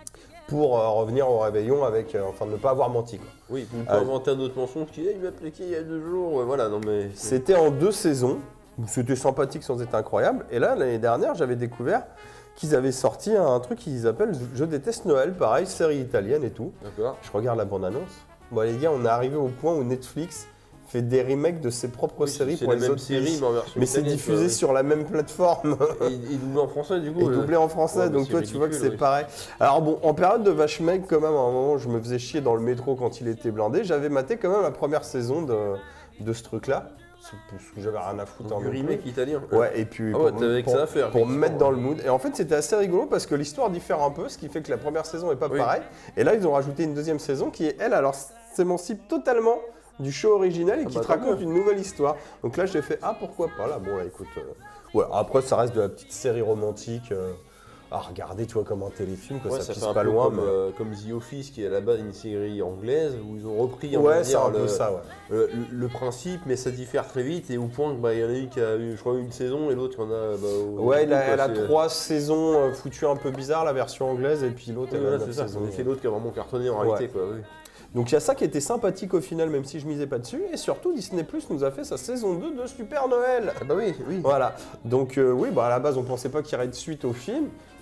pour euh, revenir au réveillon avec, euh, enfin, ne pas avoir menti, quoi. Oui, on peut Ah, inventer un autre mensonge qui est il m'a appliqué il y a deux jours. Ouais, voilà, non mais. c'est- C'était en deux saisons. C'était sympathique sans être incroyable. Et là, l'année dernière, j'avais découvert qu'ils avaient sorti un truc qu'ils appellent Je déteste Noël, pareil, série italienne et tout. D'accord. Je regarde la bande-annonce. Bon, les gars, on est arrivé au point où Netflix fait des remakes de ses propres Oui, séries c'est pour la les même autres série, pays. mais en version Mais c'est italienne, diffusé quoi, sur la même plateforme oui. Et, et doublé en français, du coup. et euh, doublé en français. ouais, mais donc c'est toi, tu vois que ridicule, c'est oui. pareil. Alors bon, en période de vache maigre, quand même, à un moment, je me faisais chier dans le métro quand il était blindé. J'avais maté quand même la première saison de, de ce truc-là. Parce que j'avais rien à foutre en Du remake italien. Ouais, et puis Ah ouais, pour, t'avais que pour- ça à faire, pour me effectivement, mettre dans ouais. le mood. Et en fait, c'était assez rigolo parce que l'histoire diffère un peu, ce qui fait que la première saison est pas Oui. pareille. Et là, ils ont rajouté une deuxième saison qui est, elle, alors s'émancipe totalement du show original et Ah qui bah, te tant raconte mieux. une nouvelle histoire. Donc là, j'ai fait ah pourquoi pas là. Bon là, écoute, euh, ouais. Après, ça reste de la petite série romantique euh, à regarder, tu vois, comme un téléfilm, que Ouais, ça, ça pisse fait un pas peu loin. comme, mais- euh, comme The Office, qui est à la base une série anglaise, où ils ont repris on va Ouais, c'est dire, un peu le, ça, ouais. le, le principe, mais ça diffère très vite, et au point qu'il bah, y en a une qui a eu, je crois, une saison, et l'autre qui en a... Bah, au- Ouais, au il a- bout, quoi, elle a c'est- trois saisons euh, foutues un peu bizarres, la version anglaise, et puis l'autre, Oui, elle a voilà, neuf c'est ça. saisons. En effet, l'autre qui a vraiment cartonné en Ouais. réalité, quoi, oui. Donc il y a ça qui était sympathique au final, même si je misais pas dessus. Et surtout, Disney Plus nous a fait sa saison deux de Super Noël. Ah bah oui, oui. Voilà. Donc euh, oui, bah à la base, on pensait pas qu'il y aurait de suite au film.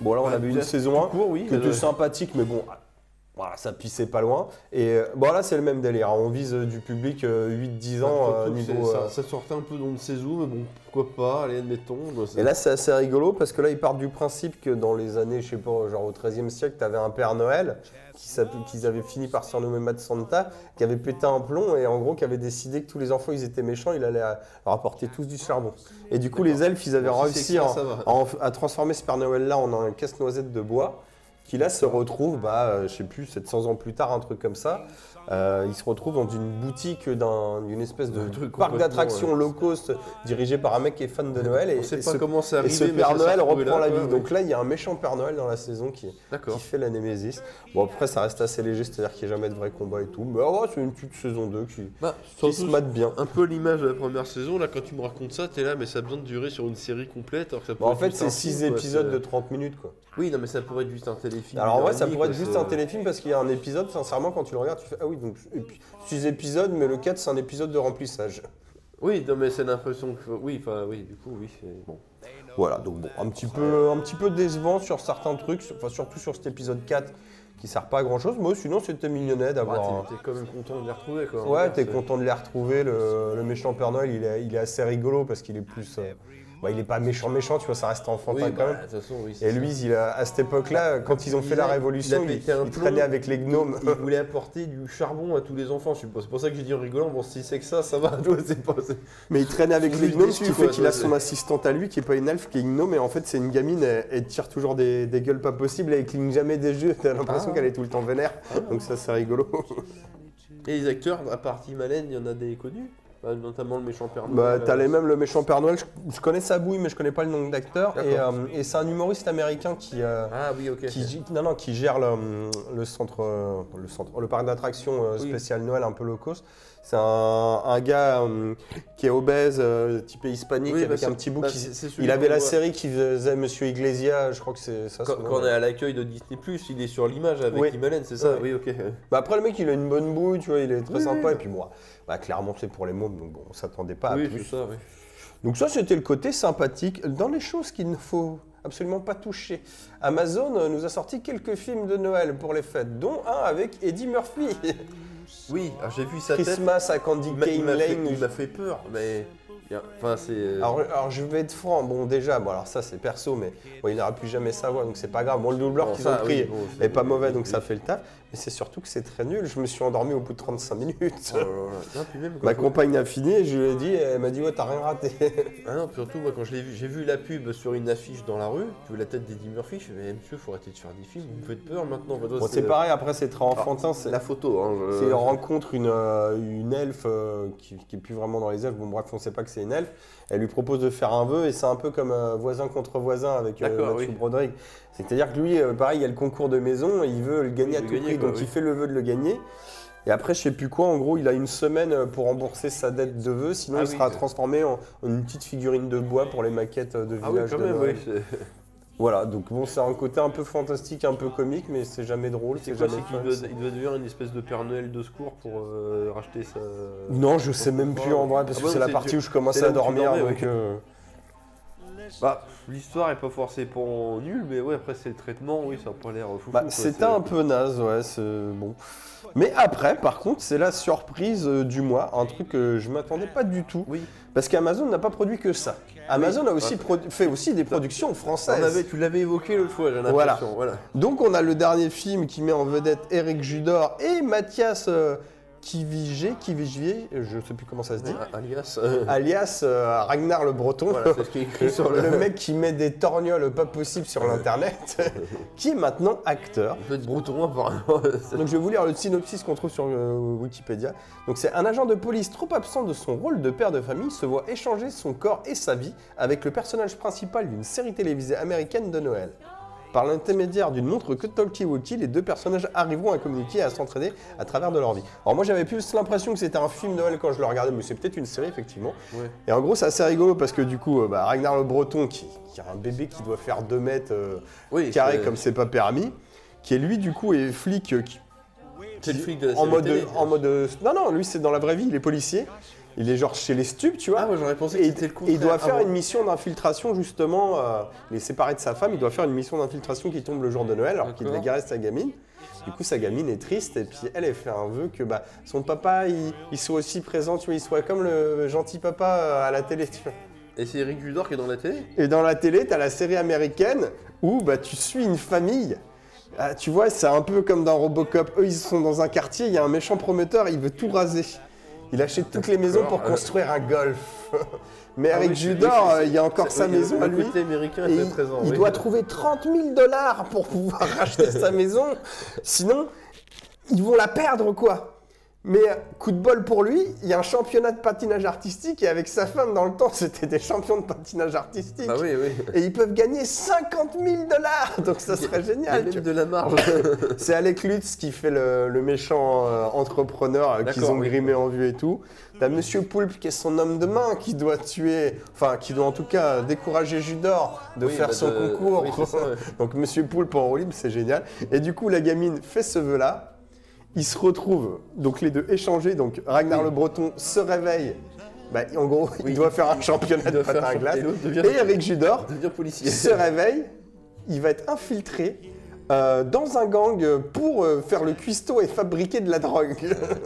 Bon, là, on Ouais, a vu une déjà, saison tout un court, oui, qui était euh, sympathique, mais bon, voilà, ça pissait pas loin. Et euh, bon, là, c'est le même délire. On vise euh, du public euh, huit dix ans Surtout euh, que niveau. c'est- euh, ça, ça sortait un peu dans une saison, mais bon, pourquoi pas, allez, admettons. bah, c'est- Et là, c'est assez rigolo parce que là, ils partent du principe que dans les années, je sais pas, genre au treizième siècle, tu avais un Père Noël qui s'appelait- qu'ils avaient fini par surnommer Mad Santa, qui avait pété un plomb et en gros, qui avait décidé que tous les enfants, ils étaient méchants, il allait à- leur apporter tous du charbon. Et du coup, les elfes, ils avaient Bon, si c'est réussi que ça, à, ça va. à en- à transformer ce Père Noël-là en un casse-noisette de bois, qui là se retrouve, bah, euh, je sais plus, sept cents ans plus tard, un truc comme ça. Euh, il se retrouve dans une boutique d'un- d'une espèce de Un truc parc complètement, d'attractions ouais. low cost dirigé par un mec qui est fan de Noël. Et, On sait et pas ce, comment c'est et arrivé, ce mais Père ça s'est Noël retrouvé reprend là, la quoi, vie. ouais. Donc là, il y a un méchant Père Noël dans la saison qui, qui D'accord. fait la Némésis. Bon, après, ça reste assez léger, c'est-à-dire qu'il n'y a jamais de vrai combat et tout. Mais ah ouais, c'est une petite saison deux qui, Bah, qui se mate bien. un peu l'image de la première saison, là, quand tu me racontes ça, t'es là, mais ça a besoin de durer sur une série complète. Alors que ça Bon, en pourrait fait, être c'est juste un six film, quoi, épisodes c'est- de trente minutes, quoi. Oui, non, mais ça pourrait être juste un téléfilm. Alors en d'une vrai, heure ça et demie, pourrait être quoi, juste c'est- un téléfilm parce qu'il y a un épisode, sincèrement, quand tu le regardes, tu fais ah oui, donc six épisodes, mais le quatre, c'est un épisode de remplissage. Oui, non, mais c'est l'impression que. Oui, enfin, oui, du coup, oui, c'est. Bon. Voilà, donc bon, un petit peu, un petit peu décevant sur certains trucs, sur- enfin surtout sur cet épisode quatre qui sert pas à grand chose. Moi, sinon, c'était mignonnet d'avoir. Bah, t'es- t'es quand même content de les retrouver, quoi. Ouais, t'es C'est- content de les retrouver. Le, le méchant Père Noël, il est, il est assez rigolo parce qu'il est plus. euh, bah, il est pas méchant, méchant, tu vois, ça reste enfantin Oui, quand bah, même. de toute façon, oui. c'est Et ça. lui, il a- à cette époque-là, quand ils ont Il fait la a- révolution, il a il, pété un il plomb, traînait avec les gnomes. Il voulait apporter du charbon à tous les enfants, je suppose. C'est pour ça que j'ai dit en rigolant, bon, si c'est que ça, ça va. Tu vois, c'est pas. c'est- Mais il traînait avec Je les suis gnomes, déçu, ce qui quoi, fait qu'il a ça, son c'est- assistante à lui, qui est pas une elfe, qui est une gnome, et en fait c'est une gamine, elle, elle tire toujours des, des gueules pas possibles, elle cligne jamais des yeux, t'as l'impression Ah. qu'elle est tout le temps vénère, donc ça c'est rigolo. Et les acteurs, à part Tim Allen, il y en a des connus. Bah, notamment le méchant Père Bah Noël. t'as euh, les mêmes, le méchant Père Noël, je, je connais sa bouille, mais je connais pas le nom d'acteur, et, D'accord. euh, et c'est un humoriste américain qui... euh, Ah oui, ok. Qui, gi- non, non, qui gère le, le centre, euh, le centre, le parc d'attractions euh, Oui. spécial Noël un peu low cost. C'est un, un gars euh, qui est obèse, euh, typé hispanique, Oui, bah, avec c'est- un petit bout. bah, qui- c'est- c'est celui il avait qu'on la voit. série qui faisait Monsieur Iglesias, je crois que c'est ça. Quand, son quand nom. on est à l'accueil de Disney plus, il est sur l'image avec Oui. Tim Allen, c'est ça? Oui. Oui, ok. Bah après le mec il a une bonne bouille, tu vois, il est très Oui, sympa oui. et puis moi, bah, clairement c'est pour les mômes, donc bon, on s'attendait pas à Oui, plus. c'est ça, oui. Donc ça c'était le côté sympathique. Dans les choses qu'il ne faut absolument pas toucher, Amazon euh, nous a sorti quelques films de Noël pour les fêtes, dont un avec Eddie Murphy. Oui, alors j'ai vu sa tête. Christmas à Candy Il m'a- il Cane m'a fait, Lane. il m'a fait peur, mais. il y a- Enfin, c'est. euh, Alors, alors, je vais être franc, bon déjà, bon alors ça c'est perso, mais bon, il n'aura plus jamais sa voix, donc c'est pas grave. Bon le doubleur bon, qu'ils ça, ont pris oui, bon, c'est- est pas mauvais, donc oui. ça fait le taf. Mais c'est surtout que c'est très nul, je me suis endormi au bout de trente-cinq minutes. Oh là là. Non, puis même quand Ma je- compagne a fini et je lui ai dit, elle m'a dit ouais t'as rien raté. Ah non, surtout moi quand je l'ai vu, j'ai vu la pub sur une affiche dans la rue, tu vois la tête d'Eddie Murphy, je fais mais monsieur faut arrêter de faire des films, vous me faites peur maintenant. Enfin, toi, Bon c'est pareil, après c'est très enfantin, c'est la photo. Hein, je- c'est il rencontre une, euh, une elfe euh, qui, qui est plus vraiment dans les elfes, bon bref on sait pas que c'est une elfe, elle lui propose de faire un vœu et c'est un peu comme euh, voisin contre voisin avec euh, D'accord, Matthew oui. Broderick. C'est-à-dire que lui, euh, pareil, il y a le concours de maison et il veut le gagner Oui, à le tout gagner, prix, quoi, donc oui. il fait le vœu de le gagner. Et après, je sais plus quoi, en gros, il a une semaine pour rembourser sa dette de vœux, sinon Ah il oui, sera c'est- transformé en, en une petite figurine de bois pour les maquettes de Ah oui, village quand de même, Noël. oui. c'est- Voilà, donc bon, c'est un côté un peu fantastique, un peu comique, mais c'est jamais drôle, C'est c'est quoi, jamais c'est qu'il fun. doit, il doit devenir une espèce de Père Noël de secours pour euh, racheter sa. Non, je sais même plus en vrai, parce Ah que bon, c'est la c'est- partie tu- où je commençais c'est là à où tu dormir, dormais, donc... oui. euh, Bah, l'histoire est pas forcément nulle, mais ouais, après c'est le traitement, oui, ça a pas l'air fou. Bah, c'était un peu naze, ouais, c'est bon. Mais après, par contre, c'est la surprise euh, du mois, un truc que je m'attendais pas du tout, Oui. parce qu'Amazon n'a pas produit que ça. Amazon a aussi Ouais. produ- fait aussi des productions On françaises. avait, tu l'avais évoqué l'autre fois, j'ai Voilà. l'impression. Voilà. Donc on a le dernier film qui met en vedette Éric Judor et Mathias euh, Kivigier, Kivigier, je sais plus comment ça se dit, Ah, alias. euh, alias euh, Ragnar le Breton. voilà, c'est ce qui est écrit sur le. Le mec qui met des torgnoles pas possibles sur l'internet, qui est maintenant acteur. Il peut être breton apparemment. C'est- Donc je vais vous lire le synopsis qu'on trouve sur euh, Wikipédia. Donc c'est un agent de police trop absent de son rôle de père de famille se voit échanger son corps et sa vie avec le personnage principal d'une série télévisée américaine de Noël. Par l'intermédiaire d'une montre que talkie-walkie, les deux personnages arriveront à communiquer et à s'entraider à travers de leur vie. Alors moi j'avais plus l'impression que c'était un film Noël quand je le regardais, mais c'est peut-être une série effectivement. Ouais. Et en gros c'est assez rigolo parce que du coup euh, bah, Ragnar le Breton qui, qui a un bébé qui doit faire deux mètres euh, Oui, carré c'est- comme c'est pas permis, qui est lui du coup est flic euh, qui, C'est le flic de la en série mode, télé. en mode. Non, non, lui c'est dans la vraie vie, il est policier. Il est genre chez les stupes, tu vois. Ah, moi j'aurais pensé Et que c'était le et contraire. il doit faire Ah bon. une mission d'infiltration justement, euh, il est séparé de sa femme, il doit faire une mission d'infiltration qui tombe le jour de Noël alors qu'il devait D'accord. garer sa gamine. Du coup sa gamine est triste et puis elle, elle fait un vœu que bah, son papa il, il soit aussi présent, tu vois, il soit comme le gentil papa euh, à la télé. Tu vois. Et c'est Eric Judor qui est dans la télé? Et dans la télé, t'as la série américaine où bah, tu suis une famille. Ah, tu vois, c'est un peu comme dans Robocop. Eux, ils sont dans un quartier, il y a un méchant promoteur, il veut tout raser. Il achète toutes les maisons pour D'accord. construire un golf. Mais Ah Eric oui, c'est- Judor, oui, c'est- euh, il y a encore c'est- sa oui, maison le à lui. côté américain Et était il, présent. il oui. doit trouver trente mille dollars pour pouvoir racheter sa maison. Sinon, ils vont la perdre, quoi. Mais coup de bol pour lui, il y a un championnat de patinage artistique et avec sa femme, dans le temps, c'était des champions de patinage artistique. Bah oui, oui. Et ils peuvent gagner cinquante mille dollars, donc ça serait Il y a génial. même tu de la marge. c'est Alec Lutz qui fait le, le méchant euh, entrepreneur euh, qu'ils D'accord, ont oui. grimé en vue et tout. T'as Monsieur Poulpe qui est son homme de main qui doit tuer, enfin qui doit en tout cas décourager Judor de Oui, faire bah, son de- concours. oui, c'est ça, ouais. Donc Monsieur Poulpe en roue libre, c'est génial. Et du coup la gamine fait ce vœu-là. Ils se retrouvent, donc les deux échangés. Donc Ragnar Oui. le Breton se réveille. Bah, en gros, il Oui. doit faire un championnat Il de doit faire patin à champ- glace. et l'autre devient- Et Eric Judor Devient policier. se réveille, il va être infiltré euh, dans un gang pour euh, faire le cuistot et fabriquer de la drogue.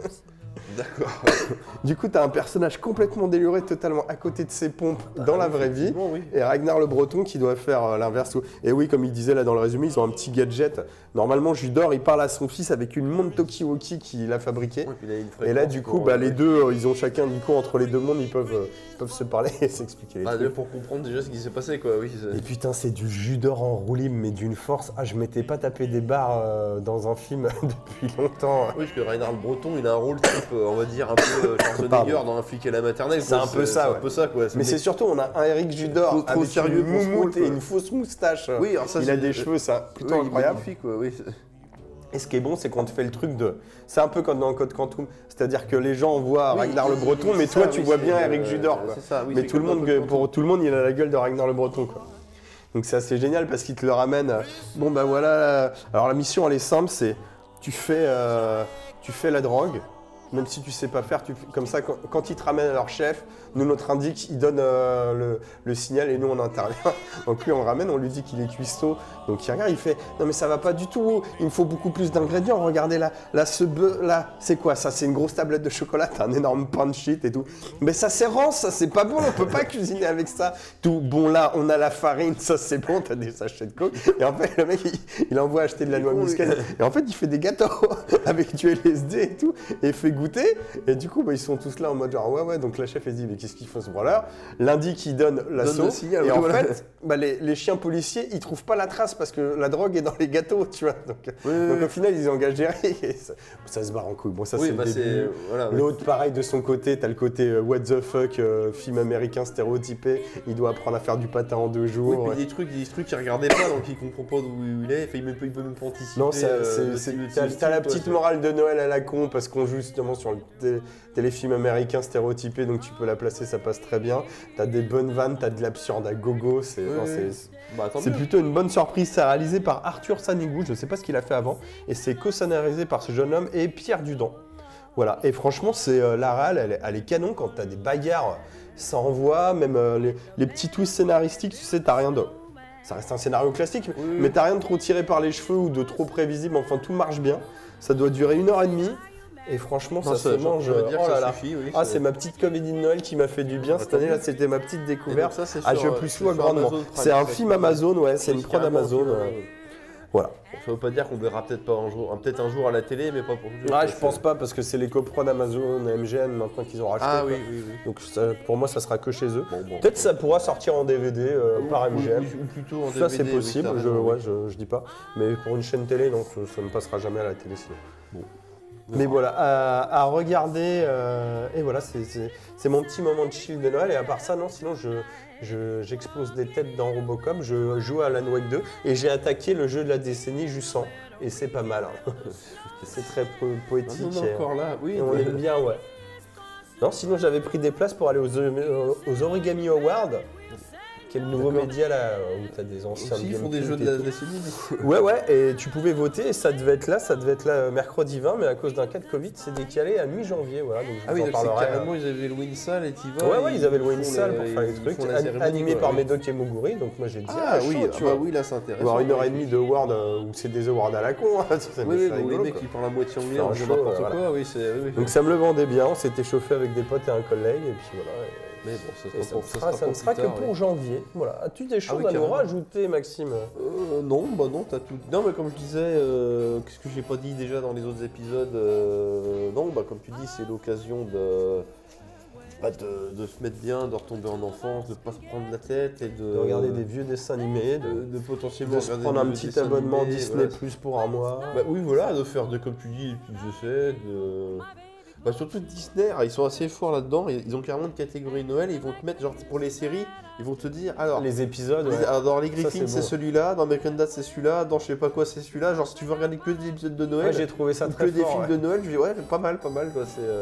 D'accord. Du coup, tu as un personnage complètement déluré, totalement à côté de ses pompes dans la vraie vie. Effectivement, oui. Et Ragnar le Breton qui doit faire euh, l'inverse. Et oui, comme il disait là dans le résumé, ils ont un petit gadget. Normalement, Judor, il parle à son fils avec une montre Tokiwoki qu'il a fabriquée. Ouais, puis il a une Et là, fréquence du coup, pour, bah, euh, les deux, euh, ils ont chacun, du coup, entre les deux mondes, ils peuvent, euh, ils peuvent se parler et s'expliquer les bah, trucs. déjà pour comprendre déjà ce qui s'est passé, quoi. Oui, c'est- Et putain, c'est du Judor en roue libre, mais d'une force. Ah, je m'étais pas tapé des barres euh, dans un film depuis longtemps. Oui, parce que Reinhard le Breton, il a un rôle type, euh, on va dire, un peu euh, Schwarzenegger Pardon. dans Un flic à la maternelle. C'est quoi. un peu ça, C'est ouais. un peu ça, quoi. Mais c'est surtout, on a un Eric Judor Trop- trop avec sérieux une pour ce moumoute rôle, et quoi. une fausse moustache. Oui, alors ça, il a c'est- des cheveux, ça, plutôt Oui, il est incroyable. magnifique, quoi. Oui. Et ce qui est bon, c'est qu'on te fait le truc de... C'est un peu comme dans Code Quantum. C'est-à-dire que les gens voient Oui, Ragnar le oui, Breton, oui, mais c'est toi, ça, tu oui, vois c'est, bien euh, Eric Judor, quoi. C'est ça, oui. mais c'est tout le, comme monde, dans Code pour tout le monde, il a la gueule de Ragnar le Breton, quoi. Donc c'est assez génial parce qu'il te le ramène. euh, Bon, bah voilà. Alors la mission, elle est simple, c'est... Tu fais, euh, tu fais la drogue. Même si tu sais pas faire, tu, comme ça, quand, quand ils te ramènent à leur chef, nous, notre indique, il donne euh, le, le signal et nous, on intervient. Donc lui, on le ramène, on lui dit qu'il est cuistot. Donc il regarde, il fait « Non mais ça va pas du tout, il me faut beaucoup plus d'ingrédients. Regardez là, là, ce bœuf, là, c'est quoi ça? C'est une grosse tablette de chocolat, t'as un énorme pain de shit et tout. Mais ça c'est rance, ça c'est pas bon, on peut pas cuisiner avec ça. Tout bon là, on a la farine, ça c'est bon, t'as des sachets de coke. Et en fait, le mec, il, il envoie acheter de la noix con, lui. muscade. Et en fait, il fait des gâteaux avec du L S D et tout, et il fait goûter. Et du coup, bah, ils sont tous là en mode genre ouais ouais. Donc la chef elle se dit mais qu'est-ce qu'ils font ce branleur? Lundi qui donne l'assaut. le signal, Et oui, en voilà. fait, bah, les, les chiens policiers ils trouvent pas la trace parce que la drogue est dans les gâteaux, tu vois. Donc, Oui, oui, donc oui. au final ils engagent des règles et ça, ça se barre en couille. Bon ça Oui, c'est bah le c'est. début. Voilà. oui. L'autre, pareil, de son côté, t'as le côté euh, what the fuck, euh, film américain stéréotypé. Il doit apprendre à faire du patin en deux Oui, jours. puis ouais. des trucs, des trucs qu'il regardait pas, donc il comprend pas d'où il est, enfin, il, peut, il peut même pas anticiper. Non, ça, euh, c'est- le c'est- style- le t'as style, t'as la toi, petite c'est- morale de Noël à la con parce qu'on joue justement sur le té- téléfilm américain stéréotypé, donc tu peux la placer, ça passe très bien. T'as des bonnes vannes, t'as de l'absurde à gogo. C'est Oui, non, oui, c'est- oui. Bah, tant c'est mieux. plutôt une bonne surprise. C'est réalisé par Arthur Sanigou, je ne sais pas ce qu'il a fait avant, et c'est co-scénarisé par ce jeune homme et Pierre Dudon. Voilà, et franchement, c'est euh, la réal, elle, est- elle est canon quand t'as des bagarres, ça envoie, même euh, les, les petits twists scénaristiques, tu sais, t'as rien de... Ça reste un scénario classique, Oui, oui. mais t'as rien de trop tiré par les cheveux ou de trop prévisible, enfin tout marche bien. Ça doit durer une heure et demie, et franchement, Non, ça, se mange... je veux dire oh que là ça là. suffit, oui. Ah, c'est ma petite comédie de Noël qui m'a fait du bien Bah, cette tant année, là, mieux. c'était ma petite Et donc découverte. ça, c'est Ah, sur, je euh, plus c'est sois sur grandement. Amazon Prime, C'est un ça, film c'est- Amazon, ouais, c'est une prod carrément un Amazon. film euh, Amazon. Voilà. Bon, ça veut pas dire qu'on verra peut-être pas un jour, hein, peut-être un jour à la télé, mais pas pour tout de suite, Ah, quoi, je c'est- pense pas parce que c'est les coprods d'Amazon, M G M maintenant qu'ils ont racheté. Ah quoi. oui, oui, oui. Donc ça- pour moi, ça sera que chez eux. Bon, bon. Peut-être ça pourra sortir en D V D euh, Ou- par M G M. ou- Ou plutôt en Ça D V D. c'est oui, possible, t'as je, raison, ouais, oui. je, je dis pas. Mais pour une chaîne télé, non, ça, ça ne passera jamais à la télé sinon. Bon. Mais voilà, à, à regarder, euh, et voilà, c'est- c'est c'est mon petit moment de chill de Noël. Et à part ça, non, sinon je je- j'explose des têtes dans Robocop, je joue à Alan Wake deux et j'ai attaqué le jeu de la décennie Jusant. Et c'est pas mal, hein. C'est très po- Ah, poétique. non, et- non, encore là, oui. Et on mais- aime bien, ouais. Non, sinon j'avais pris des places pour aller aux, aux Origami Awards. qui est le nouveau D'accord. média là où t'as des anciens Aussi, ils font GameCube des jeux et de la tout. décennie. Ouais, ouais, et tu pouvais voter et ça devait être là, ça devait être là euh, mercredi vingt, mais à cause d'un cas de Covid, c'est décalé à mi-janvier, voilà. Donc je Ah vous oui, en donc c'est parlerai. carrément, euh. ils avaient le Winsal et t'y vas. Ouais, ouais, ils avaient le font Winsal les- pour faire les ils trucs, font la an- cérémonie, animé quoi, par oui. Médoc et Moguri, donc moi j'ai dit, Ah oui, chaud, ah tu bah vois. oui, là c'est intéressant. Voir une heure et demie de Word euh, où c'est des awards à la con, hein, tu sais, mais Oui, c'est oui, donc les rigolo, mecs quoi. qui parlent à moitié anglais, Faire un en disant show, n'importe voilà. quoi, oui, c'est. Oui, oui. Donc ça me le vendait bien, on s'était chauffé avec des potes et un collègue, et puis voilà. et- Mais bon, ça Et sera ça, pour ne ça sera, sera ça ne pour sera plus que tard, pour oui. janvier. Voilà. As-tu des choses oui, à nous carrément. rajouter, Maxime? Euh, non, bah non, t'as tout. Non, mais comme je disais, euh, qu'est-ce que j'ai pas dit déjà dans les autres épisodes euh, Non, bah comme tu dis, c'est l'occasion de, bah, de, de se mettre bien, de retomber en enfance, de pas se prendre la tête et de, De regarder des vieux dessins animés, de, de, de potentiellement de se regarder prendre des un vieux petit dessins abonnement animés, Disney voilà. Plus pour un mois. Bah oui, voilà, de faire de comme tu dis, les petits essais, de. Bah surtout Disney, ils sont assez forts là-dedans, ils ont carrément une catégorie Noël, ils vont te mettre, genre pour les séries, ils vont te dire, alors, Les épisodes, les- ouais. alors, dans les Ça, Griffins c'est c'est bon. celui-là, dans American Dad c'est celui-là, dans je sais pas quoi c'est celui-là, genre si tu veux regarder que des épisodes de Noël, Ouais, j'ai trouvé ça ou très que des fort. films ouais. de Noël, je dis ouais, pas mal, pas mal quoi, c'est... euh,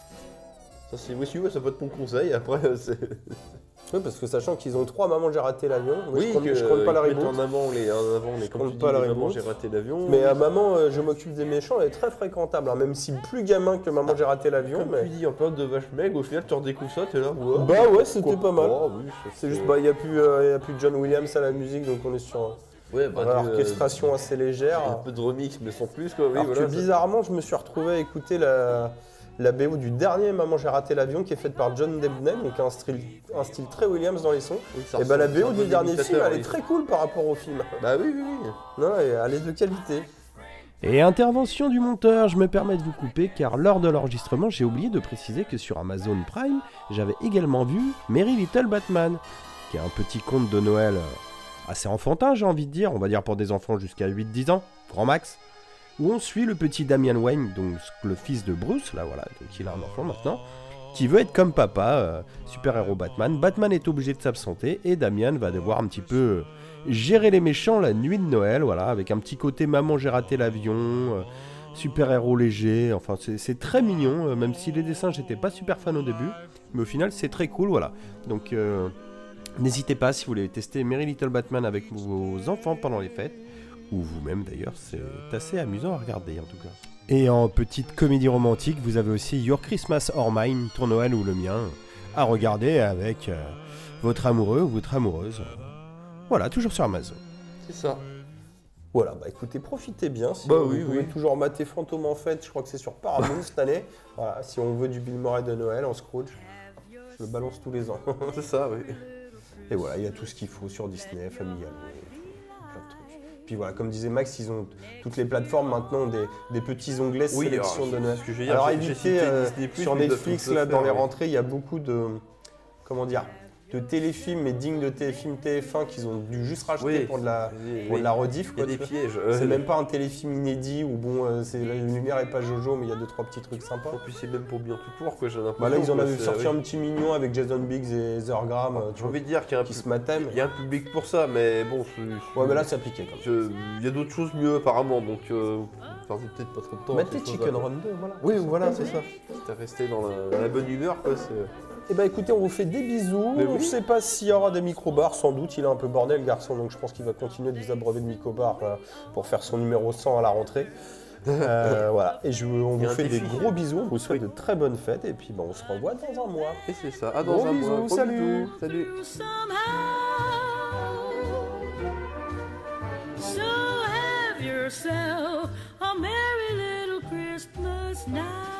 Ça c'est, oui, si, ouais, ça peut être mon conseil, après euh, c'est... Oui, parce que sachant qu'ils ont trois Maman j'ai raté l'avion, moi, Oui, je compte, que, je compte pas la ils mettent reboot. en avant les, en avant les, Je comme compte tu pas dis, la les Maman, reboot. j'ai raté l'avion. Mais à Maman, euh, je m'occupe des méchants, elle est très fréquentable, hein, même si plus gamin que Maman j'ai raté l'avion. Comme Mais... tu dis, en période de vache maigre, au final tu redécouvres ça, t'es là, ouais. Bah ouais, c'était pourquoi pas mal. pas, oui, ça, C'est juste, bah, il n'y a, plus, euh, y a plus de John Williams à la musique, donc on est sur euh, Ouais, bah, une du, euh, orchestration assez légère. un peu de remix, mais sans plus quoi, oui, Alors voilà. que bizarrement, je me suis retrouvé à écouter la, la B O du dernier Maman j'ai raté l'avion qui est faite par John Debney, donc un style, un style très Williams dans les sons. Oui, ça Et bah la ressemble- B O c'est un du peu dernier film, imitateur, elle est oui. très cool par rapport au film. Bah oui, oui, oui. Non, et elle est de qualité. Et intervention du monteur, je me permets de vous couper car lors de l'enregistrement, j'ai oublié de préciser que sur Amazon Prime, j'avais également vu Merry Little Batman, qui est un petit conte de Noël euh, assez enfantin, j'ai envie de dire, on va dire pour des enfants jusqu'à huit dix ans, grand max, où on suit le petit Damian Wayne, donc le fils de Bruce, là voilà, donc il a un enfant maintenant, qui veut être comme papa, euh, super-héros Batman. Batman est obligé de s'absenter et Damian va devoir un petit peu euh, gérer les méchants la nuit de Noël, voilà, avec un petit côté maman j'ai raté l'avion, euh, super-héros léger, enfin c'est, c'est très mignon, euh, même si les dessins j'étais pas super fan au début, mais au final c'est très cool, voilà. Donc euh, n'hésitez pas si vous voulez tester Merry Little Batman avec vos enfants pendant les fêtes, ou vous-même d'ailleurs, c'est assez amusant à regarder en tout cas. Et en petite comédie romantique, vous avez aussi Your Christmas or Mine, ton Noël ou le mien, à regarder avec euh, votre amoureux ou votre amoureuse. Voilà, toujours sur Amazon. C'est ça. Voilà, bah écoutez, profitez bien. Si Bah vous oui, pouvez oui. toujours mater Fantôme en fête, je crois que c'est sur Paramount cette année. Voilà, si on veut du Bill Murray de Noël en Scrooge, je le balance tous les ans. C'est ça, oui. Et voilà, il y a tout ce qu'il faut sur Disney, Familial, et tout, plein de trucs. Puis voilà, comme disait Max, ils ont toutes les plateformes maintenant ont des, des petits onglets Oui, sélection alors, de Noël. ce que je veux dire, Alors j'ai- j'ai évitez, cité euh, Disney+, sur mais ils doivent Netflix, tous le là, dans faire, les oui. rentrées, il y a beaucoup de, comment dire, de téléfilms, mais dignes de téléfilms T F un qu'ils ont dû juste racheter Oui. pour de la, Oui, pour oui. de la rediff. Il y a quoi, des tu vois. pièges. C'est même pas un téléfilm inédit où bon, euh, c'est, la lumière est pas Jojo, mais il y a deux trois petits trucs sympas. En plus, c'est même pour bien tout pour, quoi, j'ai l'impression. Bah là, ils en quoi, avaient c'est- sorti oui. un petit mignon avec Jason Biggs et Heather Graham, euh, tu J'ai vois, envie de dire qu'il y a un, qui pu- se matèment. il y a un public pour ça, mais bon, c'est- Ouais, mais là, ça piquait quand même. je- il y a d'autres choses mieux apparemment, donc euh, perdez peut-être pas trop de temps. Mettez c'est ça, Chicken ça. Run deux, voilà. Oui, voilà, c'est ça. T'as resté dans la, dans la bonne humeur, quoi. C'est... Et bah écoutez, on vous fait des bisous. Mais On ne oui. sait pas s'il y aura des micro-bars, sans doute. Il est un peu bordel, le garçon, donc je pense qu'il va continuer de vous abreuver de micro-bars euh, pour faire son numéro cent à la rentrée. Euh, voilà. Et je, on Il y vous a un fait des défi. gros bisous. On vous souhaite de très bonnes fêtes. Et puis bah, on se revoit dans un mois. Et c'est ça. Ah, dans Gros un bisous, mois. Gros salut. bisous. Salut. somehow. So have yourself a merry little Christmas now.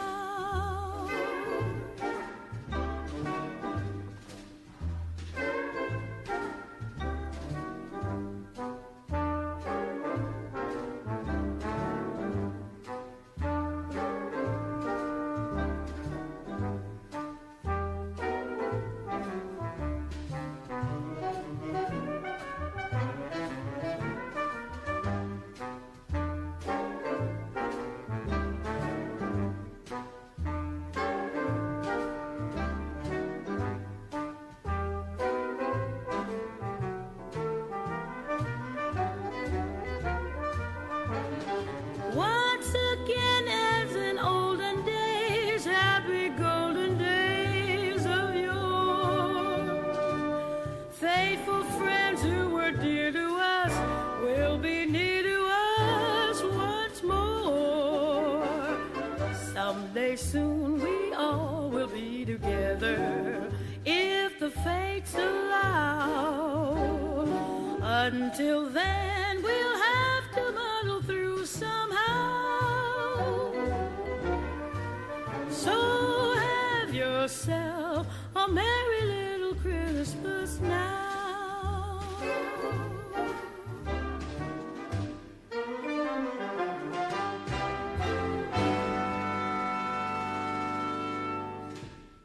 will be near to us once more. Someday soon we all will be together if the fates allow. Until then we'll have to muddle through somehow. So have yourself a merry